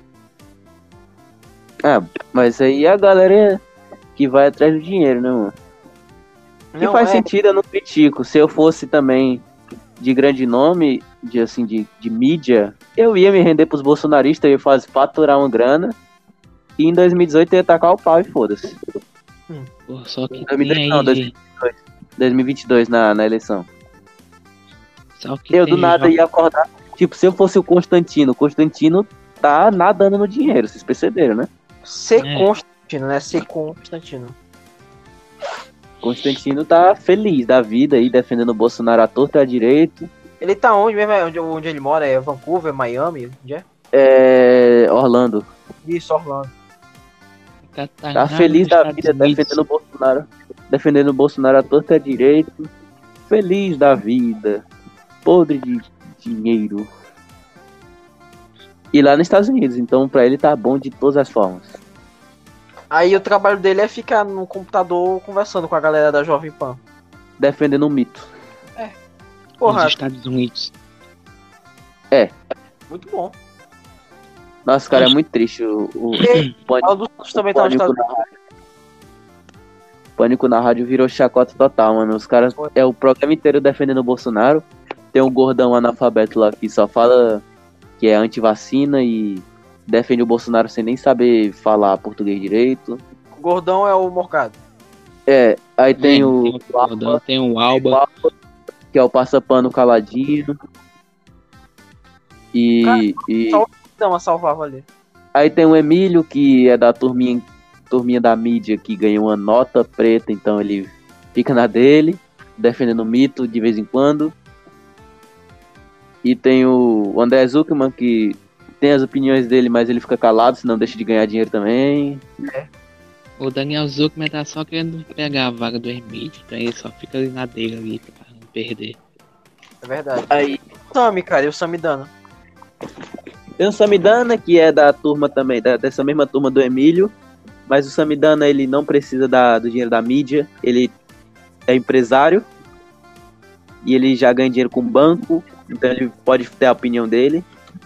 [SPEAKER 4] Ah, mas aí a galera que vai atrás do dinheiro, né, mano? Que
[SPEAKER 2] Não,
[SPEAKER 4] faz
[SPEAKER 2] é,
[SPEAKER 4] sentido, eu não critico. Se eu fosse também de grande nome, de assim, de, de mídia, eu ia me render pros bolsonaristas, eu ia fazer, faturar uma grana. E em dois mil e dezoito eu ia tacar o pau e foda-se.
[SPEAKER 1] Pô, só que
[SPEAKER 4] dois mil e
[SPEAKER 1] tem
[SPEAKER 4] dez não,
[SPEAKER 1] aí.
[SPEAKER 4] dois mil dois mil e vinte e dois na, na eleição.
[SPEAKER 1] Só que
[SPEAKER 4] Eu
[SPEAKER 1] tem
[SPEAKER 4] do nada
[SPEAKER 1] jovem-
[SPEAKER 4] ia acordar. Tipo, se eu fosse o Constantino, o Constantino tá nadando no dinheiro, vocês perceberam, né?
[SPEAKER 2] ser
[SPEAKER 1] É.
[SPEAKER 2] Constantino, né? Ser Constantino.
[SPEAKER 4] Constantino tá feliz da vida aí, defendendo o Bolsonaro à torta e à direito.
[SPEAKER 2] Ele tá onde mesmo? É Onde, onde ele mora? É Vancouver, Miami? Onde é?
[SPEAKER 4] É. Orlando.
[SPEAKER 2] Isso, Orlando.
[SPEAKER 1] o cara tá
[SPEAKER 4] Tá
[SPEAKER 1] lá
[SPEAKER 4] feliz
[SPEAKER 1] nos
[SPEAKER 4] da
[SPEAKER 1] Estados
[SPEAKER 4] vida,
[SPEAKER 1] Unidos.
[SPEAKER 4] defendendo o Bolsonaro. Defendendo o Bolsonaro à torta e à direito. Feliz da vida. Podre de dinheiro. E lá nos Estados Unidos, então pra ele tá bom de todas as formas.
[SPEAKER 2] Aí o trabalho dele é ficar no computador conversando com a galera da Jovem Pan.
[SPEAKER 4] Defendendo um mito.
[SPEAKER 2] Porra,
[SPEAKER 1] Nos Estados Unidos.
[SPEAKER 2] muito bom.
[SPEAKER 4] Nossa, cara, é muito triste o, o
[SPEAKER 2] E
[SPEAKER 4] pânico,
[SPEAKER 2] a dos outros também tá nos
[SPEAKER 4] pânico
[SPEAKER 2] Estados
[SPEAKER 4] na rádio. Pânico na rádio virou chacota total, mano. Os caras, é o programa inteiro defendendo o Bolsonaro. Tem um gordão analfabeto lá que só fala que é anti-vacina e defende o Bolsonaro sem nem saber falar português direito.
[SPEAKER 2] O Gordão é o Morgado.
[SPEAKER 4] É, aí tem
[SPEAKER 1] É,
[SPEAKER 4] o,
[SPEAKER 1] tem o Gordão, tem o Alba.
[SPEAKER 4] o Alba, que é o passapano caladinho. E,
[SPEAKER 2] Cara,
[SPEAKER 4] e
[SPEAKER 2] só- Dá uma salvava ali.
[SPEAKER 4] aí tem o Emílio, que é da turminha, turminha da mídia, que ganhou uma nota preta, então ele fica na dele, defendendo o mito de vez em quando. E tem o André Zuckerman, que tem as opiniões dele, mas ele fica calado, senão deixa de ganhar dinheiro também.
[SPEAKER 1] O Daniel Zuckerman tá só querendo pegar a vaga do Emílio, então ele só fica ali na dele ali pra não perder.
[SPEAKER 2] É verdade.
[SPEAKER 4] Aí
[SPEAKER 2] O Sami, cara, e o Samidana.
[SPEAKER 4] tem o Samidana, que é da turma também, da- dessa mesma turma do Emílio, mas o Samidana, ele não precisa da- do dinheiro da mídia, ele é empresário, e ele já ganha dinheiro com o banco, então ele pode ter a opinião dele.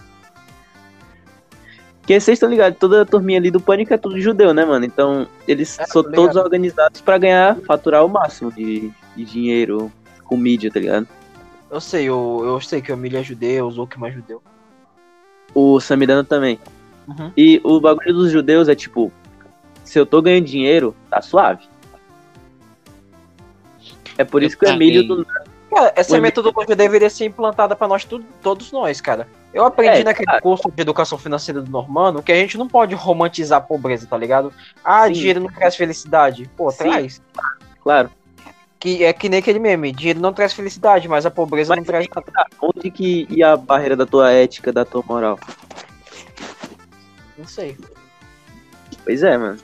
[SPEAKER 4] Porque vocês estão ligados, toda a turminha ali do Pânico é tudo judeu, né, mano? Então, eles
[SPEAKER 2] É,
[SPEAKER 4] são
[SPEAKER 2] tô ligado.
[SPEAKER 4] todos organizados pra ganhar, faturar o máximo de, de dinheiro com mídia, tá ligado?
[SPEAKER 2] Eu sei, eu, eu sei que o Emílio é judeu, o Zuckerman é judeu.
[SPEAKER 4] O Samidana também.
[SPEAKER 2] Uhum.
[SPEAKER 4] E o bagulho dos judeus é tipo, se eu tô ganhando dinheiro, tá suave. É por
[SPEAKER 1] Eu
[SPEAKER 4] isso que o Emílio do
[SPEAKER 2] Cara, essa
[SPEAKER 4] O Emílio-
[SPEAKER 2] metodologia deveria ser implantada pra nós, tudo, todos nós, cara. Eu aprendi
[SPEAKER 4] É,
[SPEAKER 2] naquele
[SPEAKER 4] cara.
[SPEAKER 2] curso de educação financeira do Normando que a gente não pode romantizar a pobreza, tá ligado? Ah,
[SPEAKER 4] Sim.
[SPEAKER 2] dinheiro não traz felicidade. Pô,
[SPEAKER 4] Sim.
[SPEAKER 2] traz.
[SPEAKER 4] claro.
[SPEAKER 2] Que é que nem aquele meme, dinheiro não traz felicidade, mas a pobreza
[SPEAKER 4] Mas
[SPEAKER 2] não traz nada.
[SPEAKER 4] tá, onde que ia a barreira da tua ética, da tua moral?
[SPEAKER 2] Não sei.
[SPEAKER 4] Pois é, mano.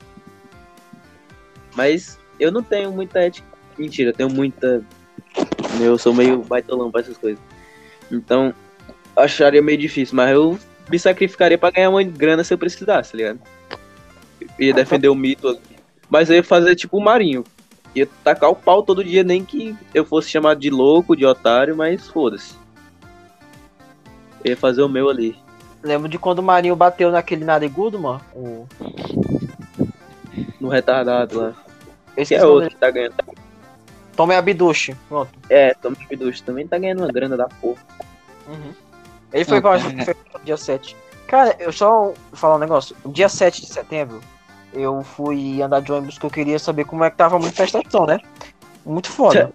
[SPEAKER 4] Mas eu não tenho muita ética. Mentira, eu tenho muita. Eu sou meio baitolão pra essas coisas. Então, acharia meio difícil, mas eu me sacrificaria pra ganhar uma grana se eu precisasse, tá ligado? Eu ia defender o mito ali. Mas eu ia fazer tipo o Marinho. Ia tacar o pau todo dia, nem que eu fosse chamado de louco, de otário, mas foda-se. Eu ia fazer o meu ali.
[SPEAKER 2] Lembro de quando o Marinho bateu naquele narigudo, mano. O...
[SPEAKER 4] No retardado lá.
[SPEAKER 2] Eu
[SPEAKER 4] Que
[SPEAKER 2] esqueci
[SPEAKER 4] é
[SPEAKER 2] o nome
[SPEAKER 4] outro
[SPEAKER 2] dele.
[SPEAKER 4] que tá ganhando.
[SPEAKER 2] Tommy Abduche. Pronto.
[SPEAKER 4] É, Tommy Piducho também tá ganhando uma grana da porra.
[SPEAKER 2] Uhum. Ele foi
[SPEAKER 1] Ah,
[SPEAKER 2] pra
[SPEAKER 1] cara.
[SPEAKER 2] foi pro dia sete. Cara, eu só vou falar um negócio. No dia sete de setembro, eu fui andar de ônibus que eu queria saber como é que tava a manifestação, né? Muito foda.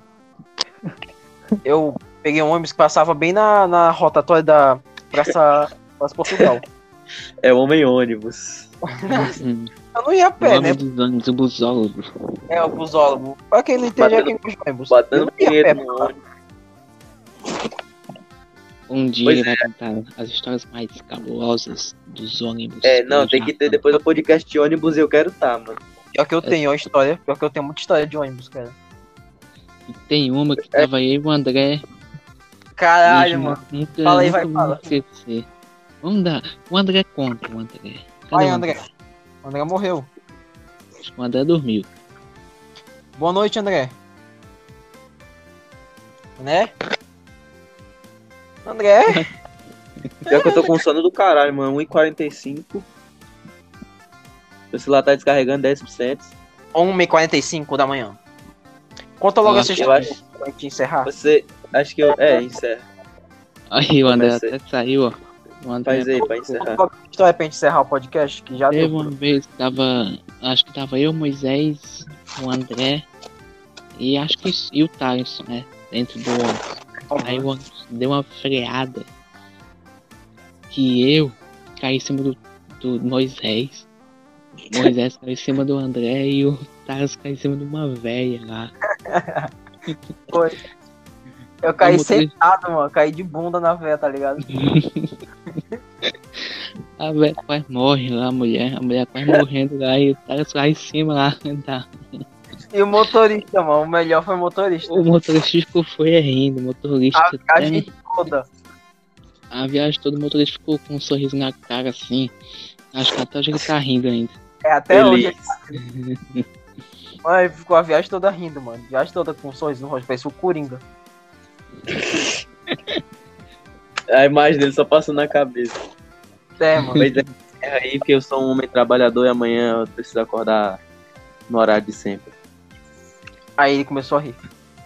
[SPEAKER 2] Eu peguei um ônibus que passava bem na, na rotatória da Praça, Praça Portugal.
[SPEAKER 4] É o Homem Ônibus.
[SPEAKER 1] Hum,
[SPEAKER 2] Eu não ia a
[SPEAKER 1] o
[SPEAKER 2] pé,
[SPEAKER 1] nome
[SPEAKER 2] né?
[SPEAKER 1] dos ônibus, o busólogo.
[SPEAKER 2] É, o busólogo. Pra quem não entende, é
[SPEAKER 4] Batendo-
[SPEAKER 2] quem gosta de ônibus. Eu
[SPEAKER 4] Batendo
[SPEAKER 2] não ia a pé,
[SPEAKER 4] punheta no ônibus.
[SPEAKER 1] Um dia
[SPEAKER 4] Pois
[SPEAKER 1] ele vai contar as histórias mais cabulosas dos ônibus.
[SPEAKER 4] É, não,
[SPEAKER 1] pelo
[SPEAKER 4] tem que ter
[SPEAKER 1] Japão.
[SPEAKER 4] depois do podcast de ônibus eu quero tá, mano.
[SPEAKER 2] Pior que eu tenho uma história. Pior que eu tenho muita história de ônibus, cara.
[SPEAKER 1] E tem uma que tava eu e o André.
[SPEAKER 2] Caralho,
[SPEAKER 1] e
[SPEAKER 2] mano.
[SPEAKER 1] Nunca,
[SPEAKER 2] Fala aí,
[SPEAKER 1] nunca
[SPEAKER 2] vai,
[SPEAKER 1] vou
[SPEAKER 2] fala.
[SPEAKER 1] esquecer. Vamos dar. O André conta, o André. Cadê
[SPEAKER 2] Vai,
[SPEAKER 1] o
[SPEAKER 2] André. O André morreu.
[SPEAKER 1] Acho que o André dormiu.
[SPEAKER 2] Boa noite, André. Né? André?
[SPEAKER 4] Pior que eu tô com sono do caralho, mano. um e quarenta e cinco. Meu celular tá descarregando dez por cento.
[SPEAKER 2] uma e quarenta e cinco da manhã. Conta logo
[SPEAKER 1] Ah,
[SPEAKER 2] essa
[SPEAKER 4] eu
[SPEAKER 2] história
[SPEAKER 4] acho-
[SPEAKER 2] pra gente encerrar.
[SPEAKER 4] Você. Acho que eu. É, encerra.
[SPEAKER 1] Aí o André
[SPEAKER 4] Comecei.
[SPEAKER 1] até saiu, ó. O André
[SPEAKER 4] Faz aí pra encerrar.
[SPEAKER 2] Conta logo essa história pra gente encerrar o podcast, que já
[SPEAKER 1] teve
[SPEAKER 2] deu.
[SPEAKER 1] uma vez que tava. Acho que tava eu, Moisés, o André. E acho que e o Tyson, né? Dentro do ônibus. Aí o ônibus deu uma freada. Que eu caí em cima do, do Moisés. O Moisés caiu em cima do André e o Tyson caiu em cima de uma véia lá.
[SPEAKER 2] Foi. Eu caí
[SPEAKER 1] Como que-
[SPEAKER 2] sentado, mano. Caí de bunda na véia, tá ligado?
[SPEAKER 1] A véia quase morre lá, a mulher. A mulher quase morrendo lá e o Tyson caiu em cima lá. Tá.
[SPEAKER 2] E o motorista, mano. O melhor foi o motorista.
[SPEAKER 1] O motorista ficou foi rindo. O motorista
[SPEAKER 2] A
[SPEAKER 1] até-
[SPEAKER 2] viagem toda.
[SPEAKER 1] A viagem todo mundo motorista ficou com um sorriso na cara assim. Acho que até hoje ele tá rindo ainda.
[SPEAKER 2] É, até
[SPEAKER 4] Ele-
[SPEAKER 2] hoje. Mano, ele ficou a viagem toda rindo, mano. A viagem toda com um sorriso no rosto. Parece o Coringa.
[SPEAKER 4] A imagem dele só passando na cabeça.
[SPEAKER 2] É, mano.
[SPEAKER 4] Mas é, encerra aí, porque eu sou um homem trabalhador e amanhã eu preciso acordar no horário de sempre.
[SPEAKER 2] Aí ele começou a rir.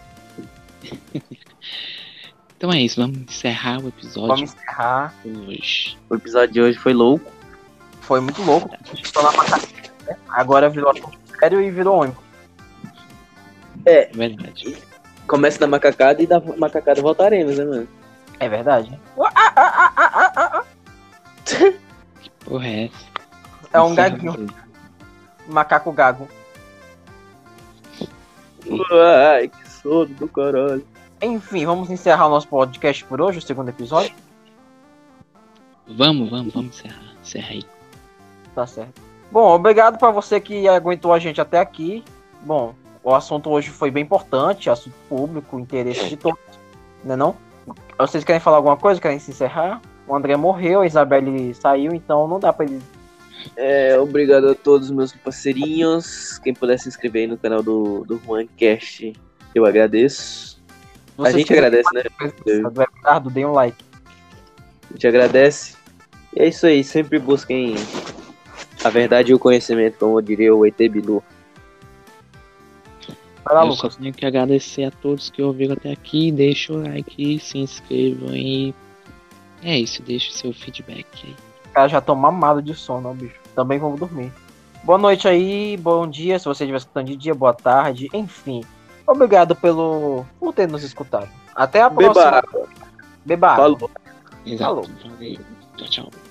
[SPEAKER 1] Então é isso, vamos encerrar o episódio
[SPEAKER 2] Vamos encerrar.
[SPEAKER 1] hoje.
[SPEAKER 4] O episódio de hoje foi louco.
[SPEAKER 2] Foi muito louco. Estou na macaca, né? Agora virou assunto sério e virou ônibus.
[SPEAKER 1] É verdade.
[SPEAKER 4] Começa da macacada e da macacada voltaremos, né, mano?
[SPEAKER 2] É verdade.
[SPEAKER 1] Que porra é essa?
[SPEAKER 2] É um
[SPEAKER 1] Encerra
[SPEAKER 2] gaguinho.
[SPEAKER 1] tudo.
[SPEAKER 2] Macaco gago.
[SPEAKER 4] Ai, que sono do caralho.
[SPEAKER 2] Enfim, vamos encerrar o nosso podcast por hoje, o segundo episódio.
[SPEAKER 1] Vamos, vamos, vamos encerrar. Encerra aí.
[SPEAKER 2] Tá certo. Bom, obrigado pra você que aguentou a gente até aqui. Bom, o assunto hoje foi bem importante, assunto público, interesse de todos, né não? Vocês querem falar alguma coisa? Querem se encerrar? O André morreu, a Isabelle saiu, então não dá pra ele...
[SPEAKER 4] É, obrigado a todos os meus parceirinhos. Quem puder se inscrever aí no canal do, do Juancast, eu agradeço. A
[SPEAKER 2] Vocês
[SPEAKER 4] gente
[SPEAKER 2] querem
[SPEAKER 4] agradece, né?
[SPEAKER 2] coisa do Ricardo, deem um like.
[SPEAKER 4] A gente agradece. E é isso aí, sempre busquem a verdade e o conhecimento, como diria o E T Bilu.
[SPEAKER 2] Vai lá,
[SPEAKER 1] Eu só
[SPEAKER 2] Lucas.
[SPEAKER 1] tenho que agradecer a todos que ouviram até aqui. Deixa o like, se inscrevam e é isso, deixa o seu feedback aí.
[SPEAKER 2] Os caras já estão mamados de sono, ó, bicho. Também vamos dormir. Boa noite aí, bom dia, se você estiver escutando de dia, boa tarde, enfim. Obrigado pelo por ter nos escutado. Até a próxima.
[SPEAKER 4] Beba.
[SPEAKER 2] Beba água.
[SPEAKER 4] Falou.
[SPEAKER 1] Exato.
[SPEAKER 2] Falou.
[SPEAKER 1] Valeu. Tchau, tchau.